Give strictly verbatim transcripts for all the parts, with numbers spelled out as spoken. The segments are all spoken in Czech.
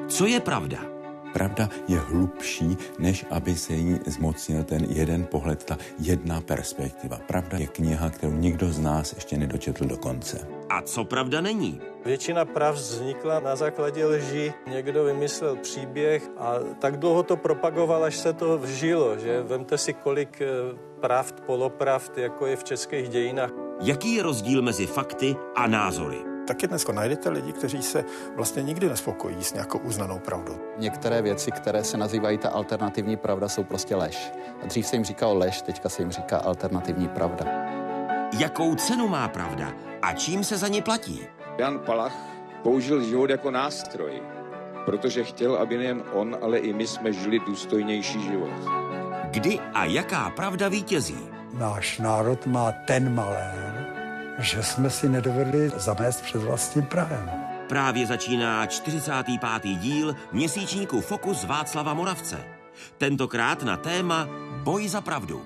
Co je pravda? Pravda je hlubší, než aby se jí zmocnil ten jeden pohled, ta jedna perspektiva. Pravda je kniha, kterou nikdo z nás ještě nedočetl do konce. A co pravda není? Většina pravd vznikla na základě lži. Někdo vymyslel příběh a tak dlouho to propagoval, až se to vžilo, že vemte si, kolik pravd, polopravd, jako je v českých dějinách. Jaký je rozdíl mezi fakty a názory? Taky dneska najdete lidi, kteří se vlastně nikdy nespokojí s nějakou uznanou pravdou. Některé věci, které se nazývají ta alternativní pravda, jsou prostě lež. A dřív se jim říkalo lež, teďka se jim říká alternativní pravda. Jakou cenu má pravda a čím se za ně platí? Jan Palach použil život jako nástroj, protože chtěl, aby nejen on, ale i my jsme žili důstojnější život. Kdy a jaká pravda vítězí? Náš národ má ten malér, že jsme si nedovedli zamést před vlastním prahem. Právě začíná čtyřicátý pátý díl měsíčníku Fokus Václava Moravce. Tentokrát na téma Boj za pravdu.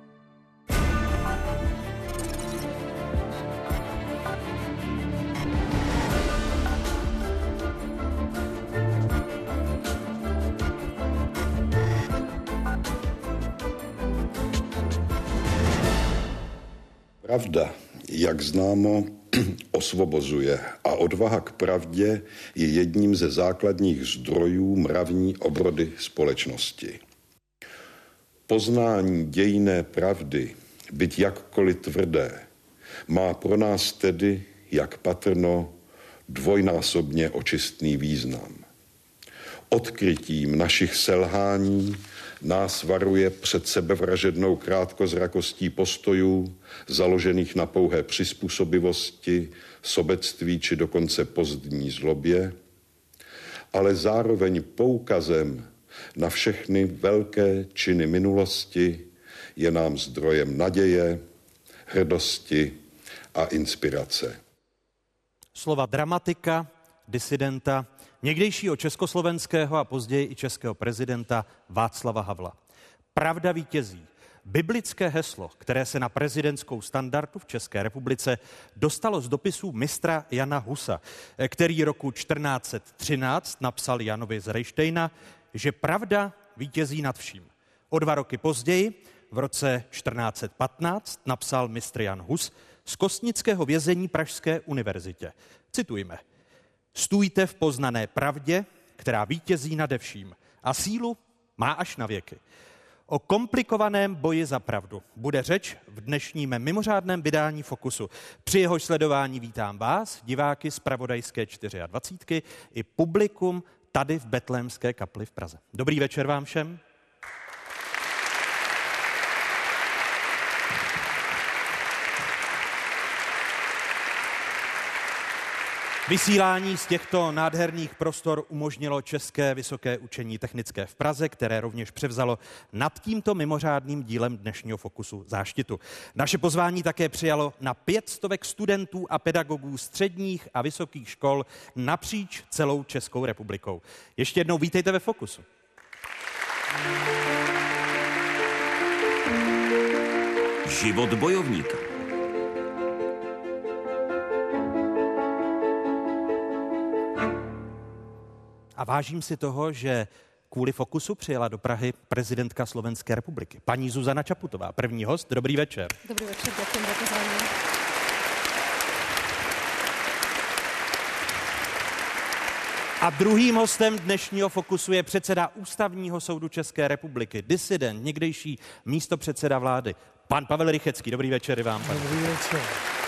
Pravda, jak známo, osvobozuje a odvaha k pravdě je jedním ze základních zdrojů mravní obrody společnosti. Poznání dějinné pravdy, byť jakkoliv tvrdé, má pro nás tedy, jak patrno, dvojnásobně očistný význam. Odkrytím našich selhání nás varuje před sebevražednou krátkozrakostí postojů, založených na pouhé přizpůsobivosti, sobectví či dokonce pozdní zlobě, ale zároveň poukazem na všechny velké činy minulosti je nám zdrojem naděje, hrdosti a inspirace. Slova dramatika, disidenta, někdejšího československého a později i českého prezidenta Václava Havla. Pravda vítězí. Biblické heslo, které se na prezidentskou standardu v České republice dostalo z dopisů mistra Jana Husa, který roku čtrnáct set třináct napsal Janovi z Rejštejna, že pravda vítězí nad vším. O dva roky později, v roce čtrnáct set patnáct, napsal mistr Jan Hus z kostnického vězení Pražské univerzitě. Citujme. Stůjte v poznané pravdě, která vítězí nade vším a sílu má až na věky. O komplikovaném boji za pravdu bude řeč v dnešním mimořádném vydání Fokusu. Při jehož sledování vítám vás, diváky z Pravodajské dvacítky čtyři i publikum tady v Betlémské kapli v Praze. Dobrý večer vám všem. Vysílání z těchto nádherných prostor umožnilo České vysoké učení technické v Praze, které rovněž převzalo nad tímto mimořádným dílem dnešního Fokusu záštitu. Naše pozvání také přijalo na pět stovek studentů a pedagogů středních a vysokých škol napříč celou Českou republikou. Ještě jednou vítejte ve Fokusu. Život bojovníka. A vážím si toho, že kvůli Fokusu přijela do Prahy prezidentka Slovenské republiky, paní Zuzana Čaputová. První host, dobrý večer. Dobrý večer, děkuji za pozvání. A druhým hostem dnešního Fokusu je předseda Ústavního soudu České republiky, disident, někdejší místopředseda vlády, pan Pavel Rychecký. Dobrý večer i vám, pane. Dobrý večer.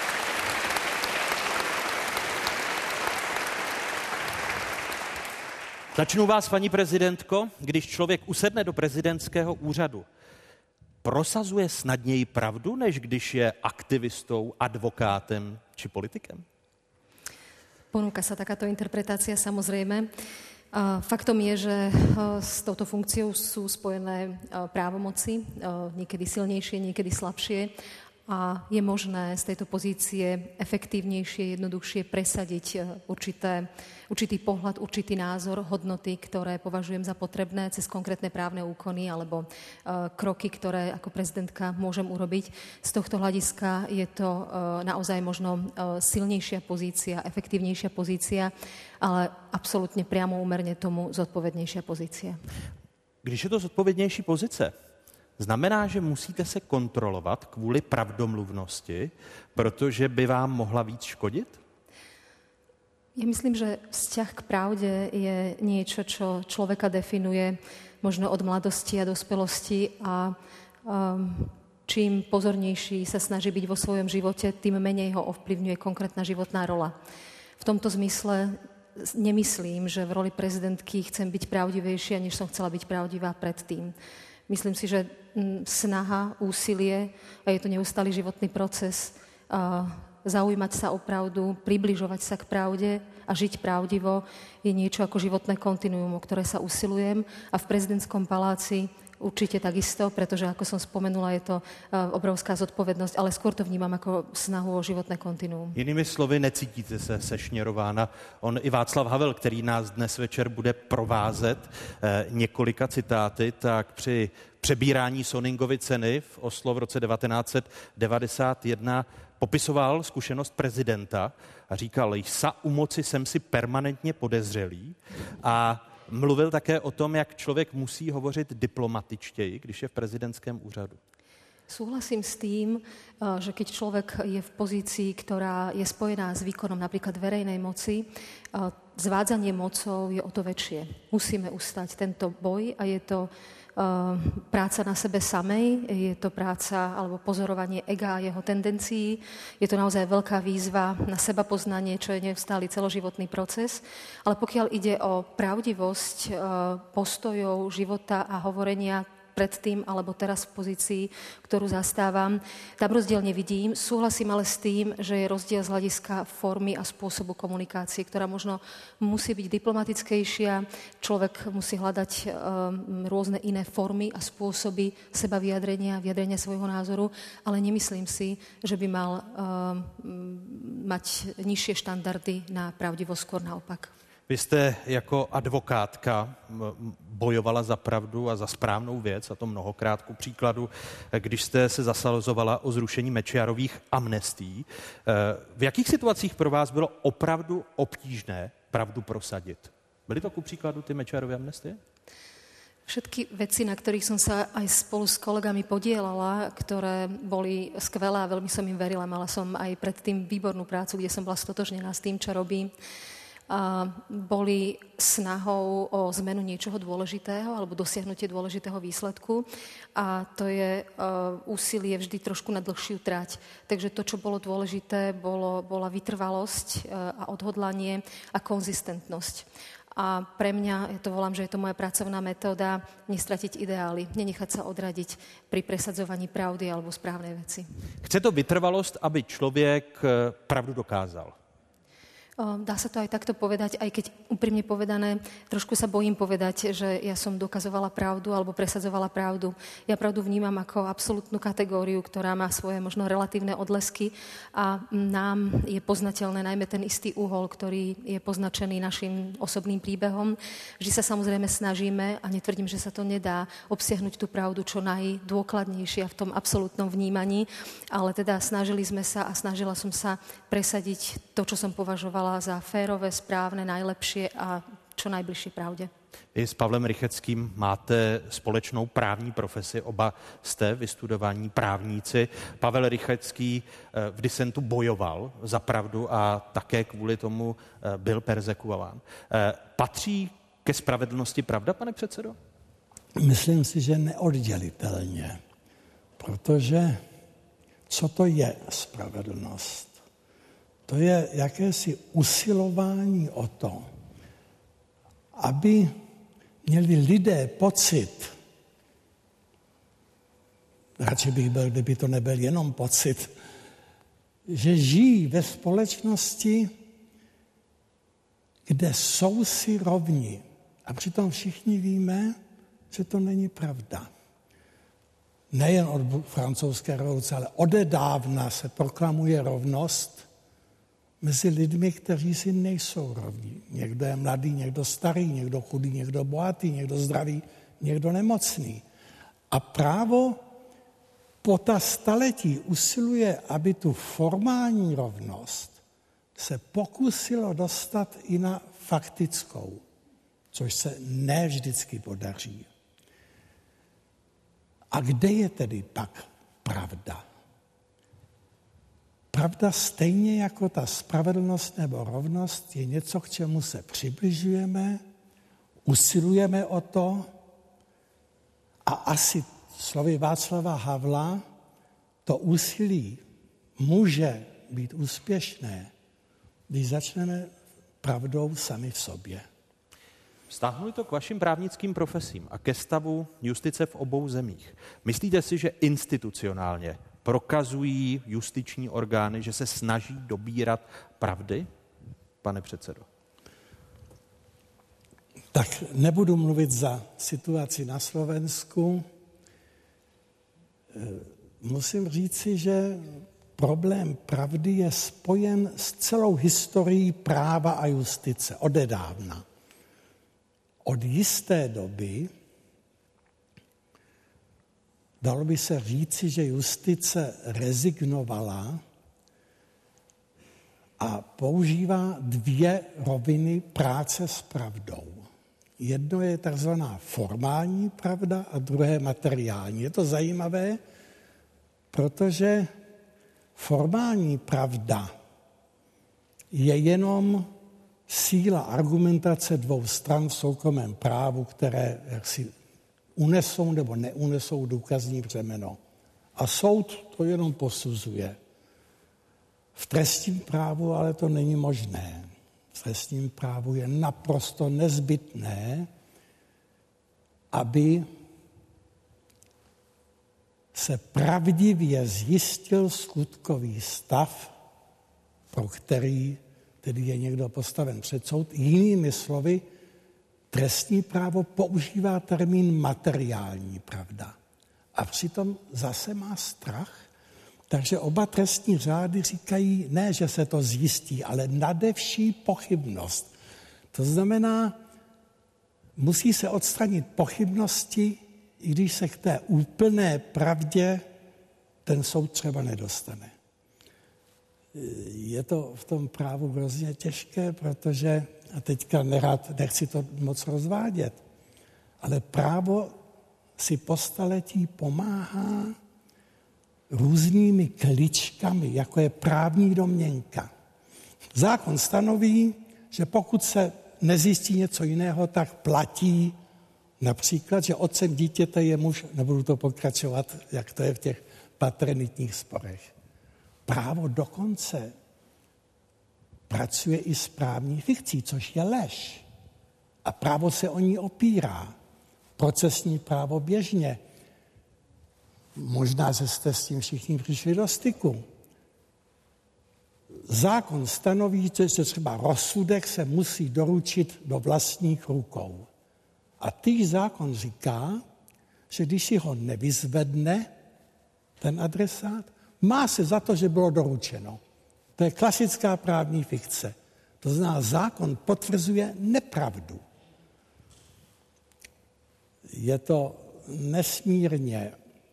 Začnu vás, paní prezidentko, když člověk usedne do prezidentského úřadu, prosazuje snadněji pravdu, než když je aktivistou, advokátem či politikem? Ponúka sa takáto interpretácia, samozrejme. Faktom je, že s touto funkciou sú spojené právomoci, niekedy silnejšie, niekedy slabšie. a je možné z tejto pozície efektívnejšie, jednoduchšie presadiť určité, určitý pohľad, určitý názor, hodnoty, ktoré považujem za potrebné cez konkrétne právne úkony alebo uh, kroky, ktoré ako prezidentka môžem urobiť. Z tohto hľadiska je to uh, naozaj možno uh, silnejšia pozícia, efektívnejšia pozícia, ale absolútne priamo úmerne tomu zodpovednejšia pozícia. Když je to zodpovědnější pozice, znamená, že musíte se kontrolovat kvůli pravdomluvnosti, protože by vám mohla víc škodit? Ja myslím, že vzťah k pravde je niečo, čo človeka definuje možno od mladosti a dospelosti a um, čím pozornejší sa snaží byť vo svojom živote, tým menej ho ovplyvňuje konkrétna životná rola. V tomto zmysle nemyslím, že v roli prezidentky chcem byť pravdivejšia, než som chcela byť pravdivá predtým. Myslím si, že snaha, úsilie, a je to neustály životný proces, zaujímať sa o pravdu, približovať sa k pravde a žiť pravdivo je niečo ako životné kontinuum, o ktoré sa usilujem a v prezidentskom paláci určite takisto, pretože, ako som spomenula, je to obrovská zodpovednosť, ale skôr to vnímam ako snahu o životné kontinuum. Jinými slovy, necítíte se sešněrována. On i Václav Havel, který nás dnes večer bude provázet eh, několika citáty, tak při přebírání Soningovy ceny v Oslo v roce devatenáct set devadesát jedna popisoval zkušenost prezidenta a říkal, sa u moci jsem si permanentně podezřelý a mluvil také o tom, jak člověk musí hovořit diplomatičtěji, když je v prezidentském úřadu. Súhlasím s tým, že keď človek je v pozícii, ktorá je spojená s výkonom napríklad verejnej moci, zvádzanie mocou je o to väčšie. Musíme ustať tento boj a je to práca na sebe samej, je to práca alebo pozorovanie ega a jeho tendencií. Je to naozaj veľká výzva na seba poznanie, čo je neustály celoživotný proces. Ale pokiaľ ide o pravdivosť postojov, života a hovorenia predtým alebo teraz v pozícii, ktorú zastávam, tam rozdiel nevidím. Súhlasím ale s tým, že je rozdiel z hľadiska formy a spôsobu komunikácie, ktorá možno musí byť diplomatickejšia. Človek musí hľadať um, rôzne iné formy a spôsoby seba vyjadrenia, vyjadrenia svojho názoru, ale nemyslím si, že by mal um, mať nižšie štandardy na pravdivosť, skôr naopak. Vy jste jako advokátka bojovala za pravdu a za správnou věc, a to mnohokrát ku příkladu, když jste se zasazovala o zrušení Mečiarových amnestií. V jakých situacích pro vás bylo opravdu obtížné pravdu prosadit? Byly to ku příkladu ty Mečiarové amnestie? Všetky veci, na ktorých som sa aj spolu s kolegami podielala, ktoré boli skvelé a veľmi som im verila, mala som aj predtým výbornú prácu, kde som bola stotožnená s tým, čo robím, a boli snahou o zmenu niečoho dôležitého alebo dosiahnutie dôležitého výsledku a to je uh, úsilie vždy trošku na dlhšiu trať. Takže to, čo bolo dôležité, bolo, bola vytrvalosť uh, a odhodlanie a konzistentnosť. A pre mňa, ja to volám, že je to moja pracovná metóda, nestratiť ideály, nenechať sa odradiť pri presadzovaní pravdy alebo správnej veci. Chce to vytrvalosť, aby človek pravdu dokázal? Dá sa to aj takto povedať, aj keď úprimne povedané, trošku sa bojím povedať, že ja som dokazovala pravdu alebo presadzovala pravdu. Ja pravdu vnímam ako absolútnu kategóriu, ktorá má svoje možno relatívne odlesky a nám je poznateľné najmä ten istý úhol, ktorý je poznačený našim osobným príbehom. Vždy sa samozrejme snažíme, a netvrdím, že sa to nedá, obsiahnuť tú pravdu čo najdôkladnejšie v tom absolútnom vnímaní, ale teda snažili sme sa a snažila som sa presadiť to, čo som považovala za férové, správne, najlepšie a čo najbližšie pravde. Vy s Pavlem Rycheckým máte společnou právní profesi, oba jste vystudovaní právníci. Pavel Rychecký v disentu bojoval za pravdu a také kvůli tomu byl perzekuován. Patří ke spravedlnosti pravda, pane předsedo? Myslím si, že neoddělitelně, protože co to je spravedlnost? To je jakési usilování o to, aby měli lidé pocit, radši bych byl, kdyby to nebyl jenom pocit, že žijí ve společnosti, kde jsou si rovni. A přitom všichni víme, že to není pravda. nejen od francouzské revoluce, ale odedávna se proklamuje rovnost mezi lidmi, kteří si nejsou rovní. Někdo je mladý, někdo starý, někdo chudý, někdo bohatý, někdo zdravý, někdo nemocný. A právo po ta staletí usiluje, aby tu formální rovnost se pokusilo dostat i na faktickou, což se ne vždycky podaří. A kde je tedy pak pravda? Pravda stejně jako ta spravedlnost nebo rovnost je něco, k čemu se přibližujeme, usilujeme o to a asi slovy Václava Havla to úsilí může být úspěšné, když začneme pravdou sami v sobě. Vztáhnu to k vašim právnickým profesím a ke stavu justice v obou zemích. Myslíte si, že institucionálně prokazují justiční orgány, že se snaží dobírat pravdy, pane předsedo? Tak nebudu mluvit za situaci na Slovensku. Musím říci, že problém pravdy je spojen s celou historií práva a justice odedávna. Od jisté doby dalo by se říci, že justice rezignovala a používá dvě roviny práce s pravdou. Jedno je takzvaná formální pravda a druhé materiální. Je to zajímavé, protože formální pravda je jenom síla argumentace dvou stran v soukromém právu, které jaksi unesou nebo neunesou důkazní břemeno. A soud to jenom posuzuje. V trestním právu ale to není možné. V trestním právu je naprosto nezbytné, aby se pravdivě zjistil skutkový stav, pro který tedy je někdo postaven před soud. Jinými slovy, trestní právo používá termín materiální pravda. A přitom zase má strach. Takže oba trestní řády říkají ne, že se to zjistí, ale nadevší pochybnost. To znamená, musí se odstranit pochybnosti, i když se k té úplné pravdě ten soud třeba nedostane. Je to v tom právu hrozně těžké, protože, a teďka nerad, nechci to moc rozvádět, ale právo si po staletí pomáhá různými kličkami, jako je právní domněnka. Zákon stanoví, že pokud se nezjistí něco jiného, tak platí například, že otcem dítěte je muž, nebudu to pokračovat, jak to je v těch paternitních sporech. Právo dokonce pracuje i s právní fikcí, což je lež. A právo se o ní opírá. Procesní právo běžně. Možná, že jste s tím všichni přišli do styku. Zákon stanoví, že třeba rozsudek se musí doručit do vlastních rukou. A týž zákon říká, že když si ho nevyzvedne ten adresát, má se za to, že bylo doručeno. To je klasická právní fikce. To znamená, zákon potvrzuje nepravdu. Je to nesmírně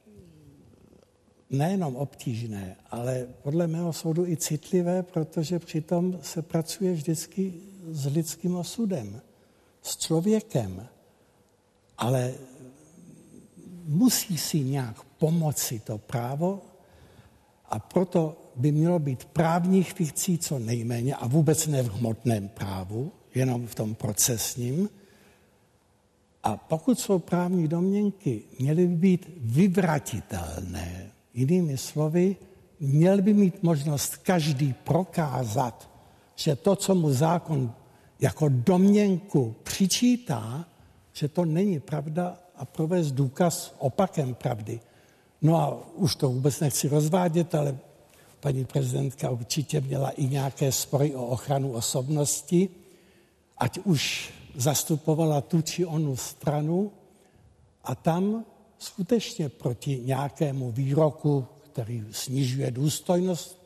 nejenom obtížné, ale podle mého soudu i citlivé, protože přitom se pracuje vždycky s lidským osudem, s člověkem. Ale musí si nějak pomoci to právo a proto by mělo být právních fikcí co nejméně a vůbec ne v hmotném právu, jenom v tom procesním. A pokud jsou právní domněnky, měly by být vyvratitelné. Jinými slovy, měl by mít možnost každý prokázat, že to, co mu zákon jako domněnku přičítá, že to není pravda a provést důkaz opakem pravdy. No a už to vůbec nechci rozvádět, ale paní prezidentka určitě měla i nějaké spory o ochranu osobnosti, ať už zastupovala tu či onu stranu a tam skutečně proti nějakému výroku, který snižuje důstojnost,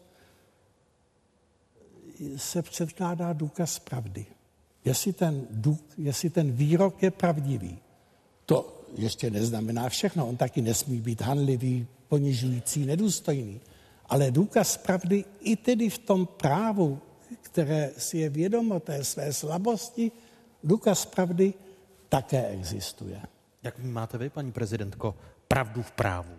se předkládá důkaz pravdy. Jestli ten, důk, jestli ten výrok je pravdivý, to ještě neznamená všechno. On taky nesmí být hanlivý, ponižující, nedůstojný. Ale důkaz pravdy i tedy v tom právu, které si je vědomo té své slabosti, důkaz pravdy také existuje. Jak máte vy, paní prezidentko, pravdu v právu?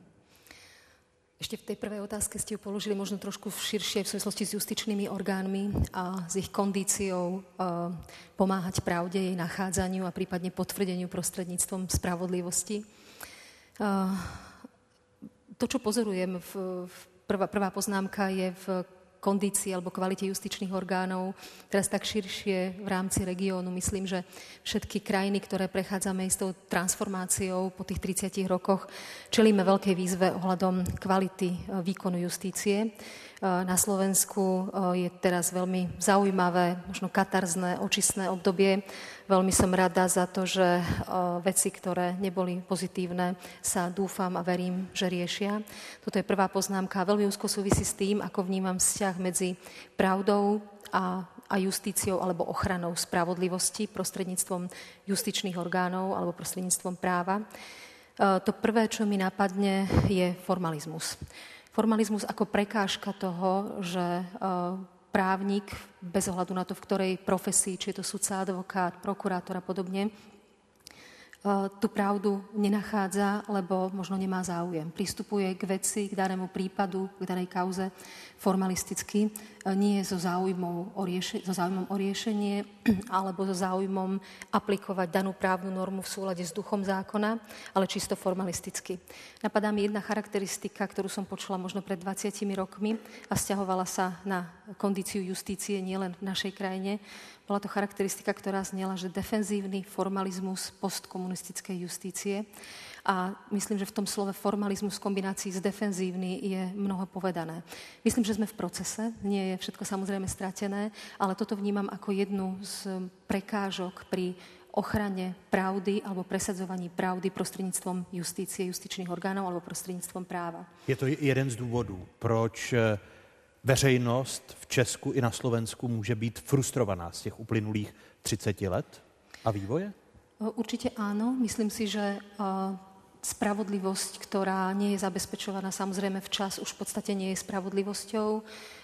Ešte v tej prvej otázke ste ju položili možno trošku širšie v súvislosti s justičnými orgánmi a s ich kondíciou uh, pomáhať pravde, jej nachádzaniu a prípadne potvrdeniu prostredníctvom spravodlivosti. Uh, to, čo pozorujem, v, v prvá, prvá poznámka je v kondícii alebo kvalite justičných orgánov. Teraz tak širšie v rámci regiónu. Myslím, že všetky krajiny, ktoré prechádzame istou transformáciou po tých tridsiatich rokoch, čelíme veľkej výzve ohľadom kvality výkonu justície. Na Slovensku je teraz veľmi zaujímavé, možno katarzné, očistné obdobie. Veľmi som rada za to, že veci, ktoré neboli pozitívne, sa dúfam a verím, že riešia. Toto je prvá poznámka. Veľmi úzko súvisí s tým, ako vnímam vzťah medzi pravdou a, a justíciou alebo ochranou spravodlivosti prostredníctvom justičných orgánov alebo prostredníctvom práva. To prvé, čo mi napadne, je formalizmus. Formalizmus ako prekážka toho, že právnik, bez ohľadu na to, v ktorej profesii, či je to sudca, advokát, prokurátor a podobne, tú pravdu nenachádza, lebo možno nemá záujem. Pristupuje k veci, k danému prípadu, k danej kauze formalisticky, nie so záujmom o, rieše, so záujmom o riešenie alebo so záujmom aplikovať danú právnu normu v súlade s duchom zákona, ale čisto formalisticky. Napadá mi jedna charakteristika, ktorú som počula možno pred dvadsiatimi rokmi a vzťahovala sa na kondíciu justície nielen v našej krajine. Bola to charakteristika, ktorá znela, že defenzívny formalizmus postkomunistickej justície. A myslím, že v tom slove formalizmus v kombinácii s defenzívny je mnoho povedané. Myslím, že sme v procese, nie je všetko samozrejme stratené, ale toto vnímam ako jednu z prekážok pri ochrane pravdy alebo presadzovaní pravdy prostredníctvom justície, justičných orgánov alebo prostredníctvom práva. Je to jeden z důvodů, proč veřejnost v Česku i na Slovensku může být frustrovaná z těch uplynulých tridsiatich let a vývoje? Určite áno. Myslím si, že spravodlivosť, ktorá nie je zabezpečovaná samozrejme včas, už v podstate nie je spravodlivosťou.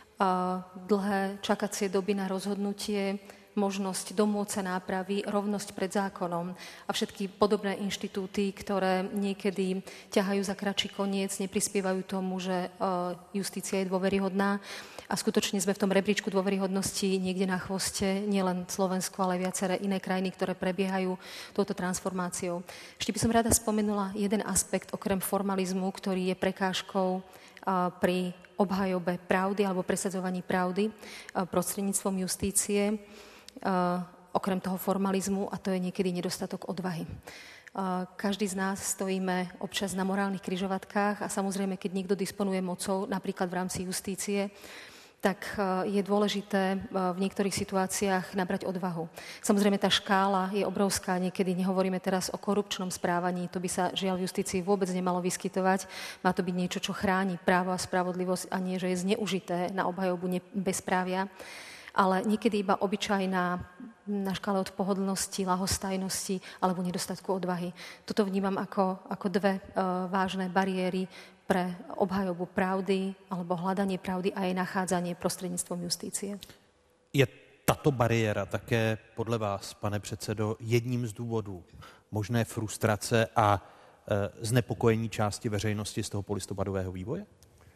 Dlhé čakacie doby na rozhodnutie, možnosť domôcť sa nápravy, rovnosť pred zákonom a všetky podobné inštitúty, ktoré niekedy ťahajú za kratší koniec, neprispievajú tomu, že justícia je dôveryhodná. A skutočne sme v tom rebríčku dôveryhodnosti niekde na chvoste, nielen Slovensko, ale aj viaceré iné krajiny, ktoré prebiehajú touto transformáciou. Ešte by som rada spomenula jeden aspekt okrem formalizmu, ktorý je prekážkou pri obhajobe pravdy alebo presadzovaní pravdy prostredníctvom justície, okrem toho formalizmu, a to je niekedy nedostatok odvahy. Každý z nás stojíme občas na morálnych križovatkách a samozrejme, keď niekto disponuje mocou, napríklad v rámci justície, tak je dôležité v niektorých situáciách nabrať odvahu. Samozrejme, tá škála je obrovská. Niekedy nehovoríme teraz o korupčnom správaní. To by sa žiaľ v justícii vôbec nemalo vyskytovať. Má to byť niečo, čo chráni právo a spravodlivosť a nie, že je zneužité na obhajobu bezprávia. Ale niekedy iba obyčajná na škále od pohodlnosti, ľahostajnosti alebo nedostatku odvahy. Toto vnímam ako, ako dve uh, vážne bariéry pre obhajobu pravdy alebo hľadanie pravdy a jej nachádzanie prostredníctvom justície. Je tato bariéra také podle vás, pane předsedo, jedním z důvodů možné frustrace a e, znepokojení části veřejnosti z toho polistopadového vývoje?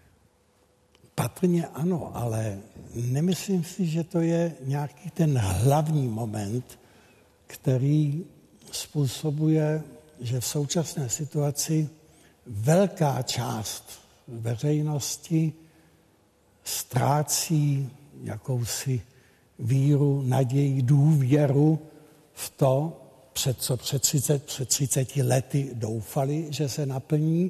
Patrně ano, ale nemyslím si, že to je nějaký ten hlavní moment, který způsobuje, že v současné situaci velká část veřejnosti ztrácí jakousi víru, naději, důvěru v to, před co před, třicet, před třiceti lety doufali, že se naplní.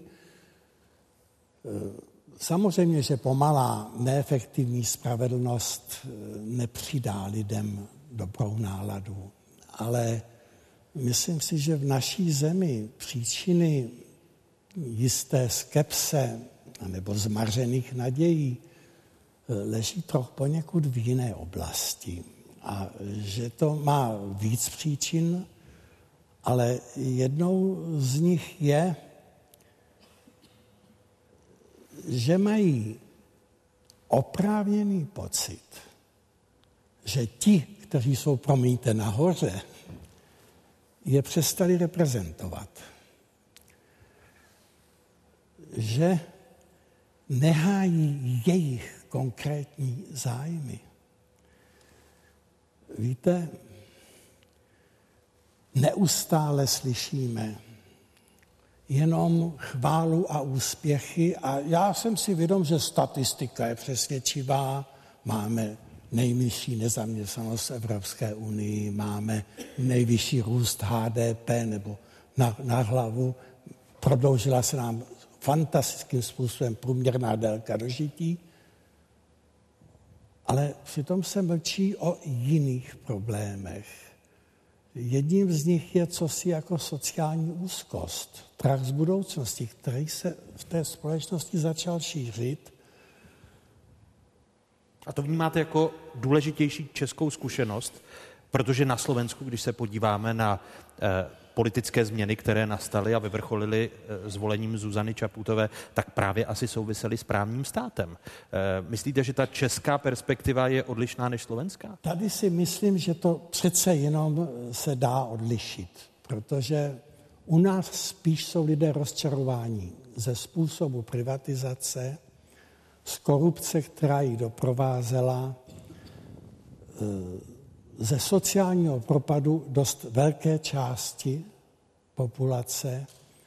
Samozřejmě, že pomalá, neefektivní spravedlnost nepřidá lidem dobrou náladu, ale myslím si, že v naší zemi příčiny jisté skepse nebo zmařených nadějí leží trochu poněkud v jiné oblasti. A že to má víc příčin, ale jednou z nich je, že mají oprávněný pocit, že ti, kteří jsou, promiňte, nahoře, je přestali reprezentovat. Že nehájí jejich konkrétní zájmy. Víte, neustále slyšíme jenom chválu a úspěchy a já jsem si vědom, že statistika je přesvědčivá, máme nejvyšší nezaměstnanost v Evropské unii, máme nejvyšší růst H D P nebo na, na hlavu, prodloužila se nám fantastickým způsobem průměrná délka dožití, ale přitom se mlčí o jiných problémech. Jedním z nich je cosi jako sociální úzkost, strach z budoucnosti, který se v té společnosti začal šířit. A to vnímáte jako důležitější českou zkušenost, protože na Slovensku, když se podíváme na eh, politické změny, které nastaly a vyvrcholily eh, zvolením Zuzany Čaputové, tak právě asi souvisely s právním státem. Eh, myslíte, že ta česká perspektiva je odlišná než slovenská? Tady si myslím, že to přece jenom se dá odlišit, protože u nás spíš jsou lidé rozčarováni ze způsobu privatizace, z korupce, která ji doprovázela, ze sociálního propadu dost velké části populace.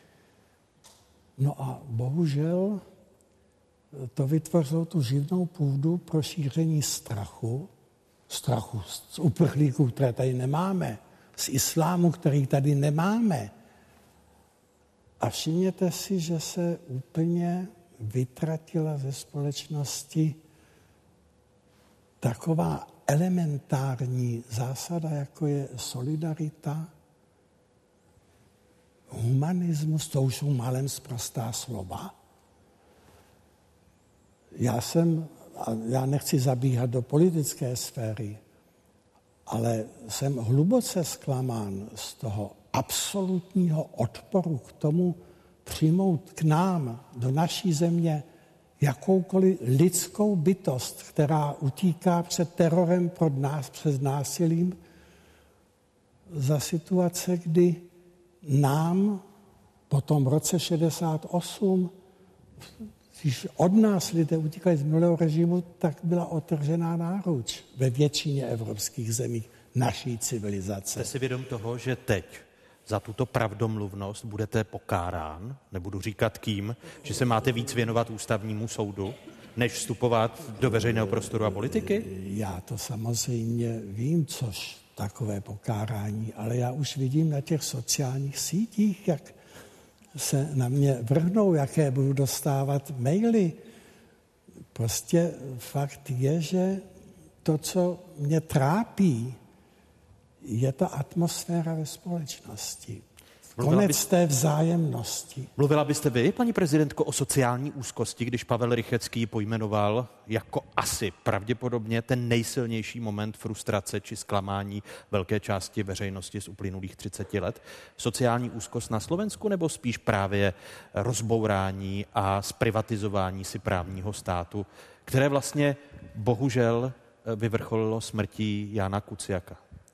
No a bohužel to vytvořilo tu živnou půdu pro šíření strachu, strachu z uprchlíků, které tady nemáme, z islámu, který tady nemáme. A všimněte si, že se úplně vytratila ze společnosti taková elementární zásada, jako je solidarita, humanismus, to už jsou málem sprostá slova. Já jsem, já nechci zabíhat do politické sféry, ale jsem hluboce zklamán z toho absolutního odporu k tomu přijmout k nám, do naší země, jakoukoliv lidskou bytost, která utíká před terorem, pod nás, před násilím, za situace, kdy nám po tom roce šedesát osm, když od nás lidé utíkali z minulého režimu, tak byla otržená náruč ve většině evropských zemí naší civilizace. Jste si vědom toho, že teď za tuto pravdomluvnost budete pokárán, nebudu říkat kým, že se máte víc věnovat ústavnímu soudu, než vstupovat do veřejného prostoru a politiky? Já to samozřejmě vím, což takové pokárání, ale já už vidím na těch sociálních sítích, jak se na mě vrhnou, jaké budu dostávat maily. Prostě fakt je, že to, co mě trápí, je ta atmosféra ve společnosti. Konec byste, té vzájemnosti. Mluvila byste vy, paní prezidentko, o sociální úzkosti, když Pavel Rychetský pojmenoval jako asi pravděpodobně ten nejsilnější moment frustrace či zklamání velké části veřejnosti z uplynulých třiceti let. Sociální úzkost na Slovensku nebo spíš právě rozbourání a zprivatizování si právního státu, které vlastně bohužel vyvrcholilo smrtí Jána Kuciaka?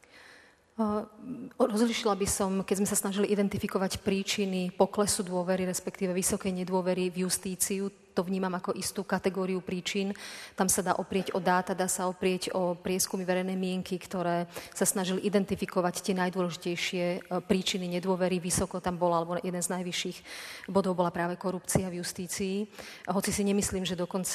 Rozlišila by som, keď sme sa snažili identifikovať príčiny poklesu dôvery, respektíve vysokej nedôvery v justíciu, to vnímam ako istú kategóriu príčin. Tam sa dá oprieť o dáta, dá sa oprieť o prieskumy verejnej mienky, ktoré sa snažili identifikovať tie najdôležitejšie príčiny nedôvery. Vysoko tam bola, alebo jeden z najvyšších bodov bola práve korupcia v justícii. Hoci si nemyslím, že dokonca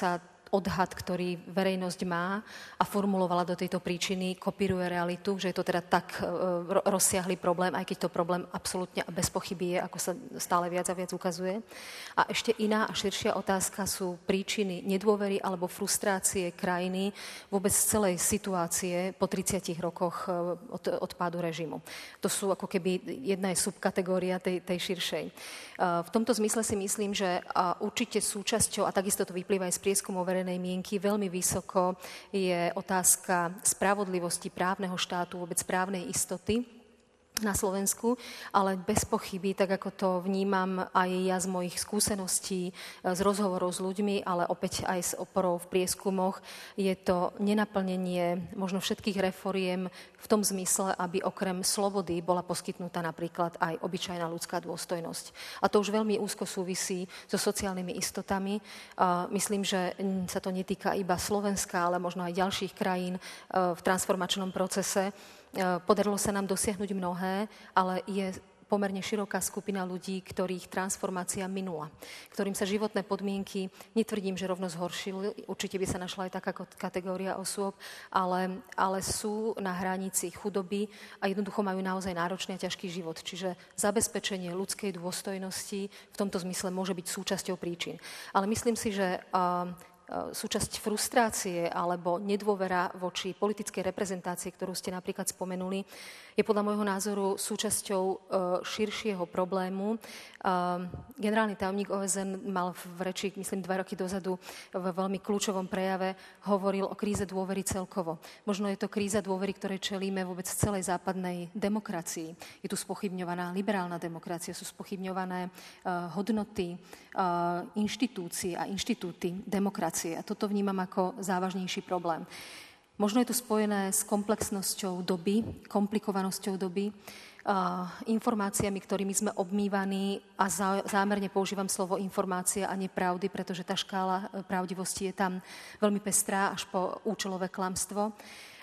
odhad, ktorý verejnosť má a formulovala do tejto príčiny, kopíruje realitu, že je to teda tak rozsiahly problém, aj keď to problém absolútne a bez pochyby je, ako sa stále viac a viac ukazuje. A ešte iná a širšia otázka sú príčiny nedôvery alebo frustrácie krajiny vôbec z celej situácie po tridsiatich rokoch od, od pádu režimu. To sú ako keby jedna je subkategória tej, tej širšej. V tomto zmysle si myslím, že určite súčasťou, a takisto to vyplýva aj z prieskumov verejnej mienky, veľmi vysoko je otázka spravodlivosti, právneho štátu, vôbec právnej istoty na Slovensku, ale bez pochyby, tak ako to vnímam aj ja z mojich skúseností, z rozhovorov s ľuďmi, ale opäť aj s oporou v prieskumoch, je to nenaplnenie možno všetkých reforiem v tom zmysle, aby okrem slobody bola poskytnutá napríklad aj obyčajná ľudská dôstojnosť. A to už veľmi úzko súvisí so sociálnymi istotami. Myslím, že sa to netýka iba Slovenska, ale možno aj ďalších krajín v transformačnom procese. Podarilo sa nám dosiahnuť mnohé, ale je pomerne široká skupina ľudí, ktorých transformácia minula, ktorým sa životné podmienky, netvrdím, že rovno zhoršili, určite by sa našla aj taká kategória osôb, ale, ale sú na hranici chudoby a jednoducho majú naozaj náročný a ťažký život. Čiže zabezpečenie ľudskej dôstojnosti v tomto zmysle môže byť súčasťou príčin. Ale myslím si, že uh, súčasť frustrácie alebo nedôvera voči politickej reprezentácii, ktorú ste napríklad spomenuli, je podľa môjho názoru súčasťou uh, širšieho problému. Uh, generálny tajomník ó es en mal v reči, myslím, dva roky dozadu v veľmi kľúčovom prejave hovoril o kríze dôvery celkovo. Možno je to kríza dôvery, ktorej čelíme vôbec celej západnej demokracii. Je tu spochybňovaná liberálna demokracia, sú spochybňované uh, hodnoty, uh, inštitúcie a inštitúty demokracie. A toto vnímam ako závažnejší problém. Možno je to spojené s komplexnosťou doby, komplikovanosťou doby, uh, informáciami, ktorými sme obmývaní a zá, zámerne používam slovo informácia a nie pravdy, pretože tá škála pravdivosti je tam veľmi pestrá až po účelové klamstvo.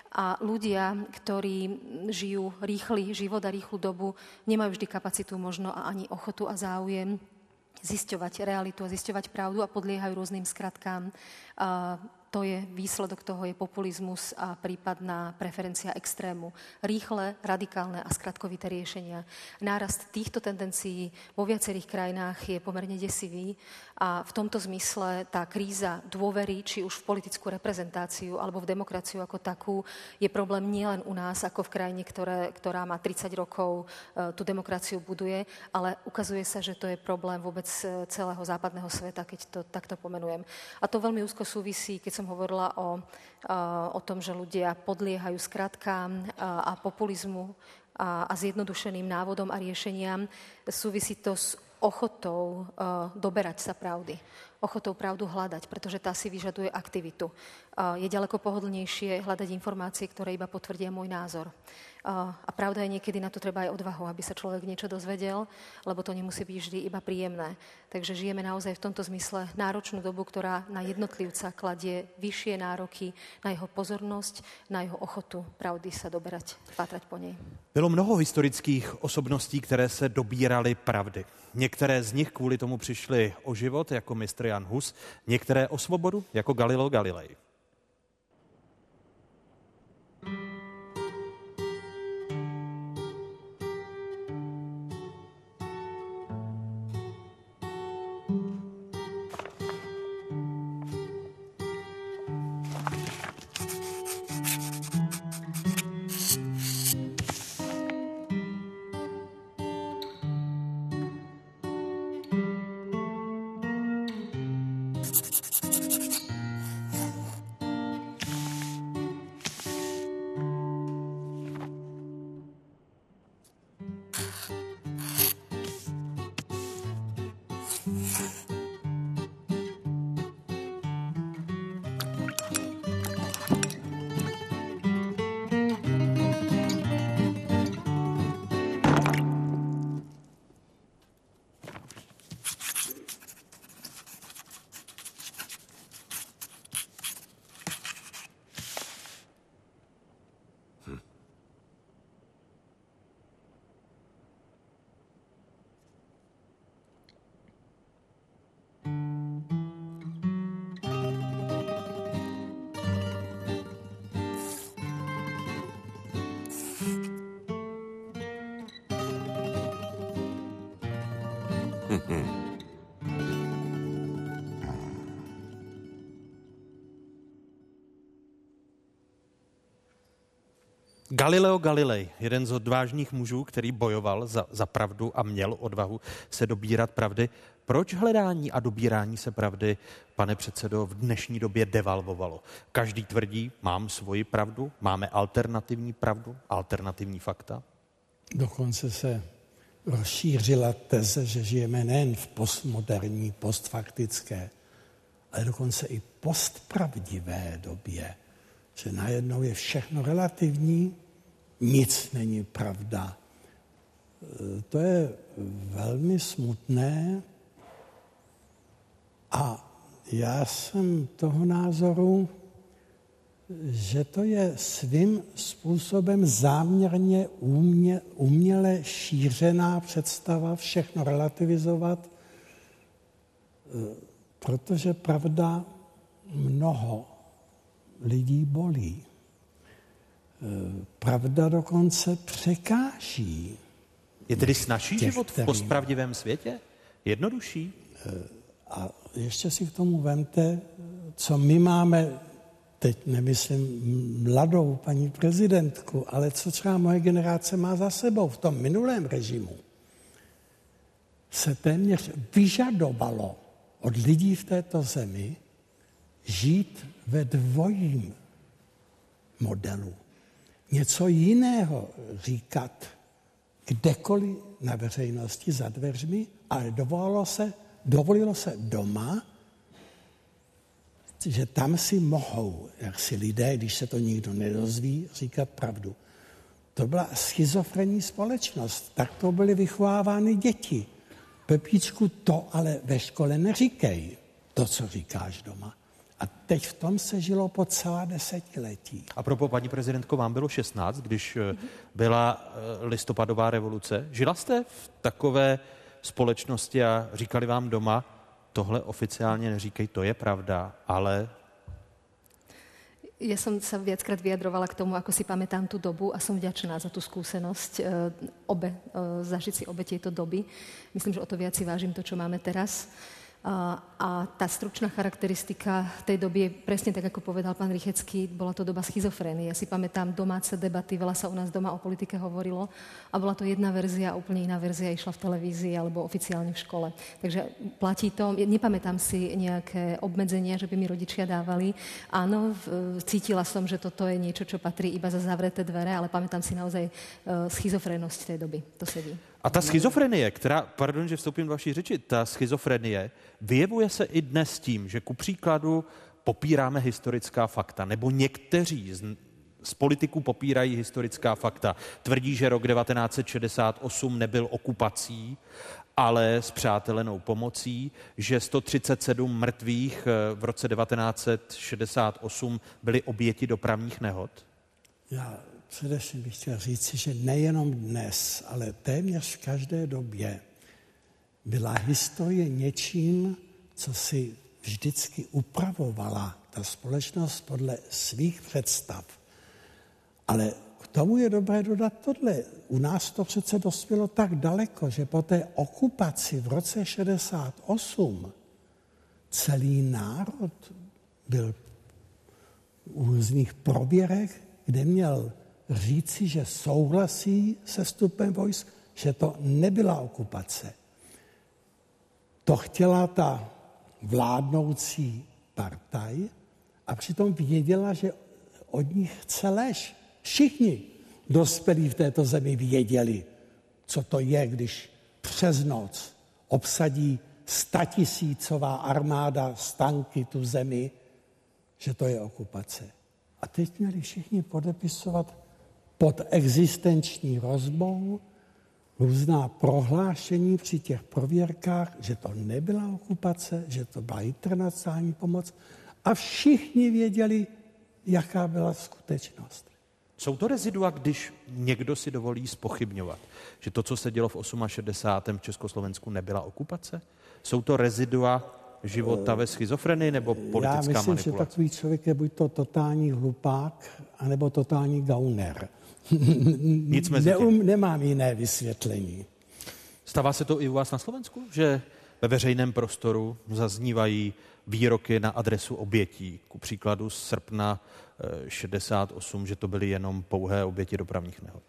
A ľudia, ktorí žijú rýchly život a rýchlu dobu, nemajú vždy kapacitu možno a ani ochotu a záujem zisťovať realitu a zisťovať pravdu a podliehajú rôznym skratkám. Uh, To je výsledok toho, je populizmus a prípadná preferencia extrému. Rýchle, radikálne a skratkovité riešenia. Nárast týchto tendencií vo viacerých krajinách je pomerne desivý a v tomto zmysle tá kríza dôvery, či už v politickú reprezentáciu alebo v demokraciu ako takú, je problém nielen u nás, ako v krajine, ktoré, ktorá má tridsať rokov e, tú demokraciu buduje, ale ukazuje sa, že to je problém vôbec celého západného sveta, keď to takto pomenujem. A to veľmi úzko súvisí, keď som hovorila o, o tom, že ľudia podliehajú skratkám a populizmu a, a zjednodušeným návodom a riešeniam. Súvisí to s ochotou doberať sa pravdy, ochotou pravdu hľadať, pretože tá si vyžaduje aktivitu. Je ďaleko pohodlnejšie hľadať informácie, ktoré iba potvrdia môj názor. A pravda je, niekedy na to treba aj odvahu, aby sa človek niečo dozvedel, lebo to nemusí byť vždy iba príjemné. Takže žijeme naozaj v tomto zmysle náročnú dobu, ktorá na jednotlivca kladie vyššie nároky na jeho pozornosť, na jeho ochotu pravdy sa doberať, pátrať po nej. Bylo mnoho historických osobností, které se dobíraly pravdy. Některé z nich kvůli tomu přišli o život, jako mistr Jan Hus, některé o svobodu, jako Galileo Galilei. Galileo Galilei, jeden z odvážných mužů, který bojoval za, za pravdu a měl odvahu se dobírat pravdy. Proč hledání a dobírání se pravdy, pane předsedo, v dnešní době devalvovalo? Každý tvrdí, mám svoji pravdu, máme alternativní pravdu, alternativní fakta? Dokonce se rozšířila teze, že žijeme nejen v postmoderní, postfaktické, ale dokonce i postpravdivé době, že najednou je všechno relativní, nic není pravda. To je velmi smutné a já jsem toho názoru, že to je svým způsobem záměrně umě, uměle šířená představa všechno relativizovat, protože pravda mnoho lidí bolí. Pravda dokonce překáží. Je tedy snazší život v postpravdivém světě? Jednodušší? A ještě si k tomu vemte, co my máme, teď nemyslím mladou paní prezidentku, ale co třeba moje generace má za sebou v tom minulém režimu, se téměř vyžadovalo od lidí v této zemi žít ve dvojím modelu. Něco jiného říkat kdekoliv na veřejnosti za dveřmi, ale dovolilo se, dovolilo se doma, že tam si mohou, jak si lidé, když se to nikdo nedozví, říkat pravdu. To byla schizofrenní společnost. Tak to byly vychovávány děti. Pepíčku, to ale ve škole neříkej, to, co říkáš doma. A teď v tom se žilo po celá desetiletí. A propos, paní prezidentko, vám bylo šestnáct, když byla listopadová revoluce. Žila jste v takové společnosti a říkali vám doma, tohle oficiálně neříkej, to je pravda, ale... Ja som sa viackrát vyjadrovala k tomu, ako si pamätám tú dobu a som vďačná za tú skúsenosť e, obe, e, zažiť si obe tieto doby. Myslím, že o to viac si vážim to, čo máme teraz. A, a tá stručná charakteristika tej doby je presne tak, ako povedal pán Rychecký, bola to doba schizofrénie. Ja si pamätám domáce debaty, veľa sa u nás doma o politike hovorilo a bola to jedna verzia a úplne iná verzia išla v televízii alebo oficiálne v škole. Takže platí to, nepamätám si nejaké obmedzenia, že by mi rodičia dávali. Áno, cítila som, že toto je niečo, čo patrí iba za zavreté dvere, ale pamätám si naozaj schizofrénnosť tej doby. To sedí. A ta schizofrenie, která, pardon, že vstoupím do vaší řeči, ta schizofrenie vyjevuje se i dnes tím, že ku příkladu popíráme historická fakta, nebo někteří z, z politiků popírají historická fakta. Tvrdí, že rok devatenáct set šedesát osm nebyl okupací, ale spřátelenou pomocí, že sto třicet sedm mrtvých v roce devatenáct set šedesát osm byly oběti dopravních nehod. Já především bych chtěl říci, že nejenom dnes, ale téměř v každé době byla historie něčím, co si vždycky upravovala ta společnost podle svých představ. Ale k tomu je dobré dodat tohle. U nás to přece dospělo tak daleko, že po té okupaci v roce šedesát osm celý národ byl u různých prověrek, kde měl říci, že souhlasí se vstupem vojsk, že to nebyla okupace. To chtěla ta vládnoucí partaj a přitom věděla, že od nich chce lež. Všichni dospělí v této zemi věděli, co to je, když přes noc obsadí statisícová armáda z tanky tu zemi, že to je okupace. A teď měli všichni podepisovat pod existenční hrozbou různá prohlášení při těch prověrkách, že to nebyla okupace, že to byla internacionální pomoc a všichni věděli, jaká byla skutečnost. Jsou to rezidua, když někdo si dovolí zpochybňovat, že to, co se dělo v šedesátém osmém v Československu, nebyla okupace? Jsou to rezidua života ve schizofrenii nebo politická manipulace? Já myslím, manipulace? Že takový člověk je buď to totální hlupák, anebo totální gauner. Nic mezi Neum, nemám jiné vysvětlení. Stává se to i u vás na Slovensku, že ve veřejném prostoru zaznívají výroky na adresu obětí, ku příkladu z srpna šedesát osm, že to byly jenom pouhé oběti dopravních nehod?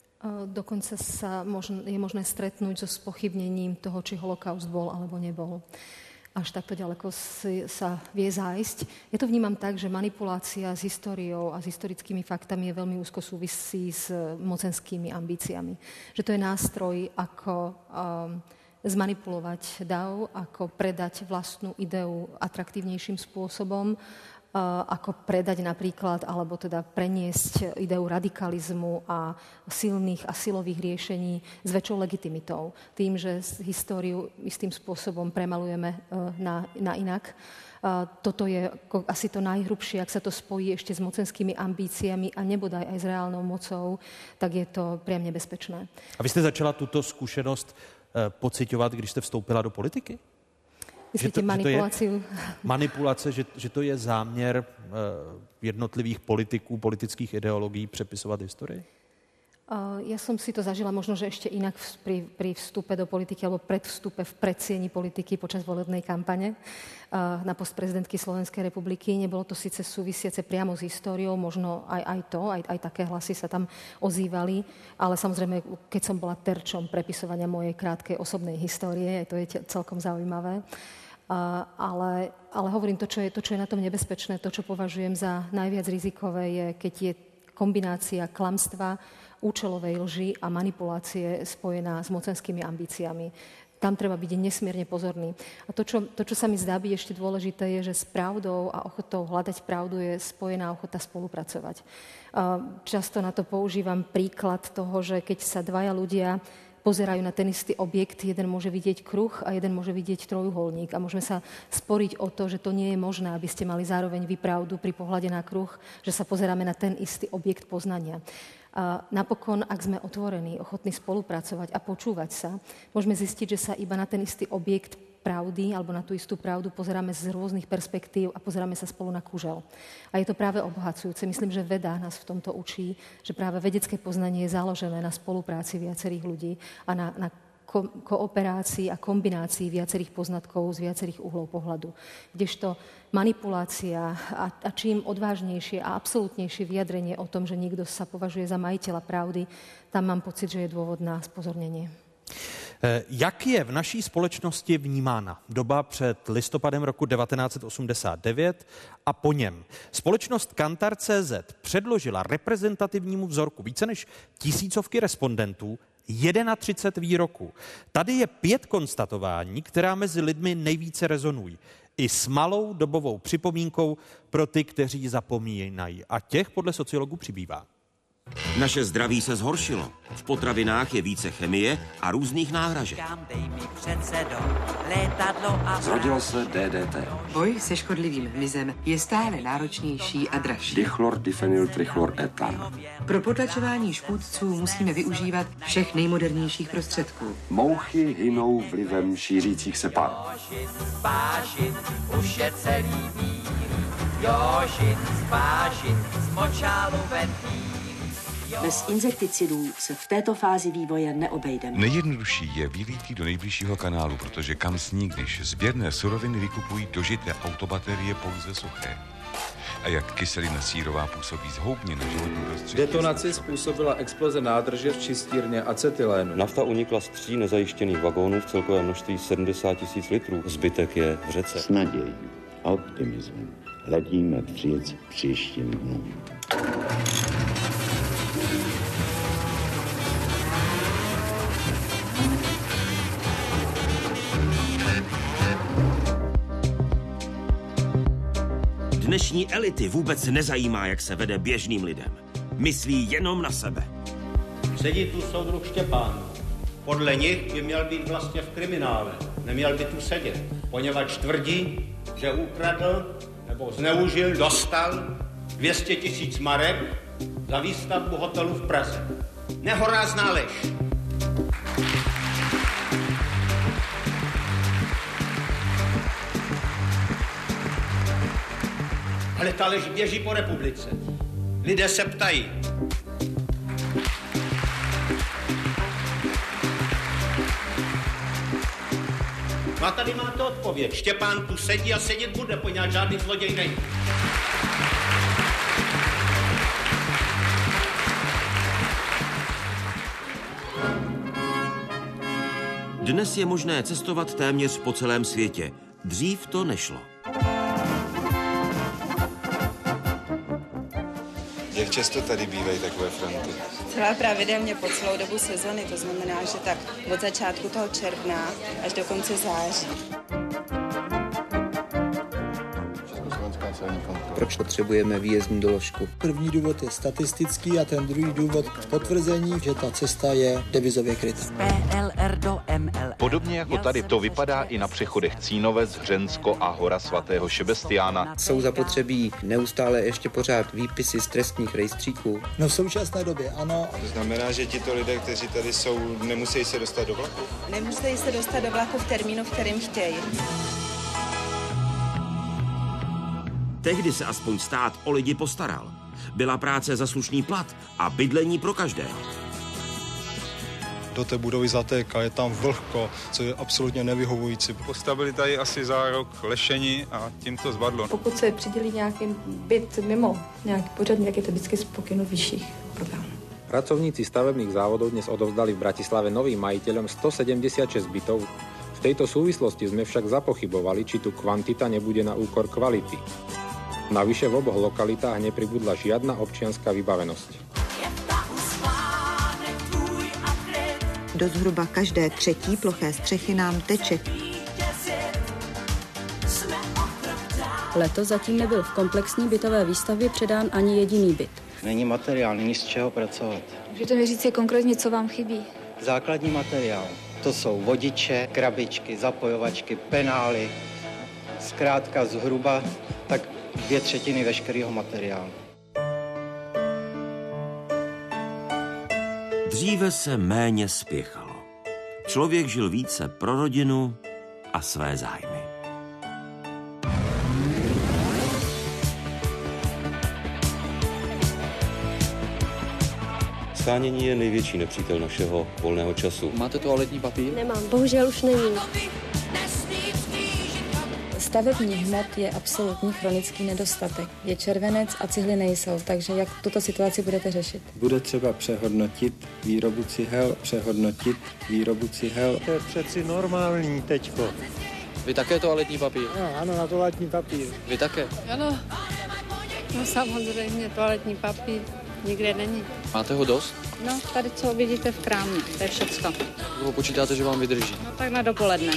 Dokonca sa možno, je možné stretnúť so spochybnením toho, či holokaust bol alebo nebol. Až takto ďaleko si, sa vie zájsť. Ja to vnímam tak, že manipulácia s históriou a s historickými faktami je veľmi úzko súvisí s mocenskými ambíciami. Že to je nástroj, ako um, zmanipulovať dav, ako predať vlastnú ideu atraktívnejším spôsobom, ako predať napríklad, alebo teda preniesť ideu radikalizmu a silných a silových riešení s väčšou legitimitou. Tým, že históriu istým spôsobom premalujeme na, na inak. Toto je asi to najhrubšie, ak sa to spojí ešte s mocenskými ambíciami a nebodaj aj s reálnou mocou, tak je to priam nebezpečné. A vy ste začala tuto skúsenosť pociťovať, když ste vstoupila do politiky? Myslíte manipulaci? Manipulace, že, že to je záměr uh, jednotlivých politiků, politických ideologií přepisovat historii? Uh, ja som si to zažila možno, že ešte inak v, pri, pri vstupe do politiky alebo pred vstupe v predsieni politiky počas volebnej kampane uh, na post prezidentky Slovenskej republiky. Nebolo to síce súvisiace priamo s históriou, možno aj, aj to, aj, aj také hlasy sa tam ozývali, ale samozrejme, keď som bola terčom prepisovania mojej krátkej osobnej histórie, to je celkom zaujímavé. Uh, ale, ale hovorím, to čo, je, to, čo je na tom nebezpečné, to, čo považujem za najviac rizikové, je, keď je kombinácia klamstva, účelovej lži a manipulácie spojená s mocenskými ambíciami. Tam treba byť nesmierne pozorný. A to čo, to, čo sa mi zdá byť ešte dôležité, je, že s pravdou a ochotou hľadať pravdu je spojená ochota spolupracovať. Uh, často na to používam príklad toho, že keď sa dvaja ľudia pozerajú na ten istý objekt, jeden môže vidieť kruh a jeden môže vidieť trojuholník. A môžeme sa sporiť o to, že to nie je možné, aby ste mali zároveň vy pravdu pri pohľade na kruh, že sa pozeráme na ten istý objekt poznania. A napokon, ak sme otvorení, ochotní spolupracovať a počúvať sa, môžeme zistiť, že sa iba na ten istý objekt pravdy alebo na tú istú pravdu pozeráme z rôznych perspektív a pozeráme sa spolu na kužel. A je to práve obohacujúce. Myslím, že veda nás v tomto učí, že práve vedecké poznanie je založené na spolupráci viacerých ľudí a na, na ko- kooperácii a kombinácii viacerých poznatkov z viacerých uhlov pohľadu. Kdežto manipulácia a, a čím odvážnejšie a absolútnejšie vyjadrenie o tom, že niekto sa považuje za majiteľa pravdy, tam mám pocit, že je dôvod na spozornenie. Jak je v naší společnosti vnímána doba před listopadem roku devatenáct osmdesát devět a po něm? Společnost Kantar tečka cé zet předložila reprezentativnímu vzorku více než tisícovky respondentů třicet jedna výroků. Tady je pět konstatování, která mezi lidmi nejvíce rezonují. I s malou dobovou připomínkou pro ty, kteří zapomínají. A těch podle sociologů přibývá. Naše zdraví se zhoršilo. V potravinách je více chemie a různých náhražek. Zrodilo se D D T. Boj se škodlivým hmyzem je stále náročnější a dražší. Dichlordifenyltrichloroetan. Pro potlačování škůdců musíme využívat všech nejmodernějších prostředků. Mouchy hynou vlivem šířících se pár. Už je celý vír. Jožin, spážin, zmočálu ventýl. Bez insekticidů se v této fázi vývoje neobejdeme. Nejjednodušší je vylítí do nejbližšího kanálu, protože kam sní, když sběrné suroviny vykupují dožité autobaterie pouze suché. A jak kyselina sírová působí zhoubně na životní prostředí. Detonaci způsobila exploze nádrže v čistírně acetylénu. Nafta unikla z tří nezajištěných vagónů v celkovém množství sedmdesát tisíc litrů. Zbytek je v řece. S nadějí a optimismem hledíme vstříc příštím dnům. Dnešní elity vůbec nezajímá, jak se vede běžným lidem. Myslí jenom na sebe. Sedí tu soudruh Štěpán. Podle nich by měl být vlastně v kriminále. Neměl by tu sedět, poněvadž tvrdí, že ukradl nebo zneužil, dostal dvě stě tisíc marek za výstavbu hotelu v Praze. Nehorázná lež. Ale ta lež běží po republice. Lidé se ptají. No a tady máte odpověď. Štěpán tu sedí a sedět bude, poněvadž žádný zloděj není. Dnes je možné cestovat téměř po celém světě. Dřív to nešlo. Jak často tady bývají takové fronty? Celá pravidelně po celou dobu sezony, to znamená, že tak od začátku toho června až do konce září. Proč potřebujeme výjezdní doložku? První důvod je statistický a ten druhý důvod potvrzení, že ta cesta je devizově krytá. Podobně jako tady to vypadá i na přechodech Cínovec, Hřensko a Hora svatého Šebestiána. Jsou zapotřebí neustále ještě pořád výpisy z trestních rejstříků? No v současné době ano. To znamená, že tito lidé, kteří tady jsou, nemusí se dostat do vlaku? Nemusí se dostat do vlaku v termínu, v kterém chtějí. Tehdy se aspoň stát o lidi postaral. Byla práce za slušný plat a bydlení pro každého. Do té budovy zatéká, je tam vlhko, co je absolutně nevyhovující. Postavili tady asi za rok lešení a tím to zvadlo. Pokud se přidělí nějaký byt mimo nějaký pořad, jak je to vždycky z pokynu vyšších orgánů. Pracovníci stavebných závodov dnes odovzdali v Bratislave novým majiteľom sto sedemdesiatšesť bytov. V tejto súvislosti sme však zapochybovali, či tu kvantita nebude na úkor kvality. Navyše v oboch lokalitách nepribudla žiadna občianská vybavenosť. Do zhruba každé třetí ploché střechy nám teče. Letos zatím nebyl v komplexní bytové výstavbě předán ani jediný byt. Není materiál, není z čeho pracovat. Můžete mi říct konkrétně, co vám chybí? Základní materiál. To jsou vodiče, krabičky, zapojovačky, penály. Zkrátka zhruba tak dvě třetiny veškerého materiálu. Dříve se méně spěchalo. Člověk žil více pro rodinu a své zájmy. Shánění je největší nepřítel našeho volného času. Máte toaletní papír? Nemám, bohužel už není. Stavební hmot je absolutní chronický nedostatek. Je červenec a cihly nejsou, takže jak tuto situaci budete řešit? Bude třeba přehodnotit výrobu cihel, přehodnotit výrobu cihel. To je přeci normální teďko. Vy také toaletní papír? No, ano, na toaletní papír. Vy také? Ano, no samozřejmě, toaletní papír nikde není. Máte ho dost? No, tady co vidíte v krámě, to je všecko. Dlouho počítáte, že vám vydrží? No tak na dopoledne.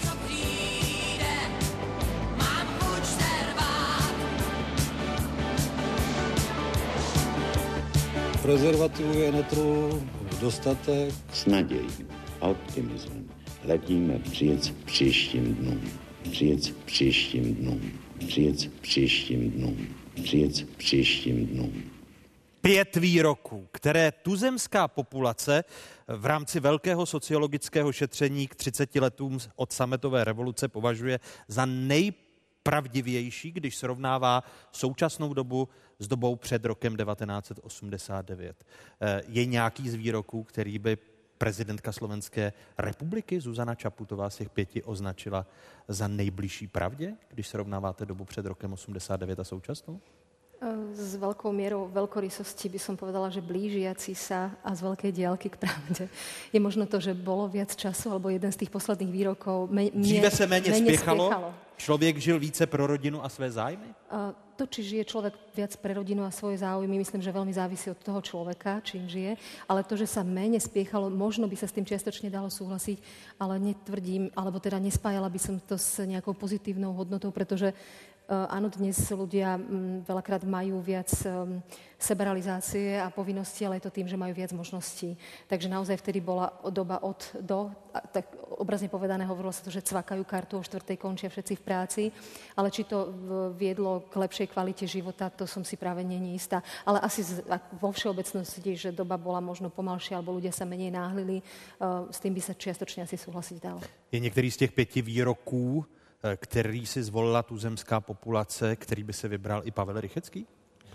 Prezervativů je na trhu dostatek. S nadějí a optimismem hledíme vstříc příštím dnům. Vstříc příštím dnům. Vstříc příštím dnům. Vstříc příštím dnům. Pět výroků, které tuzemská populace v rámci velkého sociologického šetření k třiceti letům od sametové revoluce považuje za nejpravdivější, když srovnává současnou dobu s dobou před rokem devatenáct set osmdesát devět. Je nějaký z výroků, který by prezidentka Slovenské republiky Zuzana Čaputová z těch pěti označila za nejbližší pravdě, když srovnáváte dobu před rokem osmdesát devět a současnou? S veľkou mierou veľkorysosti by som povedala, že blížiaci sa a z veľkej diaľky k pravde je možno to, že bolo viac času, alebo jeden z tých posledných výrokov. Me, Dříve se méně spěchalo? spěchalo. Člověk žil více pro rodinu a své zájmy? Uh, to, či žije človek viac pre rodinu a svoje záujmy, myslím, že veľmi závisí od toho človeka, čím žije. Ale to, že sa méně spěchalo, možno by sa s tým čiastočne dalo súhlasiť, ale netvrdím, alebo teda nespájala by som to s nejakou pozitívnou hodnotou, pretože Uh, áno, dnes ľudia um, veľakrát majú viac um, seberalizácie a povinností, ale je to tým, že majú viac možností. Takže naozaj vtedy bola doba od do, a, tak obrazne povedané, hovorilo sa to, že cvakajú kartu, o štvrtej končia všetci v práci, ale či to viedlo k lepšej kvalite života, to som si práve není istá. Ale asi z, vo všeobecnosti, že doba bola možno pomalšia, alebo ľudia sa menej náhlili, uh, s tým by sa čiastočne asi súhlasiť dalo. Je některý z těch pěti výroků, který si zvolila tuzemská populace, který by se vybral i Pavel Rychecký?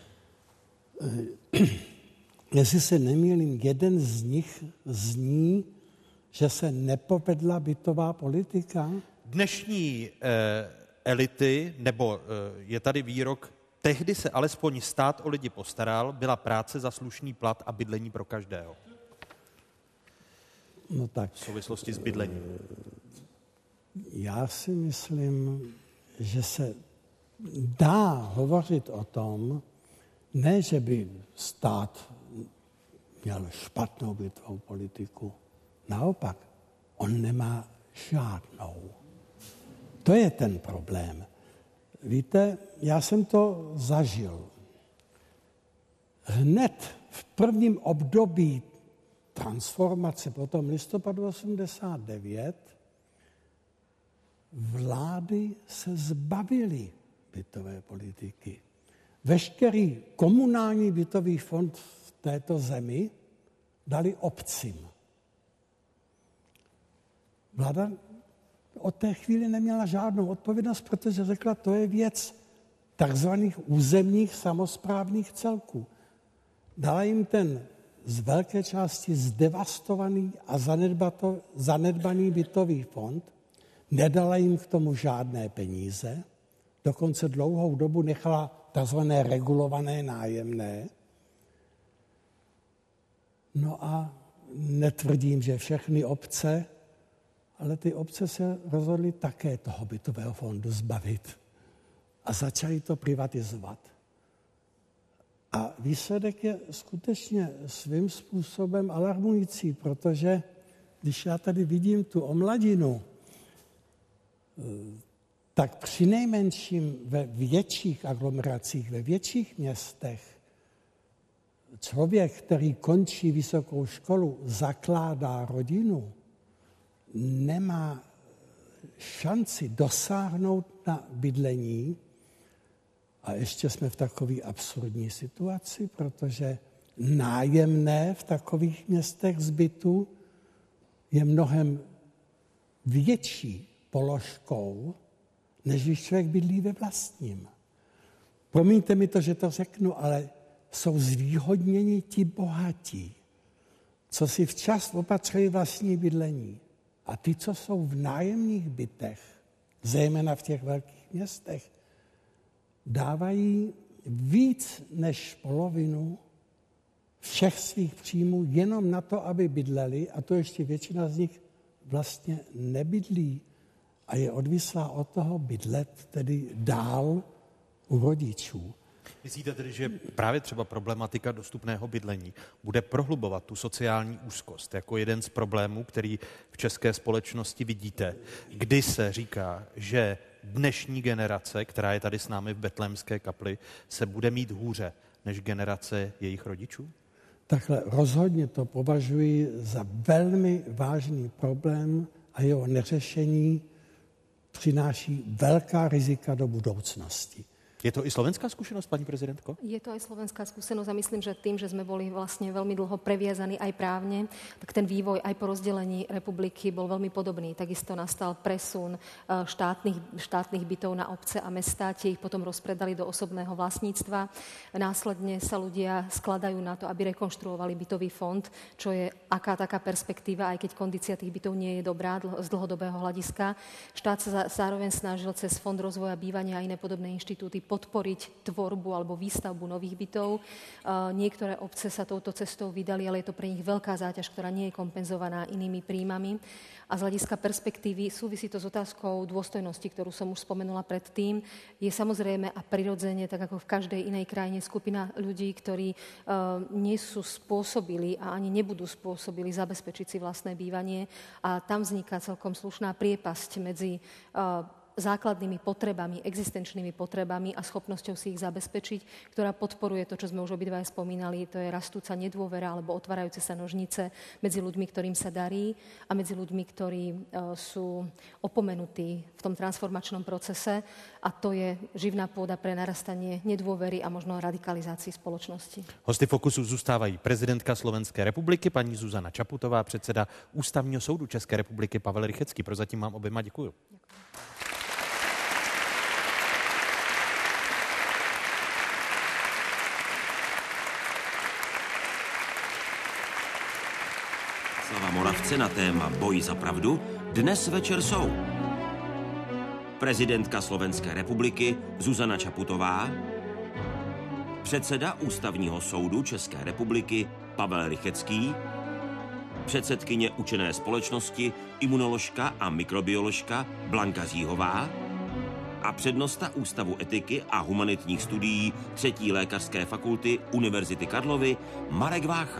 Jestli se nemýlím, jeden z nich zní, že se nepovedla bytová politika. Dnešní eh, elity, nebo eh, je tady výrok, tehdy se alespoň stát o lidi postaral, byla práce za slušný plat a bydlení pro každého. No tak, v souvislosti s bydlením. Já si myslím, že se dá hovořit o tom, ne, že by stát měl špatnou bytovou politiku. Naopak, on nemá žádnou. To je ten problém. Víte, já jsem to zažil. Hned v prvním období transformace, potom listopadu osmdesát devět, vlády se zbavily bytové politiky. Veškerý komunální bytový fond v této zemi dali obcím. Vláda od té chvíli neměla žádnou odpovědnost, protože řekla, to je věc takzvaných územních samosprávných celků. Dala jim ten z velké části zdevastovaný a zanedbaný bytový fond, nedala jim k tomu žádné peníze, dokonce dlouhou dobu nechala takzvané regulované nájemné. No a netvrdím, že všechny obce, ale ty obce se rozhodly také toho bytového fondu zbavit a začali to privatizovat. A výsledek je skutečně svým způsobem alarmující, protože když já tady vidím tu omladinu, tak přinejmenším ve větších aglomeracích, ve větších městech, člověk, který končí vysokou školu, zakládá rodinu, nemá šanci dosáhnout na bydlení. A ještě jsme v takové absurdní situaci, protože nájemné v takových městech z bytu je mnohem větší položkou, než když člověk bydlí ve vlastním. Promiňte mi to, že to řeknu, ale jsou zvýhodněni ti bohatí, co si včas opatřili vlastní bydlení. A ty, co jsou v nájemních bytech, zejména v těch velkých městech, dávají víc než polovinu všech svých příjmů jenom na to, aby bydleli, a to ještě většina z nich vlastně nebydlí a je odvislá od toho bydlet tedy dál u rodičů. Myslíte tedy, že právě třeba problematika dostupného bydlení bude prohlubovat tu sociální úzkost jako jeden z problémů, který v české společnosti vidíte, kdy se říká, že dnešní generace, která je tady s námi v Betlémské kapli, se bude mít hůře než generace jejich rodičů? Takhle rozhodně to považuji za velmi vážný problém a jeho neřešení přináší velká rizika do budoucnosti. Je to i slovenská skúsenosť, pani prezidentko? Je to aj slovenská skúsenosť a myslím, že tým, že sme boli vlastne veľmi dlho previazaní aj právne, tak ten vývoj aj po rozdelení republiky bol veľmi podobný. Takisto nastal presun štátnych, štátnych bytov na obce a mestá, tie ich potom rozpredali do osobného vlastníctva. Následne sa ľudia skladajú na to, aby rekonštruovali bytový fond, čo je aká taká perspektíva, aj keď kondícia tých bytov nie je dobrá z dlhodobého hľadiska. Štát sa zároveň snažil cez Fond rozvoja bývania a iné podobné inštitúty podporiť tvorbu alebo výstavbu nových bytov. Niektoré obce sa touto cestou vydali, ale je to pre nich veľká záťaž, ktorá nie je kompenzovaná inými príjmami. A z hľadiska perspektívy súvisí to s otázkou dôstojnosti, ktorú som už spomenula predtým. Je samozrejme a prirodzene, tak ako v každej inej krajine, skupina ľudí, ktorí uh, nie sú spôsobili a ani nebudú spôsobili zabezpečiť si vlastné bývanie. A tam vzniká celkom slušná priepasť medzi uh, základnými potrebami, existenčnými potrebami a schopnosťou si ich zabezpečiť, ktorá podporuje to, čo sme už obidvaja spomínali, to je rastúca nedôvera alebo otvárajúce sa nožnice medzi ľuďmi, ktorým sa darí a medzi ľuďmi, ktorí uh, sú opomenutí v tom transformačnom procese a to je živná pôda pre narastanie nedôvery a možno radikalizácii spoločnosti. Hosty Fokusu zůstávají prezidentka Slovenské republiky, paní Zuzana Čaputová, předseda Ústavního soudu České republiky Pavel Rychecký. Prozatím vám oběma děkuju. Václava Moravce na téma Boj za pravdu dnes večer jsou prezidentka Slovenské republiky Zuzana Čaputová, předseda Ústavního soudu České republiky Pavel Rychecký, předsedkyně Učené společnosti, imunoložka a mikrobioložka Blanka Zíhová a přednosta Ústavu etiky a humanitních studií třetí lékařské fakulty Univerzity Karlovy Marek Vácha.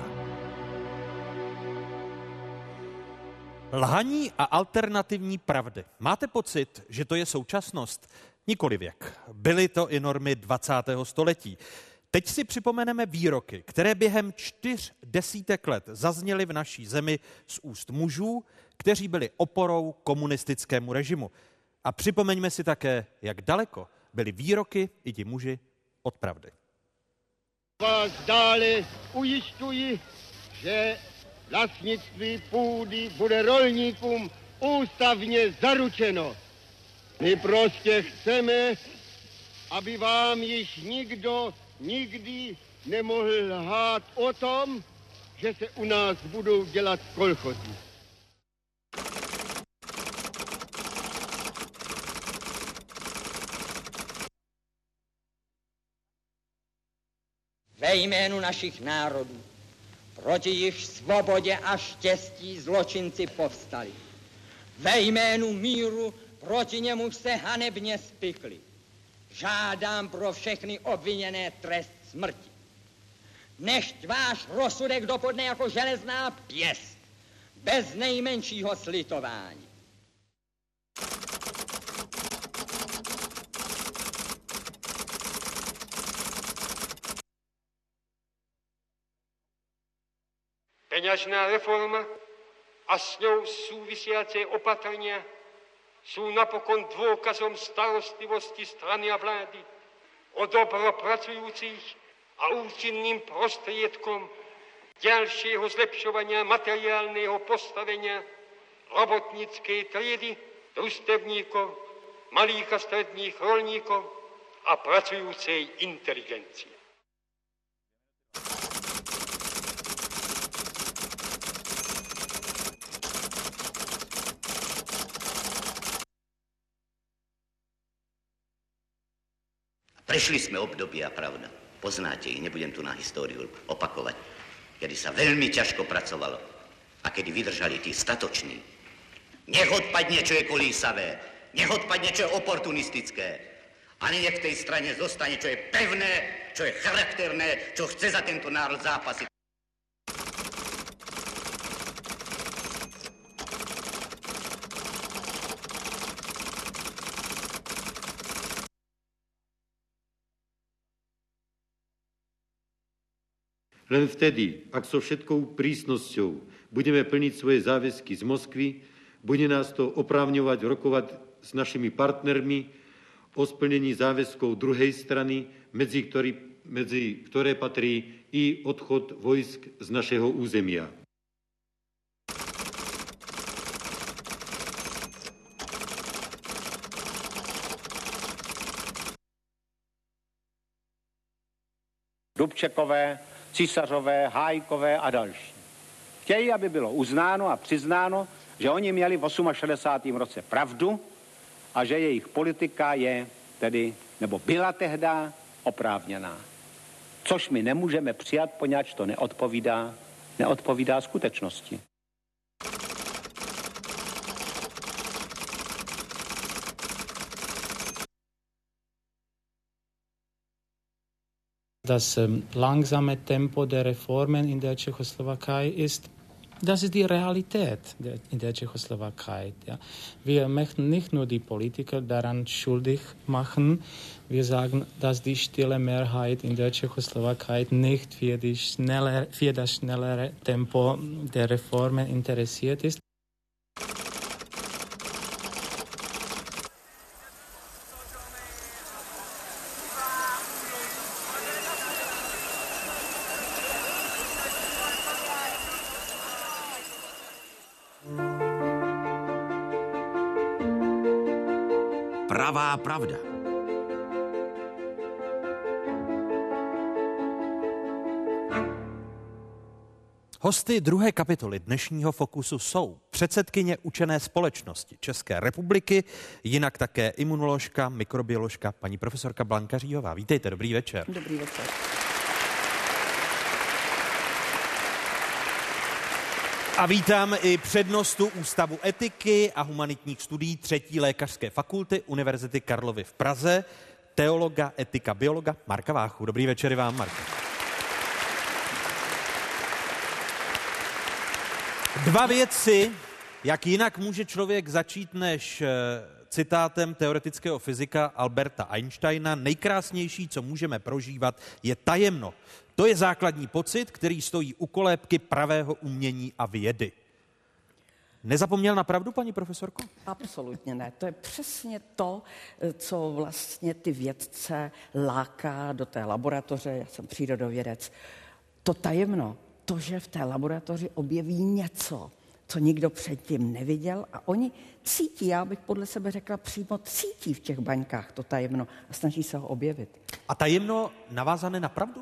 Lhaní a alternativní pravdy. Máte pocit, že to je současnost? Nikoli věk. Byly to i normy dvacátého století. Teď si připomeneme výroky, které během čtyř desítek let zazněly v naší zemi z úst mužů, kteří byli oporou komunistickému režimu. A připomeňme si také, jak daleko byly výroky i ti muži od pravdy. Vás dále ujišťuji, že vlastnictví půdy bude rolníkům ústavně zaručeno. My prostě chceme, aby vám již nikdo nikdy nemohl lhát o tom, že se u nás budou dělat kolchozy. Ve jménu našich národů, proti jejich svobodě a štěstí zločinci povstali. Ve jménu míru proti němu se hanebně spikli. Žádám pro všechny obviněné trest smrti. Nechť váš rozsudek dopadne jako železná pěst, bez nejmenšího slitování. Peňažná reforma a s ňou súvisiace opatrenia sú napokon dôkazom starostlivosti strany a vlády o dobro pracujúcich a účinným prostriedkom ďalšieho zlepšovania materiálneho postavenia robotníckej triedy, družstevníkov, malých a stredních rolníkov a pracujúcej inteligencie. Prešli sme obdobie a pravda. Poznáte ich, nebudem tu na históriu opakovať, kedy sa veľmi ťažko pracovalo a kedy vydržali tí statoční. Nech odpadne, čo je kolísavé, nech odpadne, čo je oportunistické. A nech v tej strane zostane, čo je pevné, čo je charakterné, čo chce za tento národ zápasiť. Len vtedy, ak so všetkou prísnosťou budeme plniť svoje záväzky z Moskvy, bude nás to oprávňovať rokovať s našimi partnermi o splnení záväzkov druhej strany, medzi, ktorý, medzi ktoré patrí i odchod vojsk z našeho územia. Dubčekové, Císařové, Hájkové a další. Chtějí, aby bylo uznáno a přiznáno, že oni měli v šedesátém osmém roce pravdu a že jejich politika je tedy, nebo byla tehda oprávněná. Což my nemůžeme přijat, poněvadž to neodpovídá, neodpovídá skutečnosti. Das langsame Tempo der Reformen in der Tschechoslowakei ist, das ist die Realität in der Tschechoslowakei. Ja. Wir möchten nicht nur die Politiker daran schuldig machen, wir sagen, dass die stille Mehrheit in der Tschechoslowakei nicht für, die schneller, für das schnellere Tempo der Reformen interessiert ist. Pravá pravda. Hosty druhé kapitoly dnešního Fokusu jsou předsedkyně Učené společnosti České republiky, jinak také imunoložka, mikrobioložka, paní profesorka Blanka Říhová. Vítejte, dobrý večer. Dobrý večer. A vítám i přednostu Ústavu etiky a humanitních studií třetí lékařské fakulty Univerzity Karlovy v Praze, teologa, etika, biologa Marka Váchu. Dobrý večer i vám, Marko. Dva věci, jak jinak může člověk začít než citátem teoretického fyzika Alberta Einsteina: nejkrásnější, co můžeme prožívat, je tajemno. To je základní pocit, který stojí u kolébky pravého umění a vědy. Nezapomněl na pravdu, paní profesorko? Absolutně ne. To je přesně to, co vlastně ty vědce láká do té laboratoře. Já jsem přírodovědec. To tajemno, to, že v té laboratoři objeví něco, co nikdo předtím neviděl, a oni cítí, já bych podle sebe řekla, přímo cítí v těch baňkách to tajemno a snaží se ho objevit. A tajemno navázané na pravdu?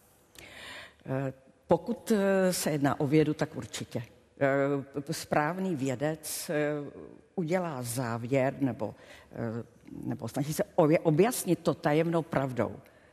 Pokud se jedná o vědu, tak určitě. Správný vědec udělá závěr nebo, nebo snaží se objasnit to tajemnou pravdou.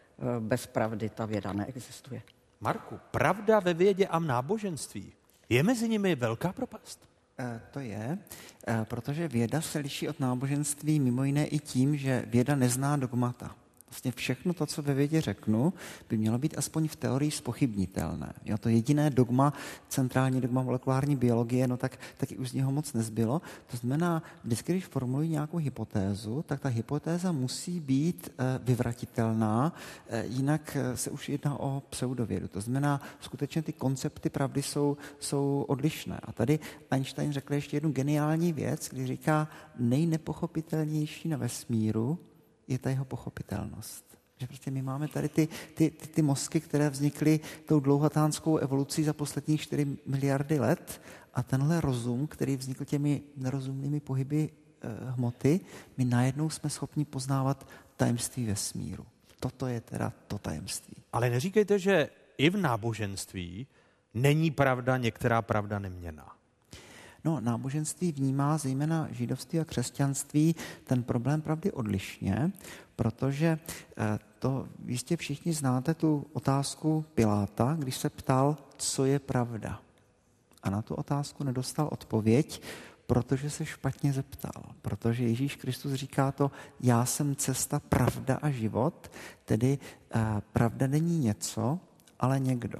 Bez pravdy ta věda neexistuje. Marku, pravda ve vědě a náboženství. Je mezi nimi velká propast? To je, protože věda se liší od náboženství mimo jiné i tím, že věda nezná dogmata. Vlastně všechno to, co ve vědě řeknu, by mělo být aspoň v teorii zpochybnitelné. Jo, to jediné dogma, centrální dogma molekulární biologie, no tak, tak už z něho moc nezbylo. To znamená, vždycky, když formuluji nějakou hypotézu, tak ta hypotéza musí být e, vyvratitelná, e, jinak se už jedná o pseudovědu. To znamená, skutečně ty koncepty pravdy jsou, jsou odlišné. A tady Einstein řekl ještě jednu geniální věc, kdy říká, nejnepochopitelnější na vesmíru je ta jeho pochopitelnost. Že prostě my máme tady ty, ty, ty, ty mozky, které vznikly tou dlouhatánskou evolucí za posledních čtyři miliardy let, a tenhle rozum, který vznikl těmi nerozumnými pohyby eh, hmoty, my najednou jsme schopni poznávat tajemství vesmíru. Toto je teda to tajemství. Ale neříkejte, že i v náboženství není pravda některá pravda neměnná. No, náboženství vnímá zejména židovství a křesťanství ten problém pravdy odlišně, protože to jistě všichni znáte tu otázku Piláta, když se ptal, co je pravda. A na tu otázku nedostal odpověď, protože se špatně zeptal. Protože Ježíš Kristus říká to, já jsem cesta, pravda a život, tedy pravda není něco, ale někdo.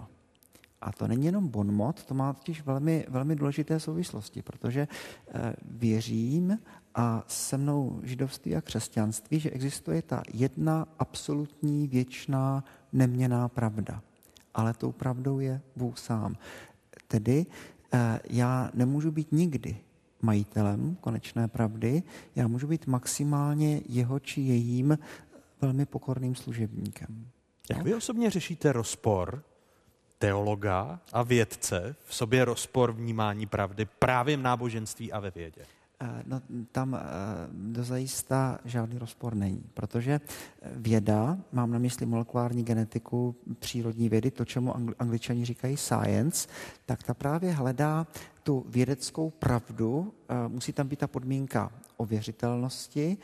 A to není jenom bonmot, to má totiž velmi, velmi důležité souvislosti, protože eh, věřím a se mnou židovství a křesťanství, že existuje ta jedna absolutní, věčná, neměnná pravda. Ale tou pravdou je Bůh sám. Tedy eh, já nemůžu být nikdy majitelem konečné pravdy, já můžu být maximálně jeho či jejím velmi pokorným služebníkem. Jak vy osobně řešíte rozpor teologa a vědce, v sobě rozpor vnímání pravdy právě v náboženství a ve vědě? No, tam dozajista žádný rozpor není, protože věda, mám na mysli molekulární genetiku, přírodní vědy, to, čemu Angličani říkají science, tak ta právě hledá tu vědeckou pravdu, musí tam být ta podmínka ověřitelnosti,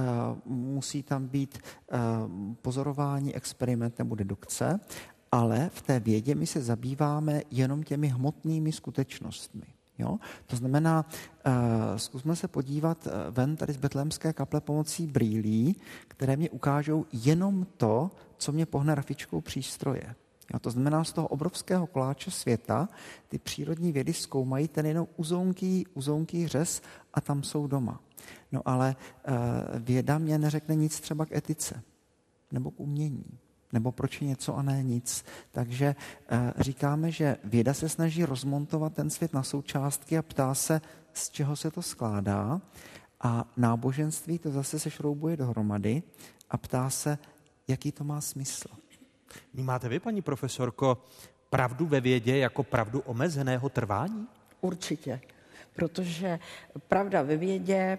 musí tam být pozorování, experiment nebo dedukce, ale v té vědě my se zabýváme jenom těmi hmotnými skutečnostmi. Jo? To znamená, uh, zkusme se podívat uh, ven tady z Betlémské kaple pomocí brýlí, které mě ukážou jenom to, co mě pohne rafičkou přístroje. Jo? To znamená, z toho obrovského koláče světa ty přírodní vědy zkoumají ten jenom uzounký, uzounký řez a tam jsou doma. No ale uh, věda mě neřekne nic třeba k etice nebo k umění. Nebo proč je něco a ne nic. Takže e, říkáme, že věda se snaží rozmontovat ten svět na součástky a ptá se, z čeho se to skládá. A náboženství to zase se šroubuje dohromady a ptá se, jaký to má smysl. Vnímáte vy, paní profesorko, pravdu ve vědě jako pravdu omezeného trvání? Určitě, protože pravda ve vědě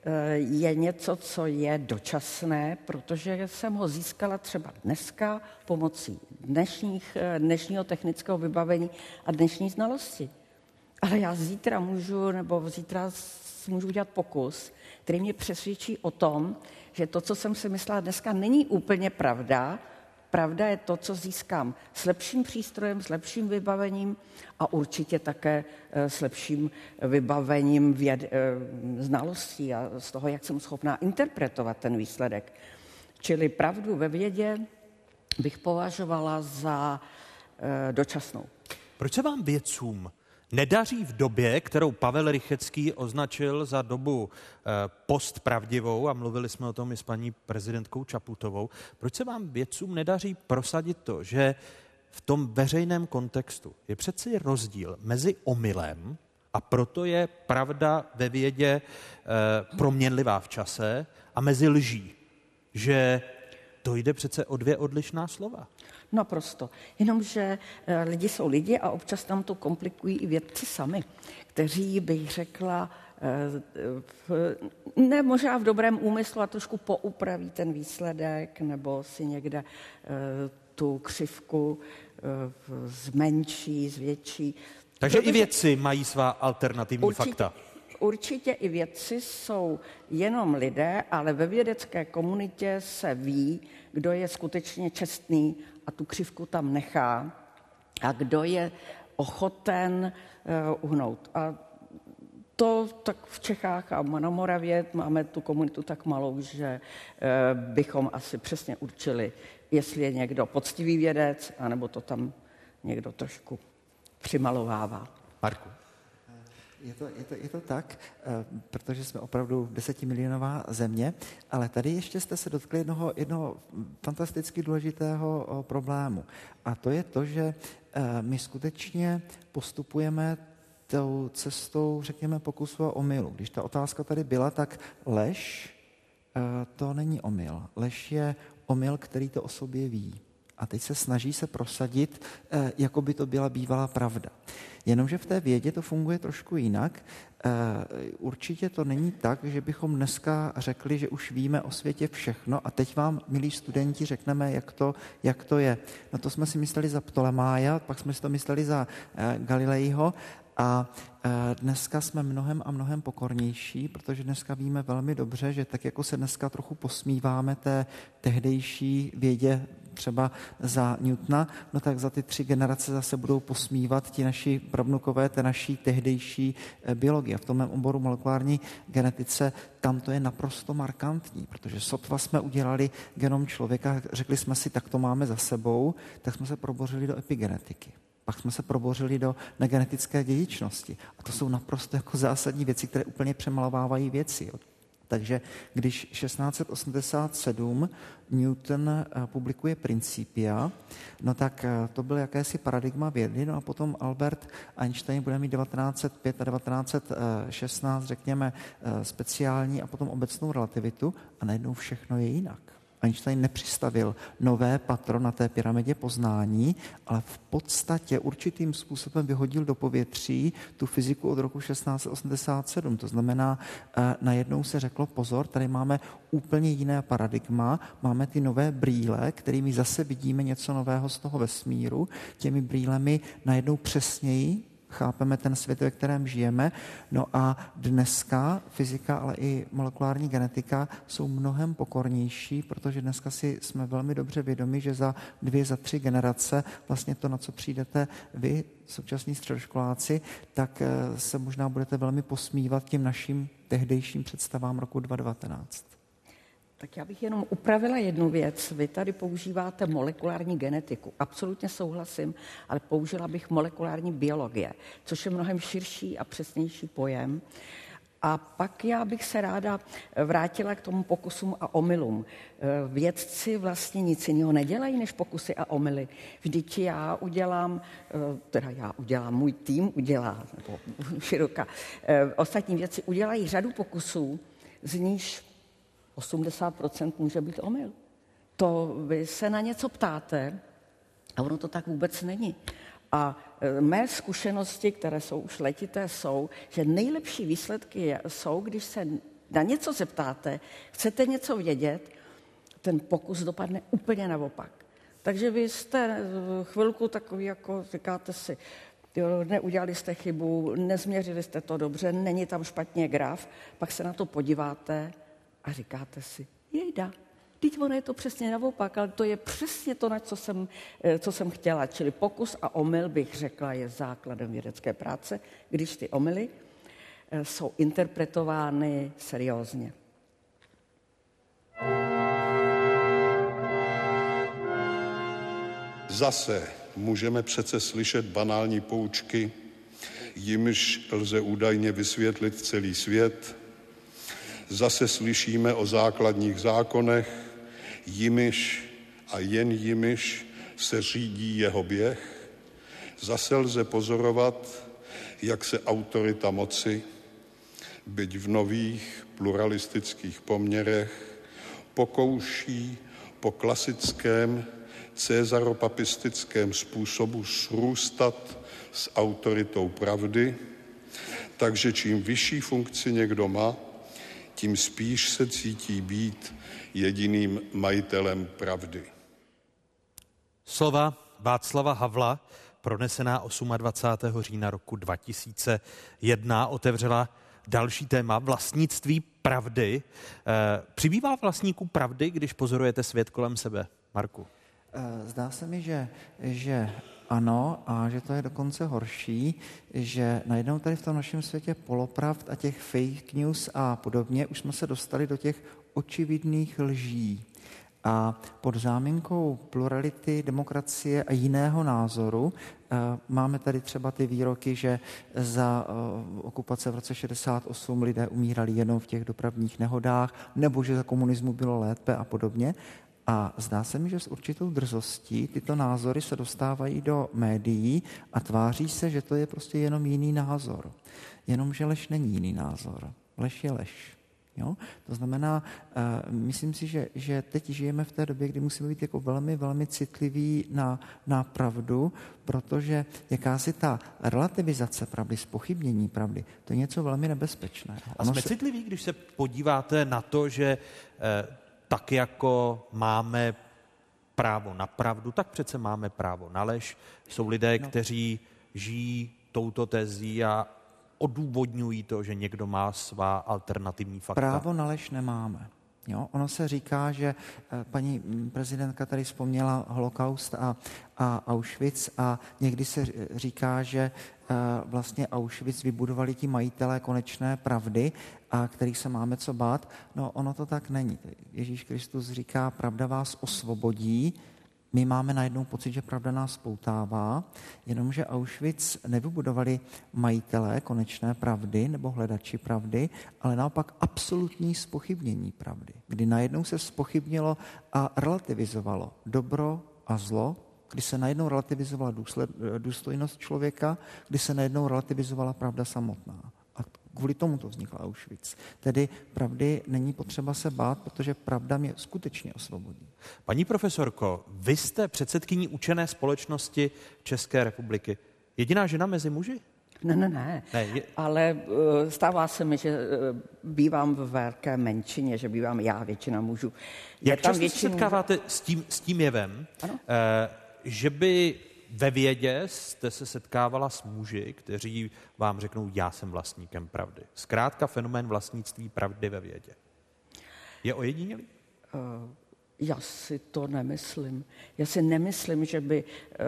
je něco, co je dočasné, protože jsem ho získala třeba dneska pomocí dnešních, dnešního technického vybavení a dnešní znalosti. Ale já zítra můžu, nebo zítra můžu udělat pokus, který mě přesvědčí o tom, že to, co jsem si myslela dneska, není úplně pravda. Pravda je to, co získám s lepším přístrojem, s lepším vybavením a určitě také s lepším vybavením věd, znalostí a z toho, jak jsem schopná interpretovat ten výsledek. Čili pravdu ve vědě bych považovala za dočasnou. Proč se vám vědcům nedaří v době, kterou Pavel Rychetský označil za dobu postpravdivou, a mluvili jsme o tom i s paní prezidentkou Čaputovou, proč se vám vědcům nedaří prosadit to, že v tom veřejném kontextu je přeci rozdíl mezi omylem, a proto je pravda ve vědě proměnlivá v čase, a mezi lží, že to jde přece o dvě odlišná slova. Naprosto. Jenomže lidi jsou lidi a občas tam to komplikují i vědci sami, kteří, bych řekla, ne možná v dobrém úmyslu a trošku poupraví ten výsledek nebo si někde tu křivku zmenší, zvětší. Takže Protože i vědci mají svá alternativní určitě, fakta. Určitě i vědci jsou jenom lidé, ale ve vědecké komunitě se ví, kdo je skutečně čestný a tu křivku tam nechá a kdo je ochoten uh, uhnout. A to tak v Čechách a na Moravě máme tu komunitu tak malou, že uh, bychom asi přesně určili, jestli je někdo poctivý vědec, anebo to tam někdo trošku přimalovává. Marku. Je to, je, to, je to tak, protože jsme opravdu desetimilionová země, ale tady ještě jste se dotkli jednoho, jednoho fantasticky důležitého problému. A to je to, že my skutečně postupujeme tou cestou, řekněme, pokusu a omylu. Když ta otázka tady byla, tak lež to není omyl. Lež je omyl, který to o sobě ví. A teď se snaží se prosadit, jako by to byla bývalá pravda. Jenomže v té vědě to funguje trošku jinak. Určitě to není tak, že bychom dneska řekli, že už víme o světě všechno a teď vám, milí studenti, řekneme, jak to, jak to je. No to jsme si mysleli za Ptolemája, pak jsme si to mysleli za Galileiho a dneska jsme mnohem a mnohem pokornější, protože dneska víme velmi dobře, že tak jako se dneska trochu posmíváme té tehdejší vědě třeba za Newtona, no tak za ty tři generace zase budou posmívat ti naši pravnukové té naší tehdejší biologie. V tom mém oboru molekulární genetice tam to je naprosto markantní, protože sotva jsme udělali genom člověka, řekli jsme si, tak to máme za sebou, tak jsme se probořili do epigenetiky. Pak jsme se probořili do negenetické dědičnosti. A to jsou naprosto jako zásadní věci, které úplně přemalovávají věci. Jo. Takže když šestnáct set osmdesát sedm Newton publikuje Principia, no tak to byl jakési paradigma vědy, no a potom Albert Einstein bude mít devatenáct set pět a devatenáct set šestnáct, řekněme, speciální a potom obecnou relativitu a najednou všechno je jinak. Einstein nepřistavil nové patro na té pyramidě poznání, ale v podstatě určitým způsobem vyhodil do povětří tu fyziku od roku šestnáct set osmdesát sedm. To znamená, najednou se řeklo, pozor, tady máme úplně jiné paradigma, máme ty nové brýle, kterými zase vidíme něco nového z toho vesmíru, těmi brýlemi najednou přesněji chápeme ten svět, ve kterém žijeme. No a dneska fyzika, ale i molekulární genetika jsou mnohem pokornější, protože dneska si jsme velmi dobře vědomi, že za dvě, za tři generace vlastně to, na co přijdete vy, současní středoškoláci, tak se možná budete velmi posmívat tím našim tehdejším představám roku dva tisíce devatenáct. Tak já bych jenom upravila jednu věc. Vy tady používáte molekulární genetiku. Absolutně souhlasím, ale použila bych molekulární biologie, což je mnohem širší a přesnější pojem. A pak já bych se ráda vrátila k tomu pokusům a omylům. Vědci vlastně nic jiného nedělají, než pokusy a omyly. Vždyť já udělám, teda já udělám, můj tým udělá, nebo široka, ostatní vědci udělají řadu pokusů, z níž osmdesát procent může být omyl. To vy se na něco ptáte a ono to tak vůbec není. A mé zkušenosti, které jsou už letité, jsou, že nejlepší výsledky jsou, když se na něco se ptáte, chcete něco vědět, ten pokus dopadne úplně naopak. Takže vy jste chvilku takový, jako říkáte si, jo, neudělali jste chybu, nezměřili jste to dobře, není tam špatně graf, pak se na to podíváte a říkáte si, jejda, teď ono je to přesně naopak, ale to je přesně to, na co jsem, co jsem chtěla. Čili pokus a omyl, bych řekla, je základem vědecké práce, když ty omyly jsou interpretovány seriózně. Zase můžeme přece slyšet banální poučky, jimž lze údajně vysvětlit celý svět. Zase slyšíme o základních zákonech, jimiž a jen jimiž se řídí jeho běh. Zase lze pozorovat, jak se autorita moci, byť v nových pluralistických poměrech, pokouší po klasickém cézaropapistickém způsobu srůstat s autoritou pravdy, takže čím vyšší funkci někdo má, tím spíš se cítí být jediným majitelem pravdy. Slova Václava Havla, pronesená dvacátého osmého října roku dva tisíce jedna, otevřela další téma vlastnictví pravdy. E, přibývá vlastníků pravdy, když pozorujete svět kolem sebe? Marku. Zdá se mi, že, že ano, a že to je dokonce horší, že najednou tady v tom našem světě polopravd a těch fake news a podobně už jsme se dostali do těch očividných lží. A pod záminkou plurality, demokracie a jiného názoru máme tady třeba ty výroky, že za okupace v roce šedesát osm lidé umírali jenom v těch dopravních nehodách, nebo že za komunismu bylo lépe a podobně. A zdá se mi, že s určitou drzostí tyto názory se dostávají do médií a tváří se, že to je prostě jenom jiný názor. Jenomže lež není jiný názor. Lež je lež. Jo? To znamená, uh, myslím si, že, že teď žijeme v té době, kdy musíme být jako velmi, velmi citliví na, na pravdu, protože jakási ta relativizace pravdy, zpochybnění pravdy, to je něco velmi nebezpečného. A jsme se... citliví, když se podíváte na to, že uh, tak jako máme právo na pravdu, tak přece máme právo na lež. Jsou lidé, no. kteří žijí touto tezí a odůvodňují to, že někdo má svá alternativní fakta. Právo na lež nemáme. Jo? Ono se říká, že paní prezidentka tady vzpomněla holokaust a, a Auschwitz a někdy se říká, že vlastně Auschwitz vybudovali ti majitelé konečné pravdy, a kterých se máme co bát. No ono to tak není. Ježíš Kristus říká, pravda vás osvobodí. My máme najednou pocit, že pravda nás poutává, jenomže Auschwitz nevybudovali majitelé konečné pravdy nebo hledači pravdy, ale naopak absolutní zpochybnění pravdy, kdy najednou se zpochybnilo a relativizovalo dobro a zlo, kdy se najednou relativizovala důsled, důstojnost člověka, kdy se najednou relativizovala pravda samotná. A kvůli tomu to vznikl Auschwitz. Tedy pravdy není potřeba se bát, protože pravda mě skutečně osvobodí. Paní profesorko, vy jste předsedkyní učené společnosti České republiky. Jediná žena mezi muži? Ne, ne, ne. ne je... Ale uh, stává se mi, že uh, bývám v velké menšině, že bývám já, většina mužů. Je Jak tam často většinu... se setkáváte s tím, s tím jevem, uh, že by ve vědě jste se setkávala s muži, kteří vám řeknou, já jsem vlastníkem pravdy. Zkrátka fenomén vlastnictví pravdy ve vědě. Je ojedinělý? Uh, já si to nemyslím. Já si nemyslím, že by,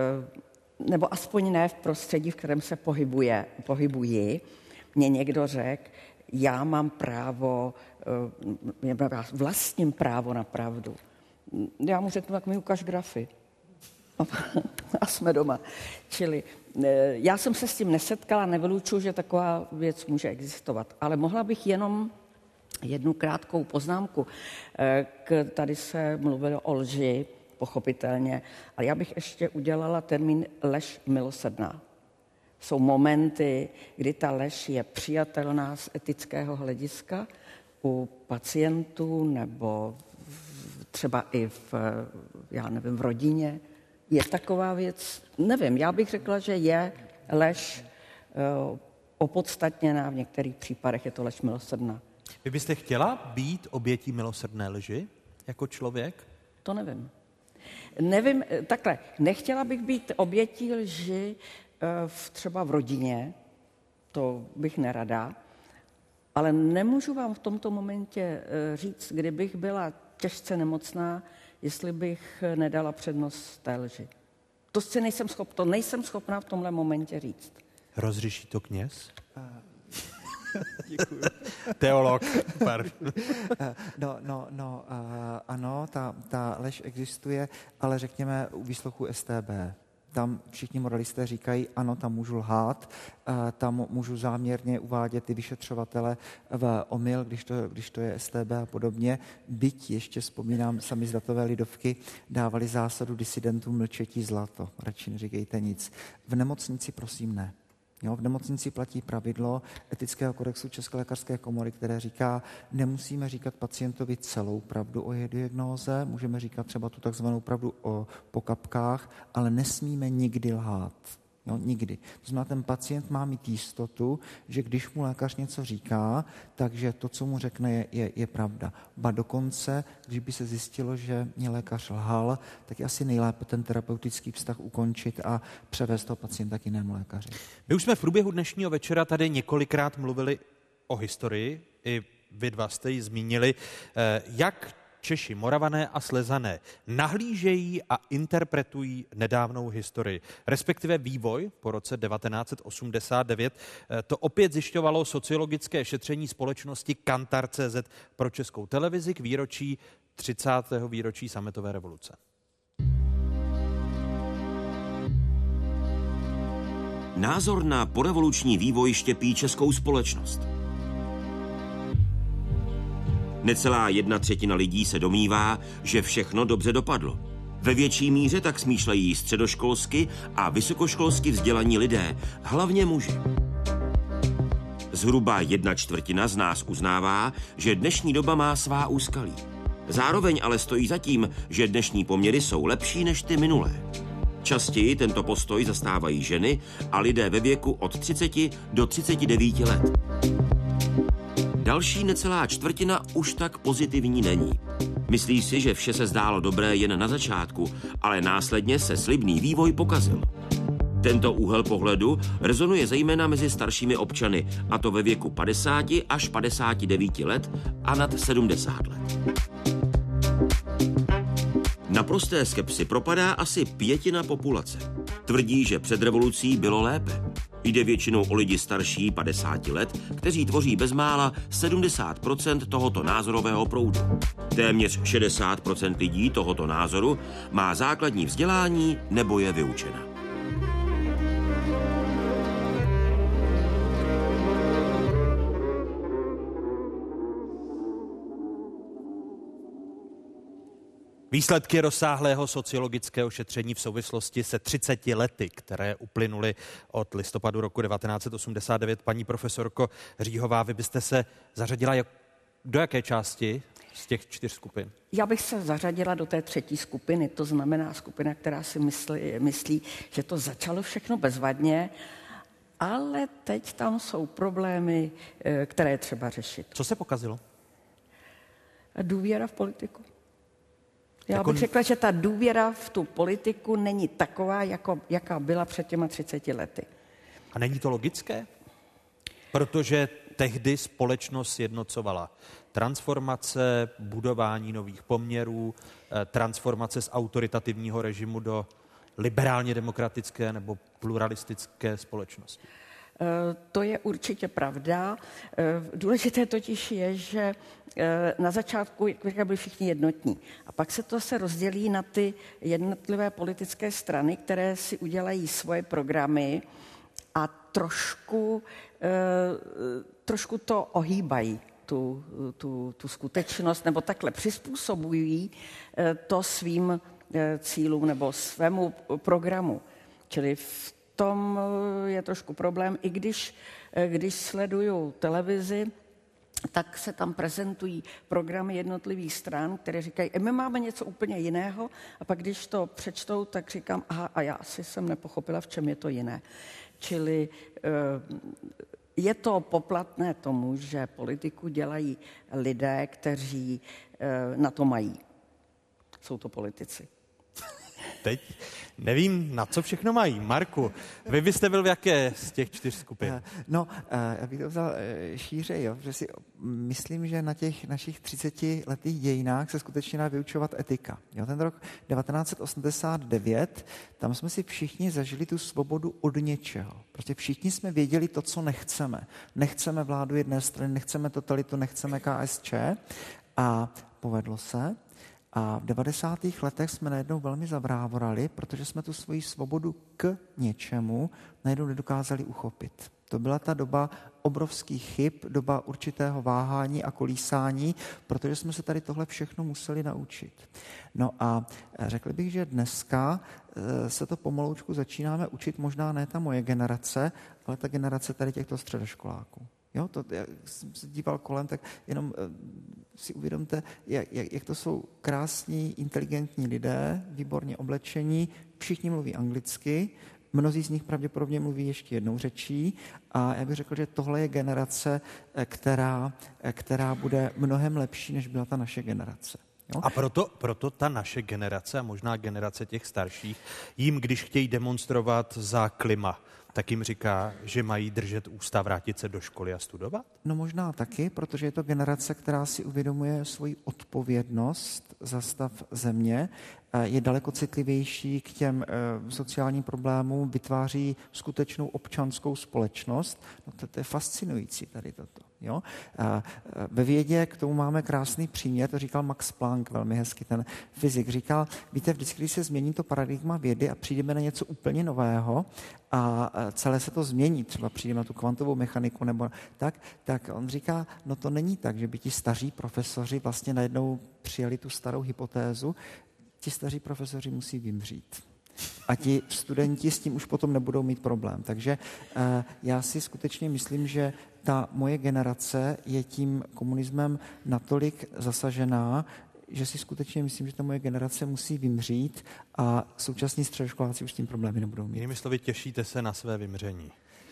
uh, nebo aspoň ne v prostředí, v kterém se pohybuje, pohybuji, mě někdo řekl, já mám právo, uh, já vlastním právo na pravdu. Já mu řeknu, tak mi ukaž grafy. A jsme doma. Čili já jsem se s tím nesetkala, nevylučuji, že taková věc může existovat. Ale mohla bych jenom jednu krátkou poznámku. K, tady se mluvilo o lži, pochopitelně, ale já bych ještě udělala termín lež milosrdná. Jsou momenty, kdy ta lež je přijatelná z etického hlediska u pacientů nebo třeba i v, já nevím, v rodině. Je taková věc, nevím, já bych řekla, že je lež uh, opodstatněná, v některých případech je to lež milosrdná. Vy byste chtěla být obětí milosrdné lži jako člověk? To nevím. Nevím, takhle, nechtěla bych být obětí lži v, třeba v rodině, to bych nerada, ale nemůžu vám v tomto momentě říct, kdybych byla těžce nemocná, jestli bych nedala přednost té lži. To si nejsem schopná, to nejsem schopná v tomhle momentě říct. Rozřeší to kněz? Děkuji. Teolog. no, no, no, uh, ano, ta, ta lež existuje, ale řekněme u výsluchu S T B. Tam všichni moralisté říkají, ano, tam můžu lhát, uh, tam můžu záměrně uvádět ty vyšetřovatele v omyl, když to, když to je S T B a podobně. Byť ještě vzpomínám, sami z datové lidovky dávali zásadu disidentům mlčetí zlato. Radši neříkejte nic. V nemocnici prosím ne. Jo, v nemocnici platí pravidlo etického kodexu České lékařské komory, které říká, nemusíme říkat pacientovi celou pravdu o jeho diagnóze, můžeme říkat třeba tu takzvanou pravdu o po kapkách, ale nesmíme nikdy lhát. Jo, nikdy. To znamená, ten pacient má mít jistotu, že když mu lékař něco říká, takže to, co mu řekne, je, je, je pravda. Ba dokonce, když by se zjistilo, že mě lékař lhal, tak je asi nejlépe ten terapeutický vztah ukončit a převést toho pacienta k jinému lékaři. My už jsme v průběhu dnešního večera tady několikrát mluvili o historii, i vy dva jste ji zmínili, jak Češi, Moravané a Slezané nahlížejí a interpretují nedávnou historii, respektive vývoj po roce devatenáct set osmdesát devět. To opět zjišťovalo sociologické šetření společnosti Kantar tečka cé zet pro Českou televizi k výročí třicátého výročí sametové revoluce. Názor na porevoluční vývoj štěpí českou společnost. Necelá jedna třetina lidí se domnívá, že všechno dobře dopadlo. Ve větší míře tak smýšlejí středoškolsky a vysokoškolsky vzdělaní lidé, hlavně muži. Zhruba jedna čtvrtina z nás uznává, že dnešní doba má svá úskalí. Zároveň ale stojí za tím, že dnešní poměry jsou lepší než ty minulé. Častěji tento postoj zastávají ženy a lidé ve věku od třiceti do třiceti devíti let. Další necelá čtvrtina už tak pozitivní není. Myslí si, že vše se zdálo dobré jen na začátku, ale následně se slibný vývoj pokazil. Tento úhel pohledu rezonuje zejména mezi staršími občany, a to ve věku padesáti až padesáti devíti let a nad sedmdesát let. Naprosté skepsi propadá asi pětina populace. Tvrdí, že před revolucí bylo lépe. Jde většinou o lidi starší padesáti let, kteří tvoří bezmála sedmdesát procent tohoto názorového proudu. Téměř šedesát procent lidí tohoto názoru má základní vzdělání nebo je vyučena. Výsledky rozsáhlého sociologického šetření v souvislosti se třiceti lety, které uplynuly od listopadu roku devatenáct set osmdesát devět. Paní profesorko Říhová, vy byste se zařadila jak, do jaké části z těch čtyř skupin? Já bych se zařadila do té třetí skupiny, to znamená skupina, která si myslí, myslí, že to začalo všechno bezvadně, ale teď tam jsou problémy, které je třeba řešit. Co se pokazilo? Důvěra v politiku. Já jako... bych řekla, že ta důvěra v tu politiku není taková, jako, jaká byla před těma třiceti lety. A není to logické? Protože tehdy společnost jednocovala transformace, budování nových poměrů, transformace z autoritativního režimu do liberálně demokratické nebo pluralistické společnosti. To je určitě pravda. Důležité totiž je, že na začátku byli všichni jednotní. A pak se to se rozdělí na ty jednotlivé politické strany, které si udělají svoje programy a trošku, trošku to ohýbají, tu, tu, tu skutečnost, nebo takhle přizpůsobují to svým cílům nebo svému programu. Čili v tom je trošku problém, i když, když sleduju televizi, tak se tam prezentují programy jednotlivých stran, které říkají, my máme něco úplně jiného, a pak když to přečtou, tak říkám, aha, a já asi jsem nepochopila, v čem je to jiné. Čili Je to poplatné tomu, že politiku dělají lidé, kteří e, na to mají. Jsou to politici. Teď nevím, na co všechno mají. Marku, vy byste byl v jaké z těch čtyř skupin? No, já bych to vzal šíře, jo, protože si myslím, že na těch našich třicetiletých dějinách se skutečně dá vyučovat etika. Jo, ten rok devatenáct osmdesát devět, tam jsme si všichni zažili tu svobodu od něčeho. Prostě všichni jsme věděli to, co nechceme. Nechceme vládu jedné strany, nechceme totalitu, nechceme K S Č a povedlo se. A v devadesátých letech jsme najednou velmi zabrávorali, protože jsme tu svoji svobodu k něčemu najednou nedokázali uchopit. To byla ta doba obrovských chyb, doba určitého váhání a kolísání, protože jsme se tady tohle všechno museli naučit. No a řekl bych, že dneska se to pomaloučku začínáme učit, možná ne ta moje generace, ale ta generace tady těchto středoškoláků. Jo, to, jak jsem se díval kolem, tak jenom uh, si uvědomte, jak, jak, jak to jsou krásní, inteligentní lidé, výborně oblečení, všichni mluví anglicky, mnozí z nich pravděpodobně mluví ještě jednou řečí a já bych řekl, že tohle je generace, která, která bude mnohem lepší, než byla ta naše generace. Jo? A proto, proto ta naše generace a možná generace těch starších, jim, když chtějí demonstrovat za klima, tak jim říká, že mají držet ústa, vrátit se do školy a studovat? No možná taky, protože je to generace, která si uvědomuje svoji odpovědnost za stav země, je daleko citlivější k těm sociálním problémům, vytváří skutečnou občanskou společnost. No to, to je fascinující tady toto. Jo? Ve vědě k tomu máme krásný příměr, to říkal Max Planck velmi hezky, ten fyzik. Říkal, víte, vždycky, když se změní to paradigma vědy a přijdeme na něco úplně nového a celé se to změní, třeba přijdeme na tu kvantovou mechaniku nebo tak, tak on říká, no to není tak, že by ti staří profesoři vlastně najednou přijali tu starou hypotézu, ti staří profesoři musí vymřít. A ti studenti s tím už potom nebudou mít problém. Takže uh, já si skutečně myslím, že ta moje generace je tím komunismem natolik zasažená, že si skutečně myslím, že ta moje generace musí vymřít a současní středoškoláci už s tím problémy nebudou mít. Jinými slovy, těšíte se na své vymření.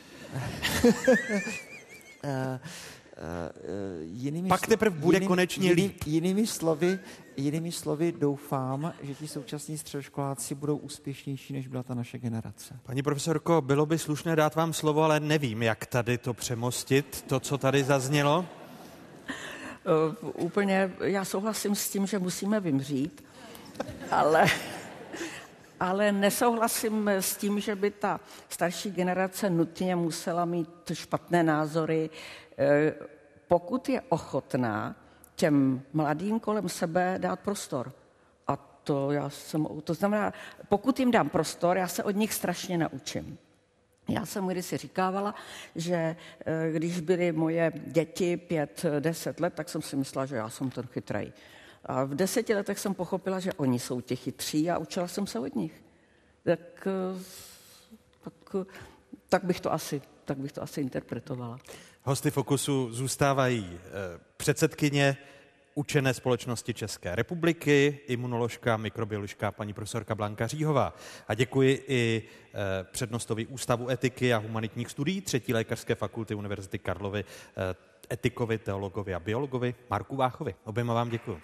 uh, Uh, jinými Pak teprve bude jinými, konečně jiný, líp. Jinými slovy, jinými slovy doufám, že ti současní středoškoláci budou úspěšnější, než byla ta naše generace. Paní profesorko, bylo by slušné dát vám slovo, ale nevím, jak tady to přemostit, to, co tady zaznělo. Uh, úplně, já souhlasím s tím, že musíme vymřít, ale... Ale nesouhlasím s tím, že by ta starší generace nutně musela mít špatné názory, pokud je ochotná těm mladým kolem sebe dát prostor. A to já jsem, to znamená, pokud jim dám prostor, já se od nich strašně naučím. Já jsem kdysi říkávala, že když byly moje děti pět, deset let, tak jsem si myslela, že já jsem ten chytrej. A v deseti letech jsem pochopila, že oni jsou ti chytří a učila jsem se od nich. Tak, tak, tak, bych, to asi, tak bych to asi interpretovala. Hosty Fokusu zůstávají předsedkyně Učené společnosti České republiky, imunoložka, mikrobioložka paní profesorka Blanka Říhová. A děkuji i přednostovi Ústavu etiky a humanitních studií třetí lékařské fakulty Univerzity Karlovy, etikovi, teologovi a biologovi Marku Váchovi. Oběma vám děkuji.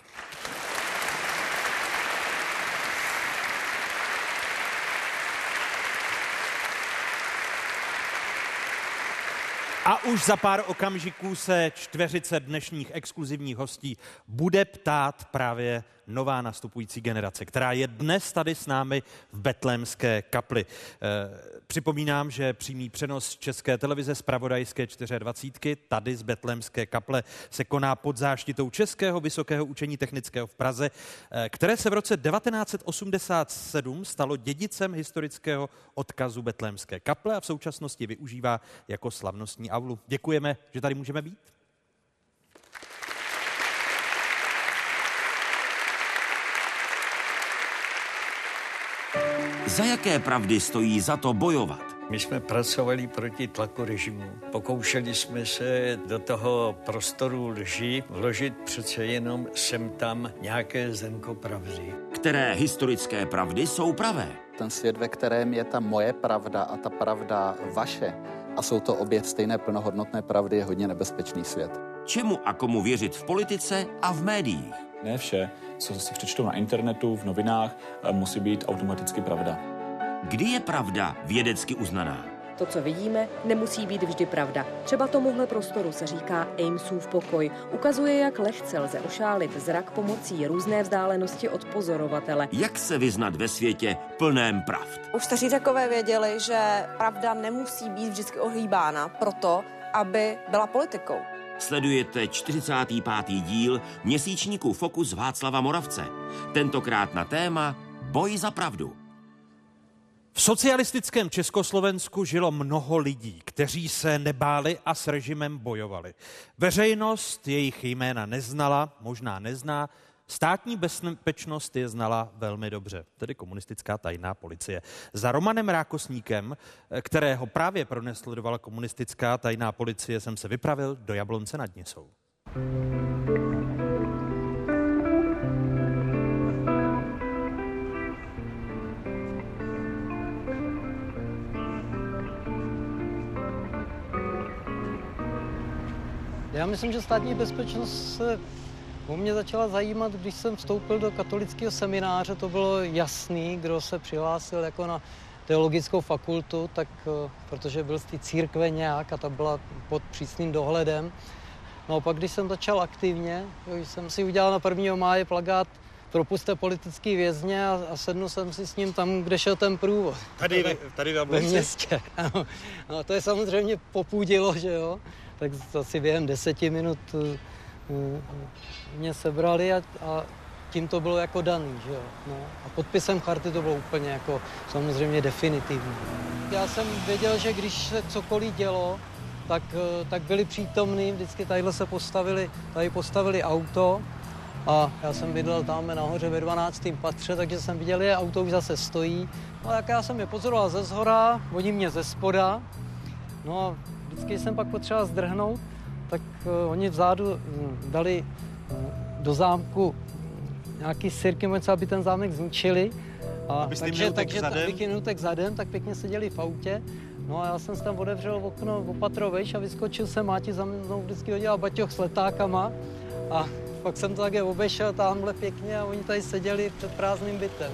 A už za pár okamžiků se čtveřice dnešních exkluzivních hostí bude ptát právě nová nastupující generace, která je dnes tady s námi v Betlémské kapli. E, připomínám, že přímý přenos České televize zpravodajské dvacet čtyři tady z Betlémské kaple se koná pod záštitou Českého vysokého učení technického v Praze, e, které se v roce devatenáct osmdesát sedm stalo dědicem historického odkazu Betlémské kaple a v současnosti využívá jako slavnostní aulu. Děkujeme, že tady můžeme být. Za jaké pravdy stojí za to bojovat? My jsme pracovali proti tlaku režimu. Pokoušeli jsme se do toho prostoru lži vložit přece jenom sem tam nějaké zrnko pravdy. Které historické pravdy jsou pravé? Ten svět, ve kterém je ta moje pravda a ta pravda vaše, a jsou to obě stejné plnohodnotné pravdy, je hodně nebezpečný svět. Čemu a komu věřit v politice a v médiích? Ne vše, co si přečtou na internetu, v novinách, musí být automaticky pravda. Kdy je pravda vědecky uznaná? To, co vidíme, nemusí být vždy pravda. Třeba tomuhle prostoru se říká Amesův pokoj. Ukazuje, jak lehce lze ošálit zrak pomocí různé vzdálenosti od pozorovatele. Jak se vyznat ve světě plném pravd? Už staří Řekové věděli, že pravda nemusí být vždycky ohýbána proto, aby byla politikou. Sledujete čtyřicátý pátý díl měsíčníku Fokus Václava Moravce. Tentokrát na téma Boj za pravdu. V socialistickém Československu žilo mnoho lidí, kteří se nebáli a s režimem bojovali. Veřejnost jejich jména neznala, možná nezná, státní bezpečnost je znala velmi dobře, tedy komunistická tajná policie. Za Romanem Rákosníkem, kterého právě pronásledovala komunistická tajná policie, jsem se vypravil do Jablonce nad Nisou. Já myslím, že státní bezpečnost se o mě začala zajímat, když jsem vstoupil do katolického semináře. To bylo jasný, kdo se přihlásil jako na teologickou fakultu, tak, protože byl z té církve nějak a ta byla pod přísným dohledem. No a pak, když jsem začal aktivně, když jsem si udělal na prvního máje plakát Propuste politický vězně a, a sednu jsem si s ním tam, kde šel ten průvod. Tady, tady, tady v Jablonci? Ve městě. Ano. No, to je samozřejmě popudilo, že jo. Tak asi během deseti minut mě sebrali a, a tím to bylo jako daný, že jo. No, a podpisem charty to bylo úplně jako samozřejmě definitivní. Já jsem věděl, že když se cokoliv dělo, tak, tak byli přítomní, vždycky tadyhle se postavili, tady postavili auto a já jsem bydlel tam nahoře ve dvanáctém patře, takže jsem viděl, že auto už zase stojí. No a jak já jsem je pozoroval ze zhora, oni mě ze spoda, no a vždycky jsem pak potřeboval zdrhnout, tak uh, oni vzadu uh, dali uh, do zámku nějaký sirky, aby ten zámek zničili. A takže, takže abych jim neutek zadem, tak pěkně seděli v autě. No a já jsem si tam otevřel okno opatro vejš a vyskočil jsem, Máti za mnou vždycky hodil baťoch s letákama. A pak jsem to také obešel tamhle pěkně a oni tady seděli před prázdným bytem.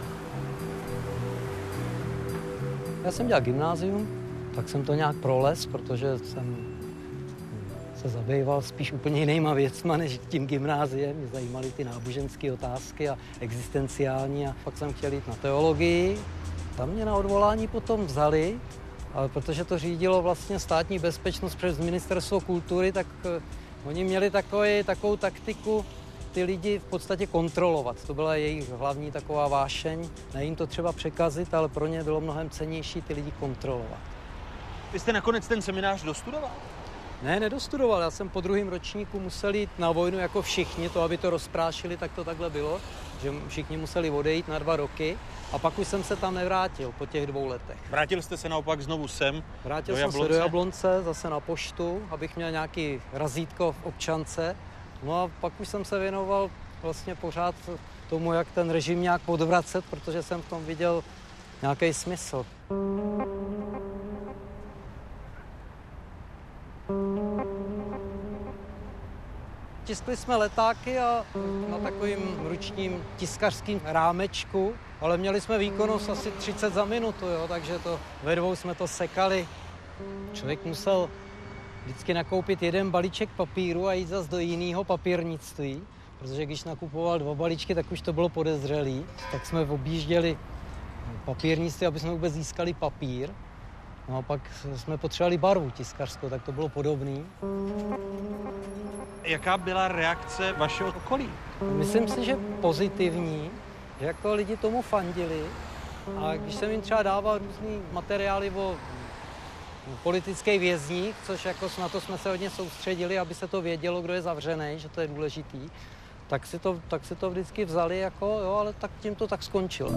Já jsem dělal gymnázium, tak jsem to nějak prolez, protože jsem se zabýval spíš úplně jinýma věcma než tím gymnáziem. Mě zajímaly ty náboženské otázky a existenciální a pak jsem chtěl jít na teologii. Tam mě na odvolání potom vzali, ale protože to řídilo vlastně státní bezpečnost přes ministerstvo kultury, tak oni měli takový, takovou taktiku ty lidi v podstatě kontrolovat. To byla jejich hlavní taková vášeň. Ne jim to třeba překazit, ale pro ně bylo mnohem cennější ty lidi kontrolovat. Vy jste nakonec ten seminář dostudoval? Ne, nedostudoval. Já jsem po druhém ročníku musel jít na vojnu jako všichni, to, aby to rozprášili, tak to takhle bylo, že všichni museli odejít na dva roky a pak už jsem se tam nevrátil po těch dvou letech. Vrátil jste se naopak znovu sem? Vrátil do jsem se do Jablonce, zase na poštu, abych měl nějaký razítko v občance. No a pak už jsem se věnoval vlastně pořád tomu, jak ten režim nějak podvracet, protože jsem v tom viděl nějaký smysl. Tiskli jsme letáky a na takovým ručním tiskařským rámečku, ale měli jsme výkonnost asi třicet za minutu, jo, takže to ve dvou jsme to sekali. Člověk musel vždycky nakoupit jeden balíček papíru a jít zase do jiného papírnictví, protože když nakupoval dva balíčky, tak už to bylo podezřelý. Tak jsme objížděli papírnictví, aby jsme vůbec získali papír. No a pak jsme potřebovali barvu tiskařskou, tak to bylo podobný. Jaká byla reakce vašeho okolí? Myslím si, že pozitivní, že jako lidi tomu fandili a když jsem jim třeba dával různý materiály o politických vězních, což jako na to jsme se hodně soustředili, aby se to vědělo, kdo je zavřený, že to je důležitý, tak si to, tak si to vždycky vzali, jako, jo, ale tak tím to tak skončilo.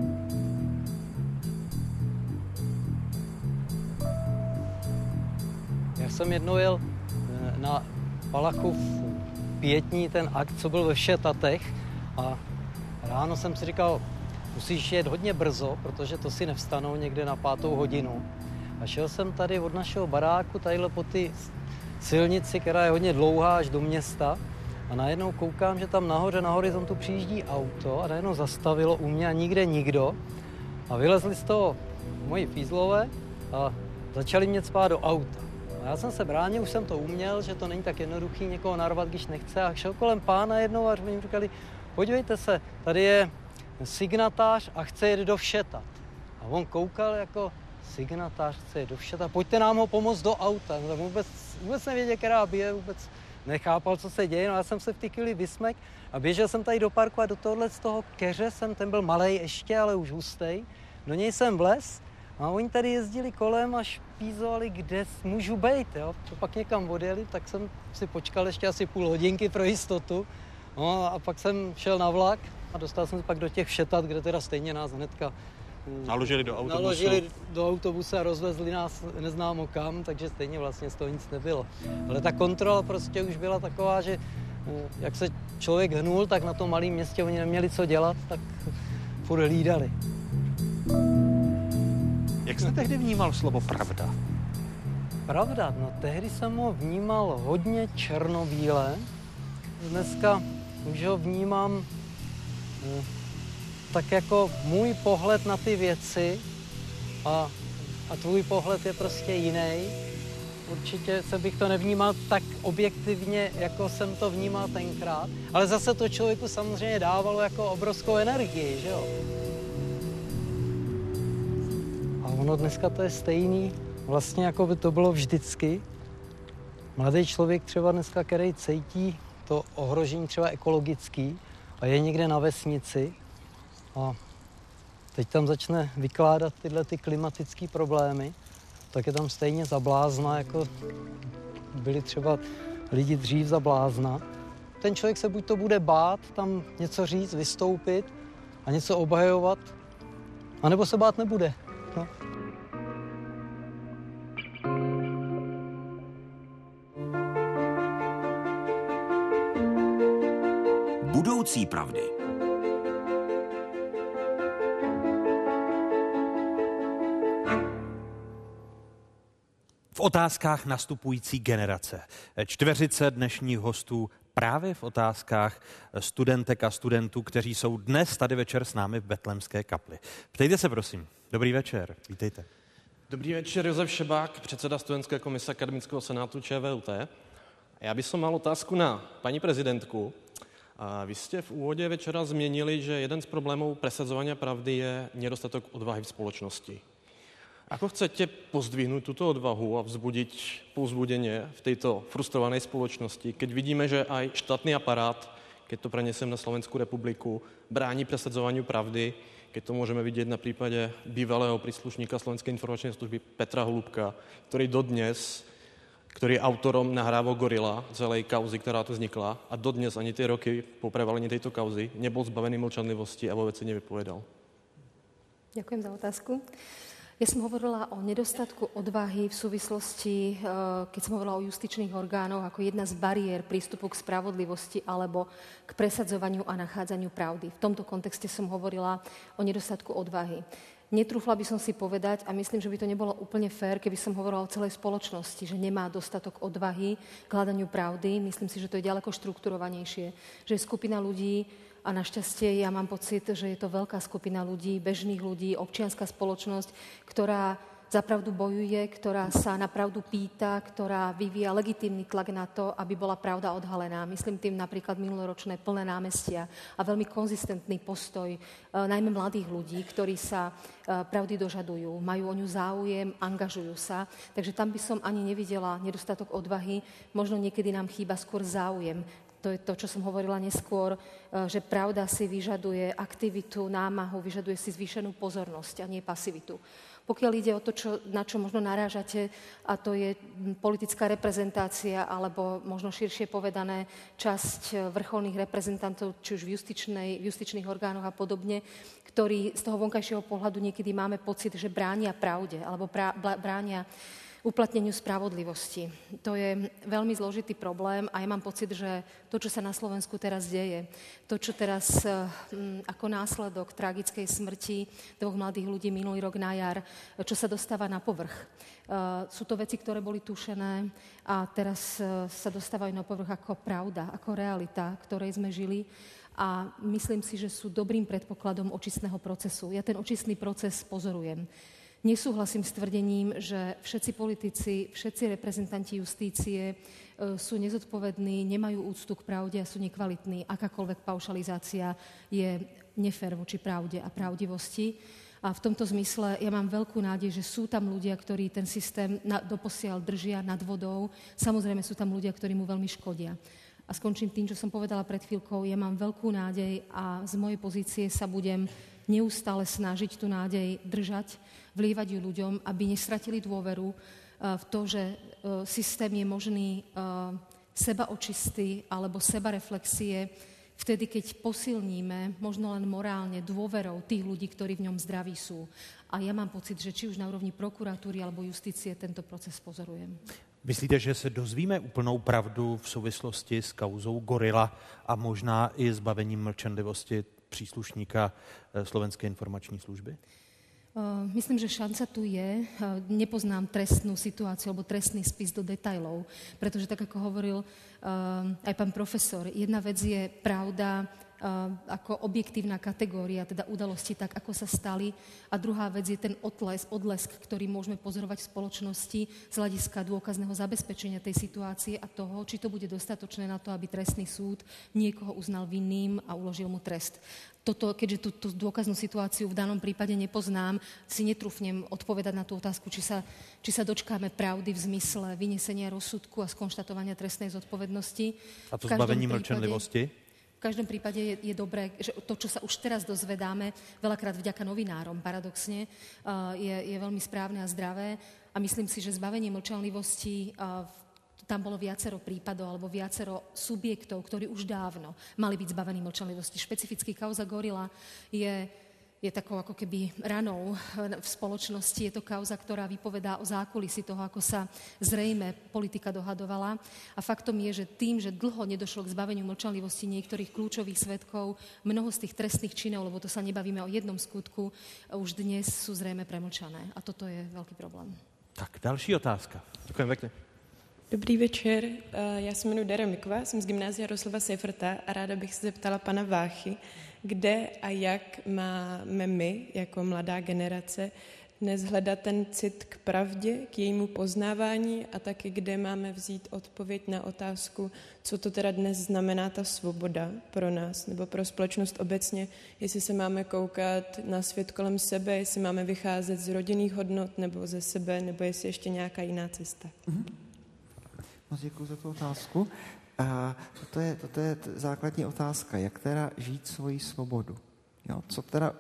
Já jsem jednou jel na Palachův pětní ten akt, co byl ve Všetatech a ráno jsem si říkal, musíš jet hodně brzo, protože to si nevstanou někde na pátou hodinu. A šel jsem tady od našeho baráku, tadyhle po ty silnici, která je hodně dlouhá až do města. A najednou koukám, že tam nahoře na horizontu přijíždí auto a najednou zastavilo u mě a nikde nikdo. A vylezli z toho moji fízlové a začali mě cpát do auta. A já jsem se bránil, už jsem to uměl, že to není tak jednoduchý někoho narvat, když nechce. A šel kolem pána jednou a mi říkali, podívejte se, tady je signatář a chce jet do Všetat. A on koukal jako signatář chce jet do Všetat, pojďte nám ho pomoct do auta. No tak vůbec, vůbec nevěděl, která bije, vůbec nechápal, co se děje. No já jsem se v té chvíli vysmek a běžel jsem tady do parku a do tohohle z toho keře jsem, ten byl malej ještě, ale už hustej. Do něj jsem vlez a oni tady jezdili kolem a špízovali, kde můžu bejt, jo. To pak někam odjeli, tak jsem si počkal ještě asi půl hodinky pro jistotu. No a pak jsem šel na vlak a dostal jsem se pak do těch Všetat, kde teda stejně nás hnedka naložili do autobusu. Naložili do autobusu a rozvezli nás neznámo kam, takže stejně vlastně z toho nic nebylo. Ale ta kontrola prostě už byla taková, že jak se člověk hnul, tak na tom malém městě oni neměli co dělat, tak furt hlídali. Jak jste tehdy vnímal slovo pravda? Pravda? No tehdy jsem ho vnímal hodně černobíle. Dneska už ho vnímám tak jako můj pohled na ty věci a, a tvůj pohled je prostě jiný. Určitě se bych to nevnímal tak objektivně, jako jsem to vnímal tenkrát, ale zase to člověku samozřejmě dávalo jako obrovskou energii, že jo? A ono dneska to je stejný, vlastně jako by to bylo vždycky. Mladý člověk třeba dneska, který cítí to ohrožení třeba ekologický a je někde na vesnici, a teď tam začne vykládat tyhle ty klimatické problémy, tak je tam stejně za blázna, jako byli třeba lidi dřív za blázna. Ten člověk se buď to bude bát tam něco říct, vystoupit a něco obhajovat, anebo se bát nebude. No. Budoucí pravdy. V otázkách nastupující generace. Čtveřice dnešních hostů právě v otázkách studentek a studentů, kteří jsou dnes tady večer s námi v Betlémské kapli. Ptejte se, prosím. Dobrý večer. Vítejte. Dobrý večer, Josef Šebák, předseda studentské komise Akademického senátu ČVUT. Já bych mal otázku na paní prezidentku. Vy jste v úvodě večera změnili, že jeden z problémů presadzovania pravdy je nedostatok odvahy v spoločnosti. Ako chcete pozdvihnúť túto odvahu a vzbudiť povzbudenie v tejto frustrovanej spoločnosti, keď vidíme, že aj štátny aparát, keď to prenesem na Slovenskú republiku, bráni presadzovaniu pravdy, keď to môžeme vidieť na prípade bývalého príslušníka Slovenskej informačnej služby Petra Holubka, ktorý dodnes, ktorý je autorom nahrávok Gorila, celej kauzy, ktorá tu vznikla, a dodnes ani tie roky po prevalení tejto kauzy nebol zbavený mlčanlivosti a vo veci nevypovedal. Ďakujem za otázku. Ja som hovorila o nedostatku odvahy v súvislosti, keď som hovorila o justičných orgánoch, ako jedna z bariér prístupu k spravodlivosti alebo k presadzovaniu a nachádzaniu pravdy. V tomto kontexte som hovorila o nedostatku odvahy. Netrúfla by som si povedať, a myslím, že by to nebolo úplne fér, keby som hovorila o celej spoločnosti, že nemá dostatok odvahy k hľadaniu pravdy. Myslím si, že to je ďaleko štrukturovanejšie, že je skupina ľudí, a našťastie ja mám pocit, že je to veľká skupina ľudí, bežných ľudí, občianska spoločnosť, ktorá za pravdu bojuje, ktorá sa na pravdu pýta, ktorá vyvíja legitímny tlak na to, aby bola pravda odhalená. Myslím tým napríklad minuloročné plné námestia a veľmi konzistentný postoj e, najmä mladých ľudí, ktorí sa e, pravdy dožadujú, majú o ňu záujem, angažujú sa. Takže tam by som ani nevidela nedostatok odvahy, možno niekedy nám chýba skôr záujem. To je to, čo som hovorila neskôr, že pravda si vyžaduje aktivitu, námahu, vyžaduje si zvýšenú pozornosť a nie pasivitu. Pokiaľ ide o to, čo, na čo možno narážate, a to je politická reprezentácia, alebo možno širšie povedané časť vrcholných reprezentantov, či už v, justičnej, v justičných orgánoch a podobne, ktorí z toho vonkajšieho pohľadu niekedy máme pocit, že bránia pravde, alebo prá, bránia uplatneniu spravodlivosti. To je veľmi zložitý problém a ja mám pocit, že to, čo sa na Slovensku teraz deje, to, čo teraz m, ako následok tragickej smrti dvoch mladých ľudí minulý rok na jar, čo sa dostáva na povrch. Uh, sú to veci, ktoré boli tušené a teraz uh, sa dostávajú na povrch ako pravda, ako realita, ktorej sme žili. A myslím si, že sú dobrým predpokladom očistného procesu. Ja ten očistný proces pozorujem. Nesúhlasím s tvrdením, že všetci politici, všetci reprezentanti justície sú nezodpovední, nemajú úctu k pravde a sú nekvalitní. Akákoľvek paušalizácia je nefér voči pravde a pravdivosti. A v tomto zmysle ja mám veľkú nádej, že sú tam ľudia, ktorí ten systém doposiaľ držia nad vodou. Samozrejme sú tam ľudia, ktorí mu veľmi škodia. A skončím tým, čo som povedala pred chvíľkou. Ja mám veľkú nádej a z mojej pozície sa budem neustále snažiť tú nádej držať, vlievať ju ľuďom, aby nestratili dôveru v to, že systém je možný sebaočistý alebo sebareflexie vtedy, keď posilníme, možno len morálne, dôverou tých ľudí, ktorí v ňom zdraví sú. A ja mám pocit, že či už na úrovni prokuratúry alebo justície tento proces pozorujem. Myslíte, že se dozvíme úplnou pravdu v souvislosti s kauzou Gorila a možná i zbavením mlčenlivosti příslušníka Slovenské informační služby? Myslím, že šanca tu je. Nepoznám trestnú situáciu alebo trestný spis do detailov, pretože tak, ako hovoril aj pán profesor, jedna vec je pravda ako objektívna kategória, teda udalosti tak, ako sa stali. A druhá vec je ten otlesk, odlesk, ktorý môžeme pozorovať v spoločnosti z hľadiska dôkazného zabezpečenia tej situácie a toho, či to bude dostatočné na to, aby trestný súd niekoho uznal vinným a uložil mu trest. Toto, keďže tú, tú dôkaznú situáciu v danom prípade nepoznám, si netrúfnem odpovedať na tú otázku, či sa, či sa dočkáme pravdy v zmysle vynesenia rozsudku a skonštatovania trestnej zodpovednosti. A to zbavení mlčenlivosti? V každom prípade je, je dobré, že to, čo sa už teraz dozvedáme, veľakrát vďaka novinárom, paradoxne, je, je veľmi správne a zdravé. A myslím si, že zbavenie mlčanlivosti, tam bolo viacero prípadov alebo viacero subjektov, ktorí už dávno mali byť zbavení mlčanlivosti. Špecificky kauza Gorila je... je takou ako keby ranou v spoločnosti. Je to kauza, ktorá vypovedá o zákulisí toho, ako sa zrejme politika dohadovala. A faktom je, že tým, že dlho nedošlo k zbaveniu mlčanlivosti niektorých kľúčových svedkov, mnoho z tých trestných činov, lebo to sa nebavíme o jednom skutku, už dnes sú zrejme premlčané. A toto je veľký problém. Tak, další otázka. Děkujem pěkně. Dobrý večer, já se jmenuji Dara Miková, jsem z gymnázia Jaroslava Seiferta a ráda bych se zeptala pana Váchy, kde a jak máme my, jako mladá generace, dnes hledat ten cit k pravdě, k jejímu poznávání a taky kde máme vzít odpověď na otázku, co to teda dnes znamená ta svoboda pro nás nebo pro společnost obecně, jestli se máme koukat na svět kolem sebe, jestli máme vycházet z rodinných hodnot nebo ze sebe, nebo jestli ještě nějaká jiná cesta. Mm-hmm. Moc děkuji za tu otázku. A toto je, toto je základní otázka, jak teda žít svoji svobodu. Jo, co teda,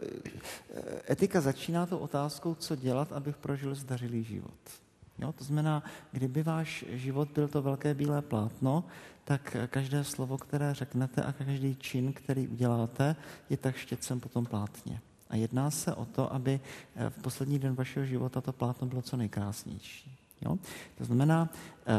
etika začíná tou otázkou, co dělat, abych prožil zdařilý život. Jo, to znamená, kdyby váš život byl to velké bílé plátno, tak každé slovo, které řeknete a každý čin, který uděláte, je tak štětcem po tom plátně. A jedná se o to, aby v poslední den vašeho života to plátno bylo co nejkrásnější. Jo? To znamená, eh,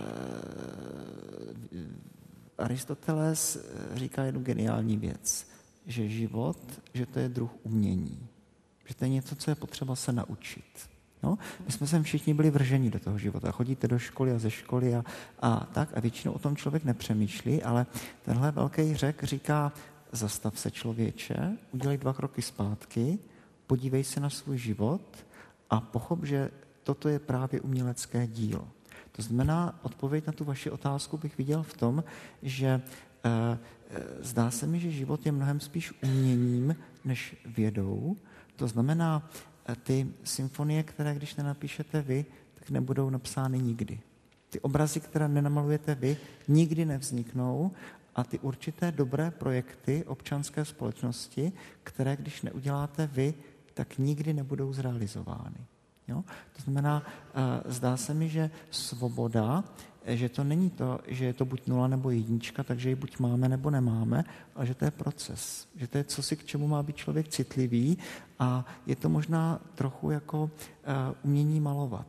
Aristoteles říká jednu geniální věc, že život, že to je druh umění, že to je něco, co je potřeba se naučit. No? My jsme sem všichni byli vrženi do toho života. Chodíte do školy a ze školy a, a tak a většinou o tom člověk nepřemýšlí, ale tenhle velký řek říká, zastav se člověče, udělej dva kroky zpátky, podívej se na svůj život a pochop, že toto je právě umělecké dílo. To znamená, odpověď na tu vaši otázku bych viděl v tom, že e, e, zdá se mi, že život je mnohem spíš uměním než vědou. To znamená, e, ty symfonie, které když nenapíšete vy, tak nebudou napsány nikdy. Ty obrazy, které nenamalujete vy, nikdy nevzniknou a ty určité dobré projekty občanské společnosti, které když neuděláte vy, tak nikdy nebudou zrealizovány. Jo? To znamená, zdá se mi, že svoboda, že to není to, že je to buď nula nebo jednička, takže ji buď máme nebo nemáme, ale že to je proces. Že to je cosi, k čemu má být člověk citlivý a je to možná trochu jako umění malovat.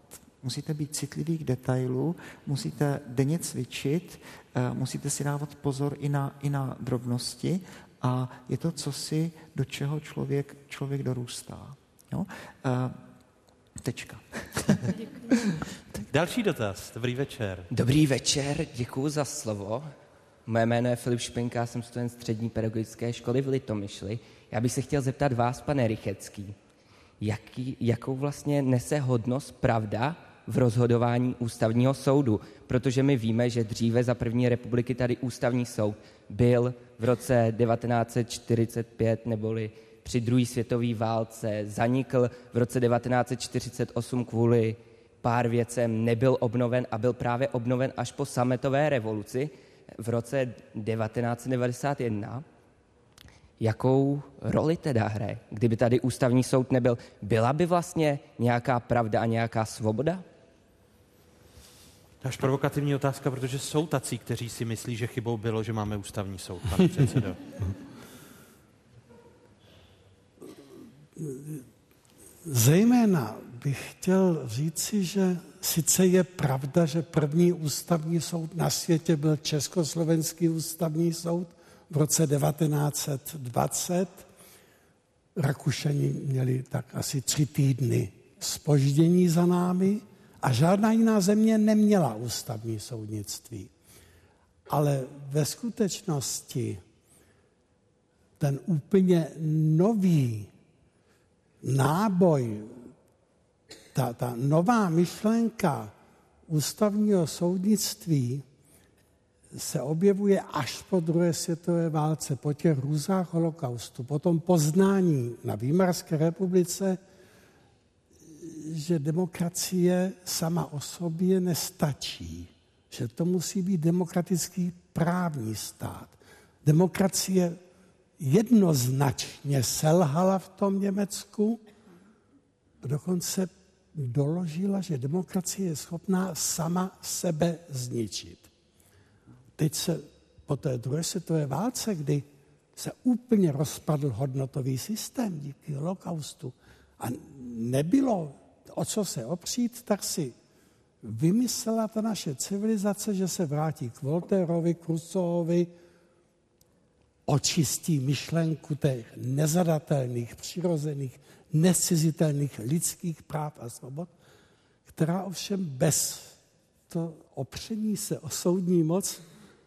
Musíte být citlivý k detailu, musíte denně cvičit, musíte si dávat pozor i na, i na drobnosti a je to cosi, do čeho člověk, člověk dorůstá. Jo? Tečka. Další dotaz. Dobrý večer. Dobrý večer, děkuji za slovo. Moje jméno je Filip Špenka, jsem student střední pedagogické školy v Litomyšli. Já bych se chtěl zeptat vás, pane Rychecký, jaký, jakou vlastně nese hodnost pravda v rozhodování ústavního soudu, protože my víme, že dříve za první republiky tady ústavní soud byl v roce devatenáct set čtyřicet pět, neboli při druhé světové válce, zanikl v roce devatenáct set čtyřicet osm kvůli pár věcem, nebyl obnoven a byl právě obnoven až po sametové revoluci v roce devatenáct set devadesát jedna. Jakou roli teda hraje? Kdyby tady ústavní soud nebyl, byla by vlastně nějaká pravda a nějaká svoboda? Až provokativní otázka, protože jsou tací, kteří si myslí, že chybou bylo, že máme ústavní soud, pane předsedo. Zejména bych chtěl říci, že sice je pravda, že první ústavní soud na světě byl Československý ústavní soud v roce devatenáct set dvacet. Rakušani měli tak asi tři týdny zpoždění za námi a žádná jiná země neměla ústavní soudnictví. Ale ve skutečnosti ten úplně nový náboj, ta, ta nová myšlenka ústavního soudnictví se objevuje až po druhé světové válce, po těch hrůzách holokaustu, po tom poznání na Výmarské republice, že demokracie sama o sobě nestačí, že to musí být demokratický právní stát. Demokracie jednoznačně selhala v tom Německu, dokonce doložila, že demokracie je schopná sama sebe zničit. Teď se po té druhé světové válce, kdy se úplně rozpadl hodnotový systém díky holokaustu a nebylo o co se opřít, tak si vymyslela ta naše civilizace, že se vrátí k Voltairovi, k Rousseauovi, očistí myšlenku těch nezadatelných, přirozených, nescizitelných lidských práv a svobod, která ovšem bez to opření se o soudní moc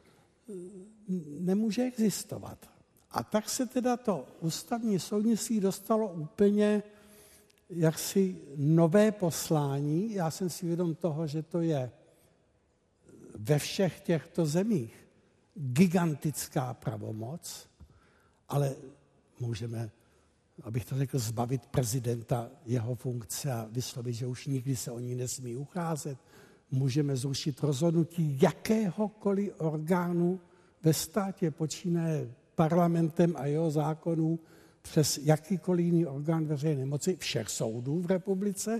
nemůže existovat. A tak se teda to ústavní soudnictví dostalo úplně jaksi nové poslání. Já jsem si vědom toho, že to je ve všech těchto zemích gigantická pravomoc, ale můžeme, abych to řekl, zbavit prezidenta jeho funkce a vyslovit, že už nikdy se o ní nesmí ucházet. Můžeme zrušit rozhodnutí jakéhokoliv orgánu ve státě, počínaje parlamentem a jeho zákonů přes jakýkoliv jiný orgán veřejné moci, všech soudů v republice,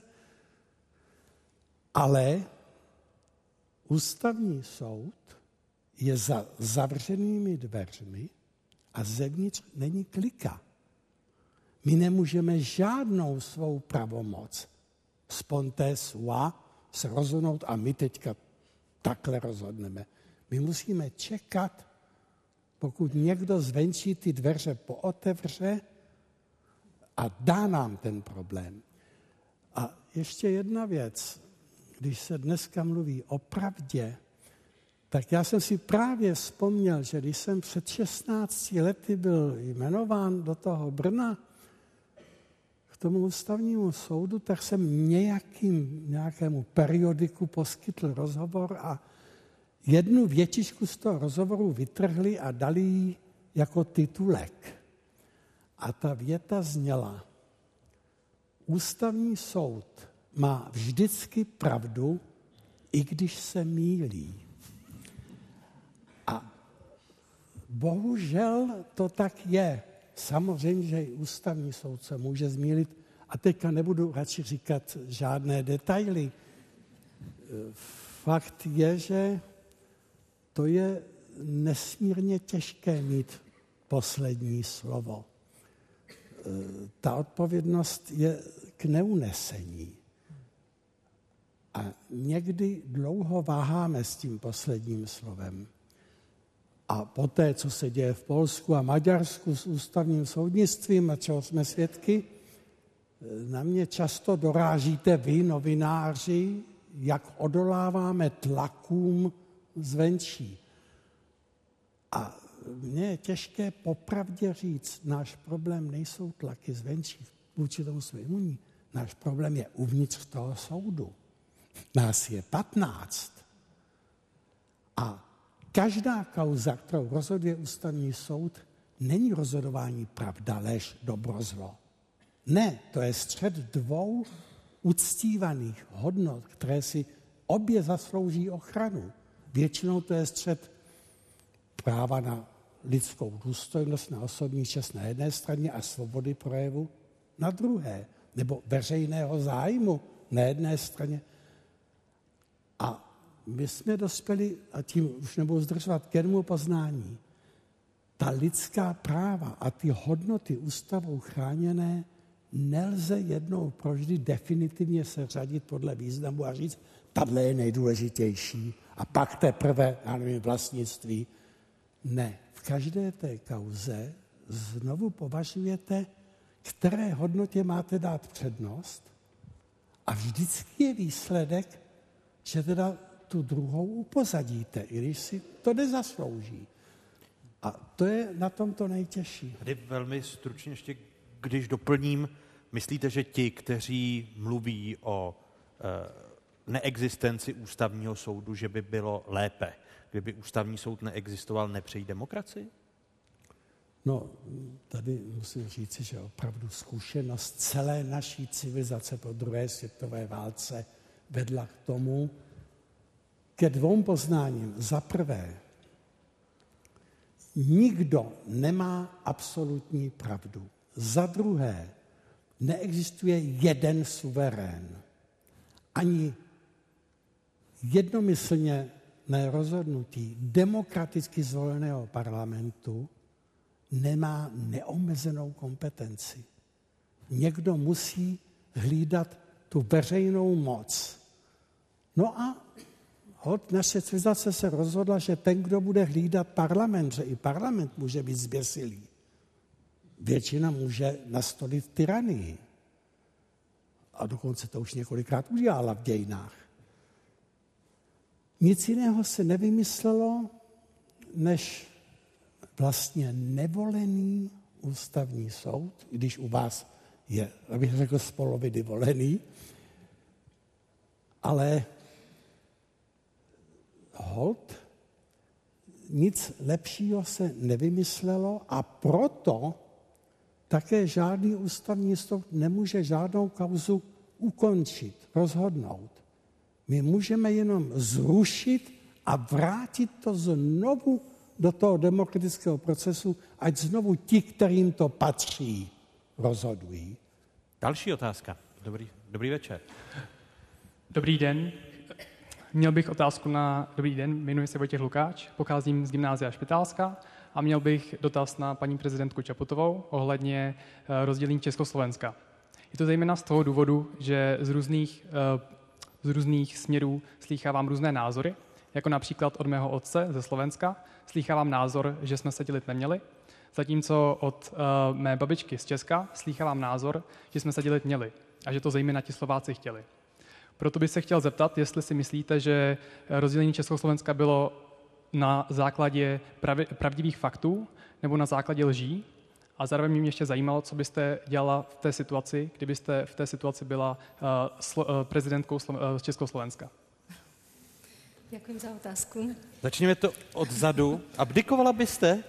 ale ústavní soud je za zavřenými dveřmi a zevnitř není klika. My nemůžeme žádnou svou pravomoc sponté sua se rozhodnout a my teďka takhle rozhodneme. My musíme čekat, pokud někdo zvenčí ty dveře pootevře a dá nám ten problém. A ještě jedna věc, když se dneska mluví o pravdě, tak já jsem si právě vzpomněl, že když jsem před šestnácti lety byl jmenován do toho Brna k tomu ústavnímu soudu, tak jsem nějakým, nějakému periodiku poskytl rozhovor a jednu větičku z toho rozhovoru vytrhli a dali ji jako titulek. A ta věta zněla: Ústavní soud má vždycky pravdu, i když se mýlí. A bohužel to tak je. Samozřejmě, že i ústavní soud se může zmýlit. A teďka nebudu radši říkat žádné detaily. Fakt je, že to je nesmírně těžké mít poslední slovo. Ta odpovědnost je k neunesení. A někdy dlouho váháme s tím posledním slovem. A poté, co se děje v Polsku a Maďarsku s ústavním soudnictvím a čeho jsme svědky, na mě často dorážíte vy, novináři, jak odoláváme tlakům zvenčí. A mně je těžké popravdě říct, náš problém nejsou tlaky zvenčí, vůči tomu jsme imunní. Náš problém je uvnitř toho soudu. Nás je patnáct. A každá kauza, kterou rozhoduje ústavní soud, není rozhodování pravda, lež, dobro, zlo. Ne, to je střet dvou uctívaných hodnot, které si obě zaslouží ochranu. Většinou to je střet práva na lidskou důstojnost, na osobní čest na jedné straně a svobody projevu na druhé, nebo veřejného zájmu na jedné straně. A my jsme dospěli, a tím už nebudu zdržovat, k jednomu poznání. Ta lidská práva a ty hodnoty ústavou chráněné nelze jednou provždy definitivně seřadit podle významu a říct, tahle je nejdůležitější a pak teprve, já nevím, vlastnictví. Ne, v každé té kauze znovu považujete, které hodnotě máte dát přednost a vždycky je výsledek, že teda tu druhou upozadíte, i když si to nezaslouží. A to je na tom to nejtěžší. Tady velmi stručně ještě, když doplním, myslíte, že ti, kteří mluví o e, neexistenci ústavního soudu, že by bylo lépe, kdyby ústavní soud neexistoval, nepřejí demokracii? No, tady musím říci, že opravdu zkušenost celé naší civilizace po druhé světové válce vedla k tomu, ke dvou poznáním. Za prvé, nikdo nemá absolutní pravdu. Za druhé, neexistuje jeden suverén. Ani jednomyslně rozhodnutí demokraticky zvoleného parlamentu nemá neomezenou kompetenci. Někdo musí hlídat tu veřejnou moc. No a hod naše civilizace se rozhodla, že ten, kdo bude hlídat parlament, že i parlament může být zběsilý. Většina může nastolit tyranii. A dokonce to už několikrát udělala v dějinách. Nic jiného se nevymyslelo, než vlastně nevolený ústavní soud, když u vás je, abych řekl, z poloviny volený, ale hold, nic lepšího se nevymyslelo a proto také žádný ústavní soud nemůže žádnou kauzu ukončit, rozhodnout. My můžeme jenom zrušit a vrátit to znovu do toho demokratického procesu, ať znovu ti, kterým to patří, rozhodují. Další otázka. Dobrý, dobrý večer. Dobrý den. Měl bych otázku na... Dobrý den, jmenuji se Vojtěch Lukáč, pocházím z gymnázia Špitálska a měl bych dotaz na paní prezidentku Čaputovou ohledně rozdělení Československa. Je to zejména z toho důvodu, že z různých, z různých směrů slýchávám různé názory, jako například od mého otce ze Slovenska slýchávám názor, že jsme se dělit neměli, zatímco od uh, mé babičky z Česka slýchávám názor, že jsme se dělit měli a že to zejména ti Slováci chtěli. Proto bych se chtěl zeptat, jestli si myslíte, že rozdělení Československa bylo na základě pravi, pravdivých faktů nebo na základě lží. A zároveň mě ještě zajímalo, co byste dělala v té situaci, kdybyste v té situaci byla uh, slo, uh, prezidentkou Slo- uh, Československa. Děkuji za otázku. Začněme to odzadu. Abdikovala byste?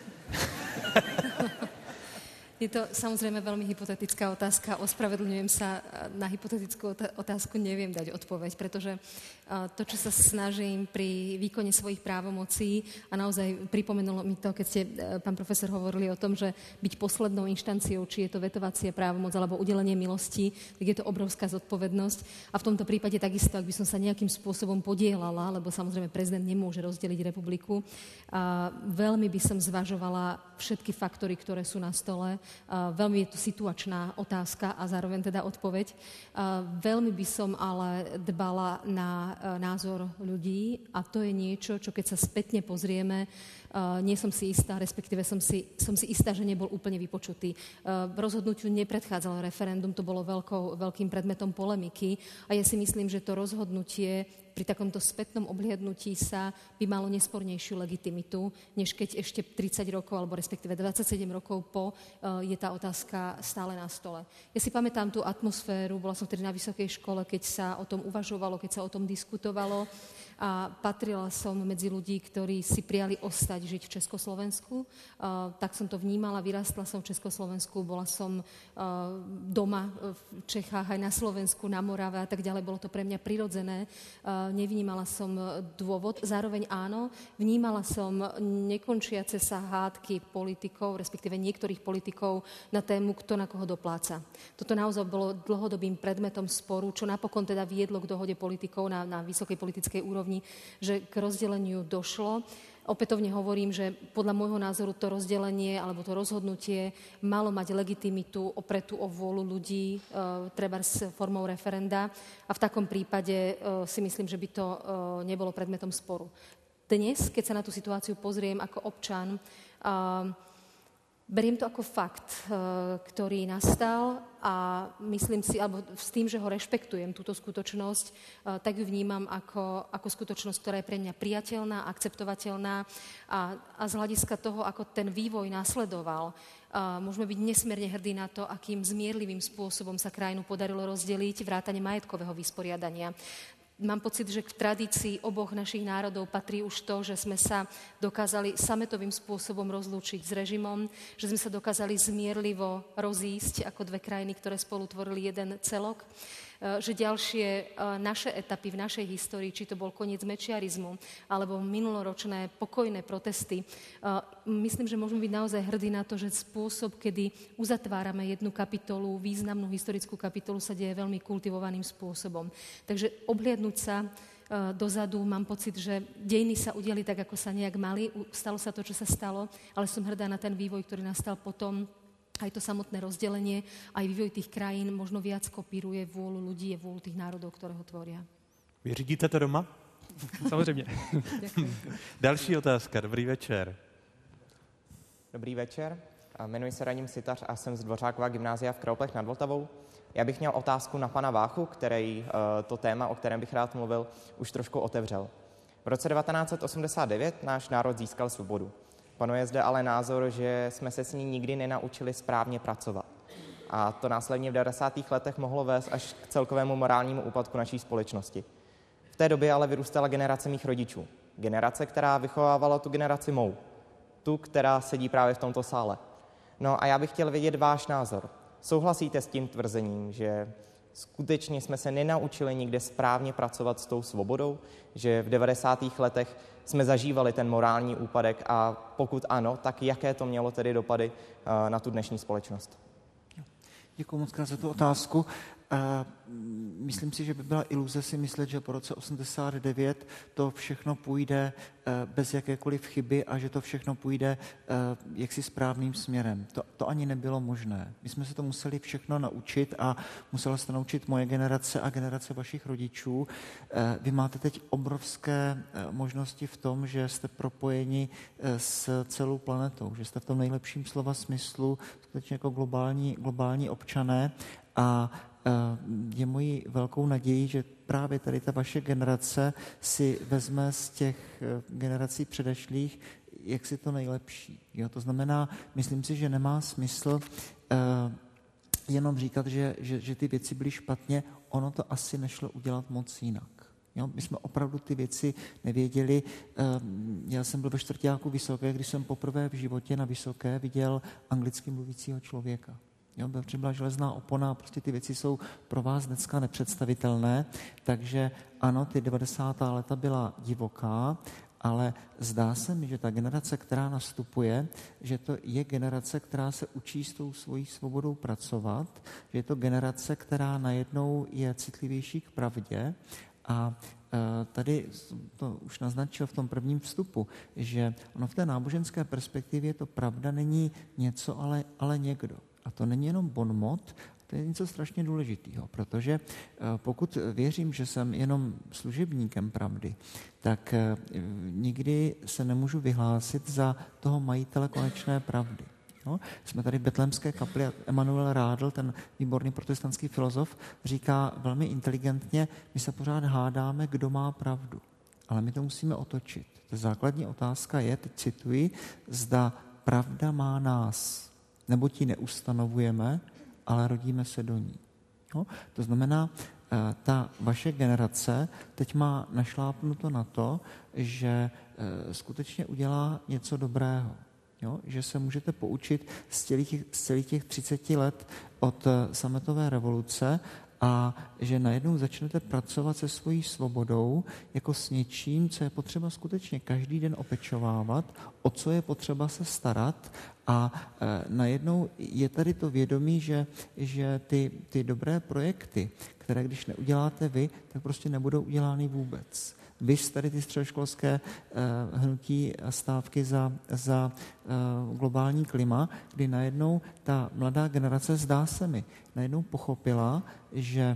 Je to samozrejme veľmi hypotetická otázka. Ospravedlňujem sa, na hypotetickú otázku neviem dať odpoveď, pretože to, čo sa snažím pri výkone svojich právomocí, a naozaj pripomenulo mi to, keď ste, pán profesor, hovorili o tom, že byť poslednou inštanciou, či je to vetovacia právomoc alebo udelenie milosti, tak je to obrovská zodpovednosť. A v tomto prípade takisto, ak by som sa nejakým spôsobom podielala, lebo samozrejme prezident nemôže rozdeliť republiku, a veľmi by som zvažovala všetky faktory, ktoré sú na stole. Veľmi je to situačná otázka a zároveň teda odpoveď. Veľmi by som ale dbala na názor ľudí a to je niečo, čo keď sa spätne pozrieme, nie som si istá, respektíve som si, som si istá, že nebol úplne vypočutý. Rozhodnutiu nepredchádzalo referendum, to bolo veľkou, veľkým predmetom polemiky a ja si myslím, že to rozhodnutie pri takomto spätnom obhliadnutí sa by malo nespornejšiu legitimitu, než keď ešte tridsať rokov, alebo respektíve dvadsaťsedem rokov po je tá otázka stále na stole. Ja si pamätám tú atmosféru, bola som vtedy na vysokej škole, keď sa o tom uvažovalo, keď sa o tom diskutovalo a patrila som medzi ľudí, ktorí si prijali ostať žiť v Československu. Uh, tak som to vnímala, vyrástla som v Československu, bola som uh, doma v Čechách, aj na Slovensku, na Morave a tak ďalej. Bolo to pre mňa prirodzené. Uh, nevnímala som dôvod. Zároveň áno, vnímala som nekončiace sa hádky politikov, respektíve niektorých politikov na tému, kto na koho dopláca. Toto naozaj bolo dlhodobým predmetom sporu, čo napokon teda viedlo k dohode politikov na, na vysokej politickej úrovni, že k rozdeleniu došlo. Opätovne hovorím, že podľa môjho názoru to rozdelenie alebo to rozhodnutie malo mať legitimitu opretú o vôľu ľudí, e, treba s formou referenda a v takom prípade e, si myslím, že by to e, nebolo predmetom sporu. Dnes, keď sa na tú situáciu pozriem ako občan, e, beriem to ako fakt, ktorý nastal a myslím si, alebo s tým, že ho rešpektujem, túto skutočnosť, tak ju vnímam ako, ako skutočnosť, ktorá je pre mňa priateľná, akceptovateľná a, a z hľadiska toho, ako ten vývoj nasledoval, môžeme byť nesmierne hrdí na to, akým zmierlivým spôsobom sa krajinu podarilo rozdeliť vrátane majetkového vysporiadania. Mám pocit, že k tradícii oboch našich národov patrí už to, že sme sa dokázali sametovým spôsobom rozlúčiť s režimom, že sme sa dokázali zmierlivo rozísť ako dve krajiny, ktoré spolu tvorili jeden celok, že ďalšie naše etapy v našej histórii, či to bol koniec mečiarizmu, alebo minuloročné pokojné protesty, myslím, že môžeme byť naozaj hrdí na to, že spôsob, kedy uzatvárame jednu kapitolu, významnú historickú kapitolu, sa deje veľmi kultivovaným spôsobom. Takže obhliadnúť sa dozadu, mám pocit, že dejiny sa udiali tak, ako sa nejak mali, stalo sa to, čo sa stalo, ale som hrdá na ten vývoj, ktorý nastal potom. Aj to samotné rozdelenie, aj vývoj tých krajín možno viac kopíruje vôľu ľudí a vôľu tých národov, ktoré ho tvoria. Vy řídíte to doma? Samozřejmě. Další otázka. Dobrý večer. Dobrý večer. Jmenuji se Radim Sitař a jsem z Dvořákova gymnázia v Kroupech nad Vltavou. Já bych měl otázku na pana Váchu, který to téma, o kterém bych rád mluvil, už trošku otevřel. V roce devatenáct set osmdesát devět náš národ získal svobodu. Panuje zde ale názor, že jsme se s ní nikdy nenaučili správně pracovat. A to následně v devadesátých letech mohlo vést až k celkovému morálnímu úpadku naší společnosti. V té době ale vyrůstala generace mých rodičů. Generace, která vychovávala tu generaci mou. Tu, která sedí právě v tomto sále. No a já bych chtěl vědět váš názor. Souhlasíte s tím tvrzením, že skutečně jsme se nenaučili nikde správně pracovat s tou svobodou, že v devadesátých letech jsme zažívali ten morální úpadek a pokud ano, tak jaké to mělo tedy dopady na tu dnešní společnost? Děkuji moc krát za tu otázku. Myslím si, že by byla iluze si myslet, že po roce osmdesát devět to všechno půjde bez jakékoliv chyby a že to všechno půjde jaksi správným směrem. To, to ani nebylo možné. My jsme se to museli všechno naučit a musela se to naučit moje generace a generace vašich rodičů. Vy máte teď obrovské možnosti v tom, že jste propojeni s celou planetou, že jste v tom nejlepším slova smyslu skutečně jako globální, globální občané a je mojí velkou nadějí, že právě tady ta vaše generace si vezme z těch generací předešlých jak si to nejlepší. Jo? To znamená, myslím si, že nemá smysl uh, jenom říkat, že, že, že ty věci byly špatně, ono to asi nešlo udělat moc jinak. Jo? My jsme opravdu ty věci nevěděli. Já jsem byl ve čtvrťáku Vysoké, když jsem poprvé v životě na Vysoké viděl anglicky mluvícího člověka. Jo, byla železná opona, prostě ty věci jsou pro vás dneska nepředstavitelné, takže ano, ty devadesátá léta byla divoká, ale zdá se mi, že ta generace, která nastupuje, že to je generace, která se učí s tou svojí svobodou pracovat, že je to generace, která najednou je citlivější k pravdě A tady to už naznačil v tom prvním vstupu, že ono v té náboženské perspektivě to pravda není něco, ale, ale někdo. A to není jenom bonmot, to je něco strašně důležitého, protože pokud věřím, že jsem jenom služebníkem pravdy, tak nikdy se nemůžu vyhlásit za toho majitele konečné pravdy. No, jsme tady v Betlémské kapli a Emanuel Rádl, ten výborný protestantský filozof, říká velmi inteligentně, my se pořád hádáme, kdo má pravdu, ale my to musíme otočit. Ta základní otázka je, teď cituji, zda pravda má nás, nebo ti neustanovujeme, ale rodíme se do ní. No, to znamená, ta vaše generace teď má našlápnuto na to, že skutečně udělá něco dobrého. Jo, že se můžete poučit z celých, z celých těch třiceti let od sametové revoluce a že najednou začnete pracovat se svojí svobodou jako s něčím, co je potřeba skutečně každý den opečovávat, o co je potřeba se starat a e, najednou je tady to vědomí, že, že ty, ty dobré projekty, které když neuděláte vy, tak prostě nebudou udělány vůbec. Vy tady ty středoškolské uh, hnutí a stávky za, za uh, globální klima, kdy najednou ta mladá generace, zdá se mi, najednou pochopila, že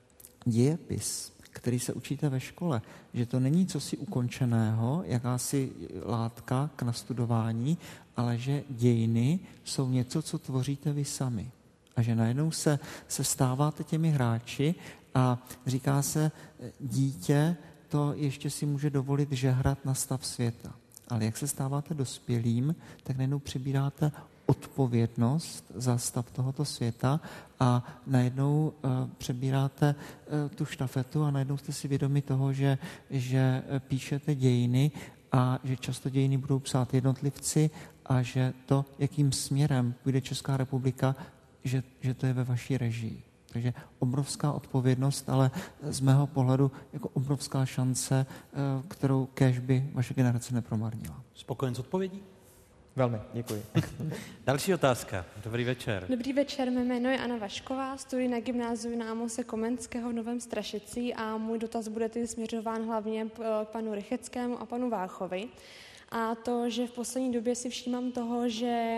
dějepis, který se učíte ve škole, že to není cosi ukončeného, jakási látka k nastudování, ale že dějiny jsou něco, co tvoříte vy sami. A že najednou se, se stáváte těmi hráči a říká se dítě, to ještě si může dovolit žehrat na stav světa. Ale jak se stáváte dospělým, tak najednou přibíráte odpovědnost za stav tohoto světa a najednou uh, přebíráte uh, tu štafetu a najednou jste si vědomi toho, že, že píšete dějiny a že často dějiny budou psát jednotlivci a že to, jakým směrem půjde Česká republika, že, že to je ve vaší režii. Takže obrovská odpovědnost, ale z mého pohledu jako obrovská šance, kterou kéž by vaše generace nepromarnila. Spokojen s odpovědí? Velmi, děkuji. Další otázka. Dobrý večer. Dobrý večer, mé jméno je Anna Vašková, studuji na gymnáziu na Amose Komenského v Novém Strašicí a můj dotaz bude tedy směřován hlavně k panu Rycheckému a panu Váchovi. A to, že v poslední době si všímám toho, že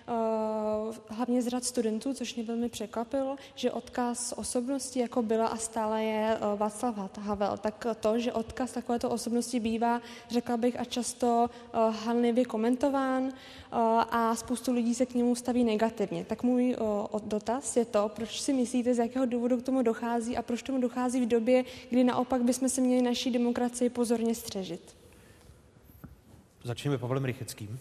uh, hlavně z řad studentů, což mě velmi překvapilo, že odkaz osobnosti, jako byla a stále je uh, Václav Havel, tak to, že odkaz takovéto osobnosti bývá, řekla bych, a často uh, hanlivě komentován uh, a spoustu lidí se k němu staví negativně. Tak můj uh, dotaz je to, proč si myslíte, z jakého důvodu k tomu dochází a proč tomu dochází v době, kdy naopak bychom se měli naší demokracii pozorně střežit. Začneme Pavlem Rycheckým.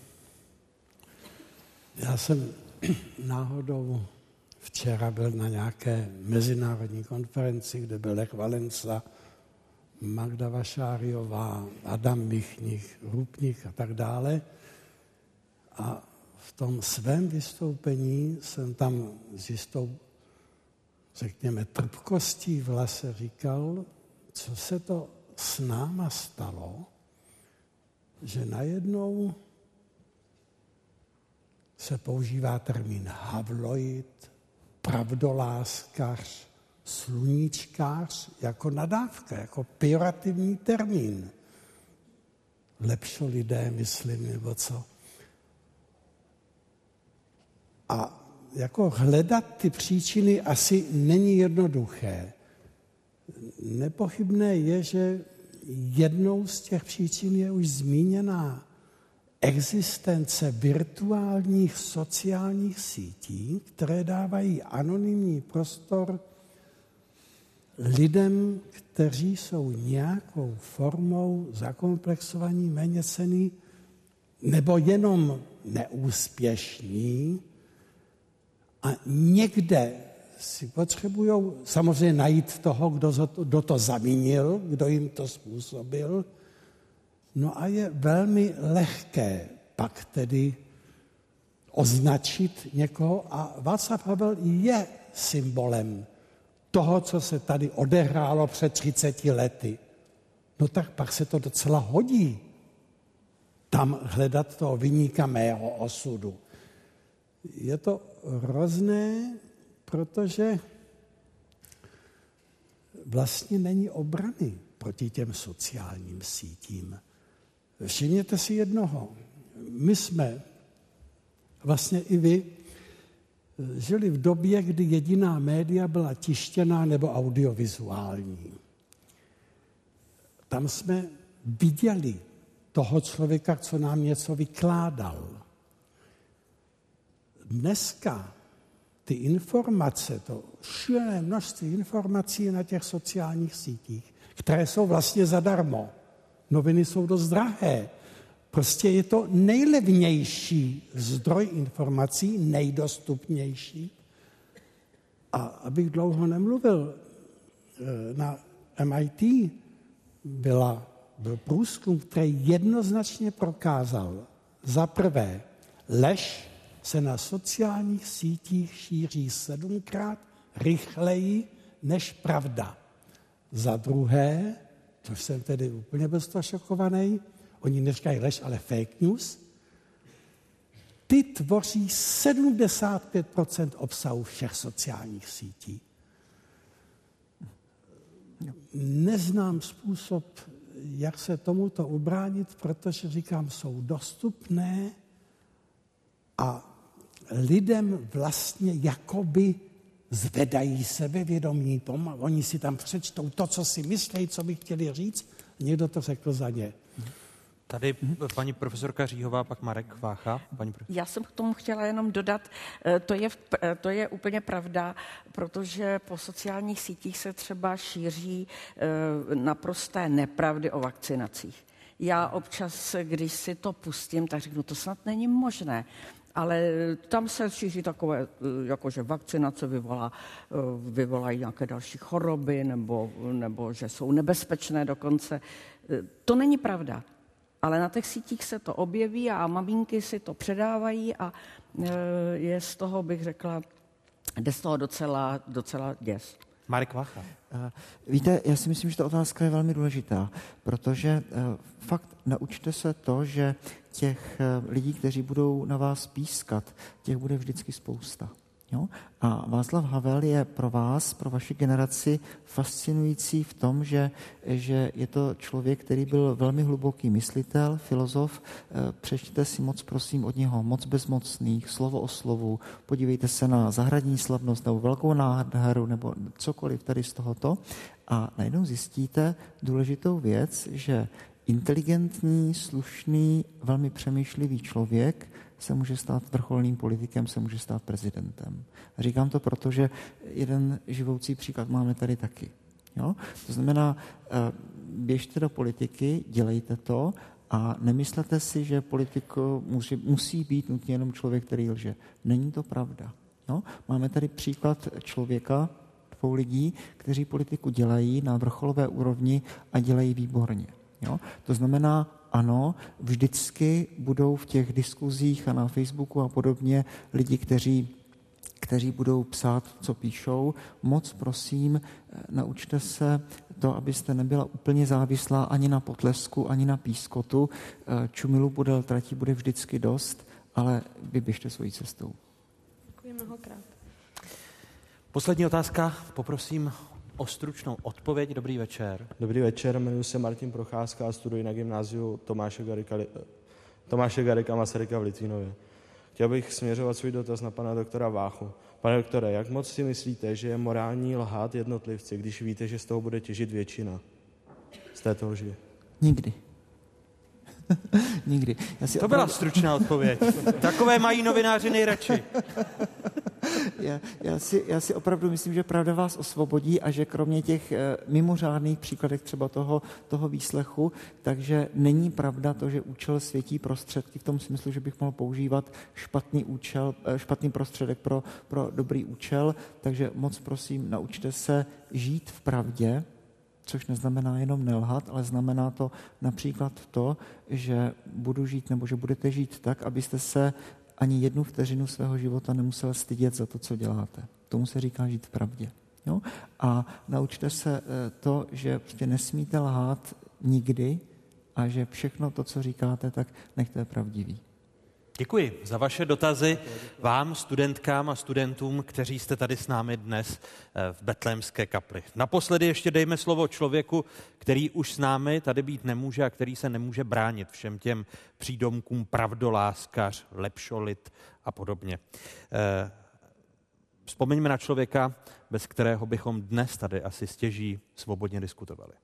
Já jsem náhodou včera byl na nějaké mezinárodní konferenci, kde byl Lech Valenca, Magda Vašáriová, Adam Michnik, Rupnik a tak dále. A v tom svém vystoupení jsem tam s jistou, řekněme, trpkostí v hlase říkal, co se to s náma stalo, že najednou se používá termín havloid, pravdoláskař, sluníčkář jako nadávka, jako pejorativní termín. Lepšo lidé, myslím, nebo co. A jako hledat ty příčiny asi není jednoduché. Nepochybné je, že jednou z těch příčin je už zmíněná existence virtuálních sociálních sítí, které dávají anonymní prostor lidem, kteří jsou nějakou formou zakomplexovaní, méněcenní nebo jenom neúspěšní a někde si potřebují samozřejmě najít toho, kdo, kdo to zamínil, kdo jim to způsobil. No a je velmi lehké pak tedy označit někoho a Václav Havel je symbolem toho, co se tady odehrálo před třiceti lety. No tak pak se to docela hodí tam hledat toho viníka mého osudu. Je to hrozné, protože vlastně není obrany proti těm sociálním sítím. Všimněte si jednoho. My jsme, vlastně i vy, žili v době, kdy jediná média byla tištěná nebo audiovizuální. Tam jsme viděli toho člověka, co nám něco vykládal. Dneska ty informace, to šílené množství informací na těch sociálních sítích, které jsou vlastně zadarmo. Noviny jsou dost drahé. Prostě je to nejlevnější zdroj informací, nejdostupnější. A abych dlouho nemluvil, na M I T byla, byl průzkum, který jednoznačně prokázal, za prvé, lež se na sociálních sítích šíří sedmkrát rychleji než pravda. Za druhé, což jsem tedy úplně bez toho šokovaný, oni neříkají lež, ale fake news, ty tvoří sedmdesát pět procent obsahu všech sociálních sítí. Neznám způsob, jak se tomuto ubránit, protože říkám, jsou dostupné a lidem vlastně jakoby zvedají sebevědomí. Oni si tam přečtou to, co si myslejí, co by chtěli říct, někdo to řekl za ně. Tady paní profesorka Říhová, pak Marek Vácha. Paní prof... Já jsem k tomu chtěla jenom dodat, to je, to je úplně pravda, protože po sociálních sítích se třeba šíří naprosté nepravdy o vakcinacích. Já občas, když si to pustím, tak řeknu, to snad není možné. Ale tam se šíří takové, jakože vakcinace vyvolá, vyvolají nějaké další choroby, nebo, nebo že jsou nebezpečné dokonce. To není pravda. Ale na těch sítích se to objeví a maminky si to předávají a je z toho, bych řekla, jde z toho docela, docela děs. Marek Vácha. Víte, já si myslím, že ta otázka je velmi důležitá, protože fakt naučte se to, že těch lidí, kteří budou na vás pískat, těch bude vždycky spousta. Jo? A Václav Havel je pro vás, pro vaši generaci fascinující v tom, že, že je to člověk, který byl velmi hluboký myslitel, filozof. Přečtěte si moc, prosím, od něho Moc bezmocných, Slovo o slovu, podívejte se na Zahradní slavnost nebo Velkou nádheru nebo cokoliv tady z tohoto a najednou zjistíte důležitou věc, že inteligentní, slušný, velmi přemýšlivý člověk se může stát vrcholným politikem, se může stát prezidentem. A říkám to proto, že jeden živoucí příklad máme tady taky. Jo? To znamená, běžte do politiky, dělejte to a nemyslete si, že politiko musí, musí být nutně jenom člověk, který lže. Není to pravda. Jo? Máme tady příklad člověka, dvou lidí, kteří politiku dělají na vrcholové úrovni a dělají výborně. Jo? To znamená, ano, vždycky budou v těch diskuzích a na Facebooku a podobně lidi, kteří, kteří budou psát, co píšou. Moc prosím, naučte se to, abyste nebyla úplně závislá ani na potlesku, ani na pískotu. Čumilu podél trati bude vždycky dost, ale vy běžte svojí cestou. Děkuji mnohokrát. Poslední otázka, poprosím o stručnou odpověď. Dobrý večer. Dobrý večer, jmenuji se Martin Procházka a studuji na gymnáziu Tomáše Garrigua, Tomáše Garrigua Masaryka v Litvínově. Chtěl bych směřovat svůj dotaz na pana doktora Váchu. Pane doktore, jak moc si myslíte, že je morální lhát jednotlivci, když víte, že z toho bude těžit většina z této lži? Nikdy. Nikdy. Já si to byla opravdu... stručná odpověď. Takové mají novináři nejradši. Já, já, si, já si opravdu myslím, že pravda vás osvobodí a že kromě těch e, mimořádných příkladech třeba toho, toho výslechu, takže není pravda to, že účel světí prostředky v tom smyslu, že bych mohl používat špatný účel, e, špatný prostředek pro, pro dobrý účel, takže moc prosím, naučte se žít v pravdě, což neznamená jenom nelhat, ale znamená to například to, že budu žít nebo že budete žít tak, abyste se ani jednu vteřinu svého života nemusel stydět za to, co děláte. Tomu se říká žít v pravdě. Jo? A naučte se to, že prostě nesmíte lhát nikdy a že všechno to, co říkáte, tak nechte pravdivý. Děkuji za vaše dotazy vám, studentkám a studentům, kteří jste tady s námi dnes v Betlémské kapli. Naposledy ještě dejme slovo člověku, který už s námi tady být nemůže a který se nemůže bránit všem těm přídomkům pravdoláskař, lepšolit a podobně. Vzpomeňme na člověka, bez kterého bychom dnes tady asi stěží svobodně diskutovali.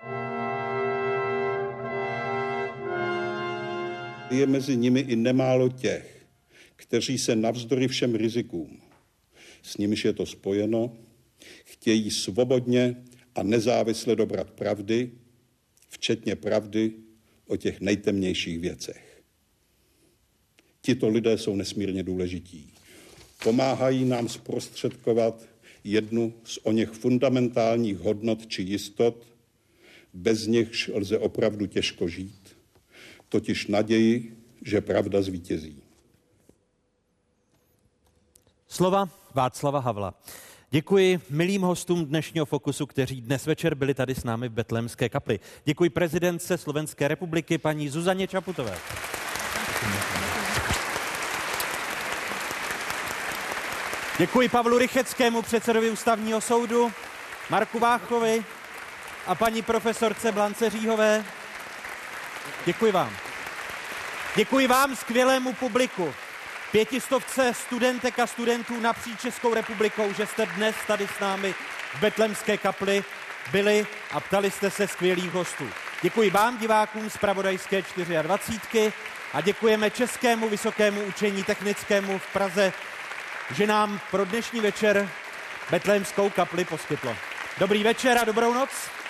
Je mezi nimi i nemálo těch, kteří se navzdory všem rizikům, s nimiž je to spojeno, chtějí svobodně a nezávisle dobrat pravdy, včetně pravdy o těch nejtemnějších věcech. Tito lidé jsou nesmírně důležití. Pomáhají nám zprostředkovat jednu z oněch fundamentálních hodnot či jistot, bez nichž lze opravdu těžko žít, totiž naději, že pravda zvítězí. Slova Václava Havla. Děkuji milým hostům dnešního Fokusu, kteří dnes večer byli tady s námi v Betlémské kapli. Děkuji prezidentce Slovenské republiky paní Zuzaně Čaputové. Děkuji Pavlu Rycheckému, předsedovi Ústavního soudu, Marku Váchovi a paní profesorce Blance Říhové. Děkuji vám. Děkuji vám, skvělému publiku, pětistovce studentek a studentů napříč Českou republikou, že jste dnes tady s námi v Betlémské kapli byli a ptali jste se skvělých hostů. Děkuji vám, divákům z Zpravodajské dvacet čtyři a děkujeme Českému vysokému učení technickému v Praze, že nám pro dnešní večer Betlémskou kapli poskytlo. Dobrý večer a dobrou noc.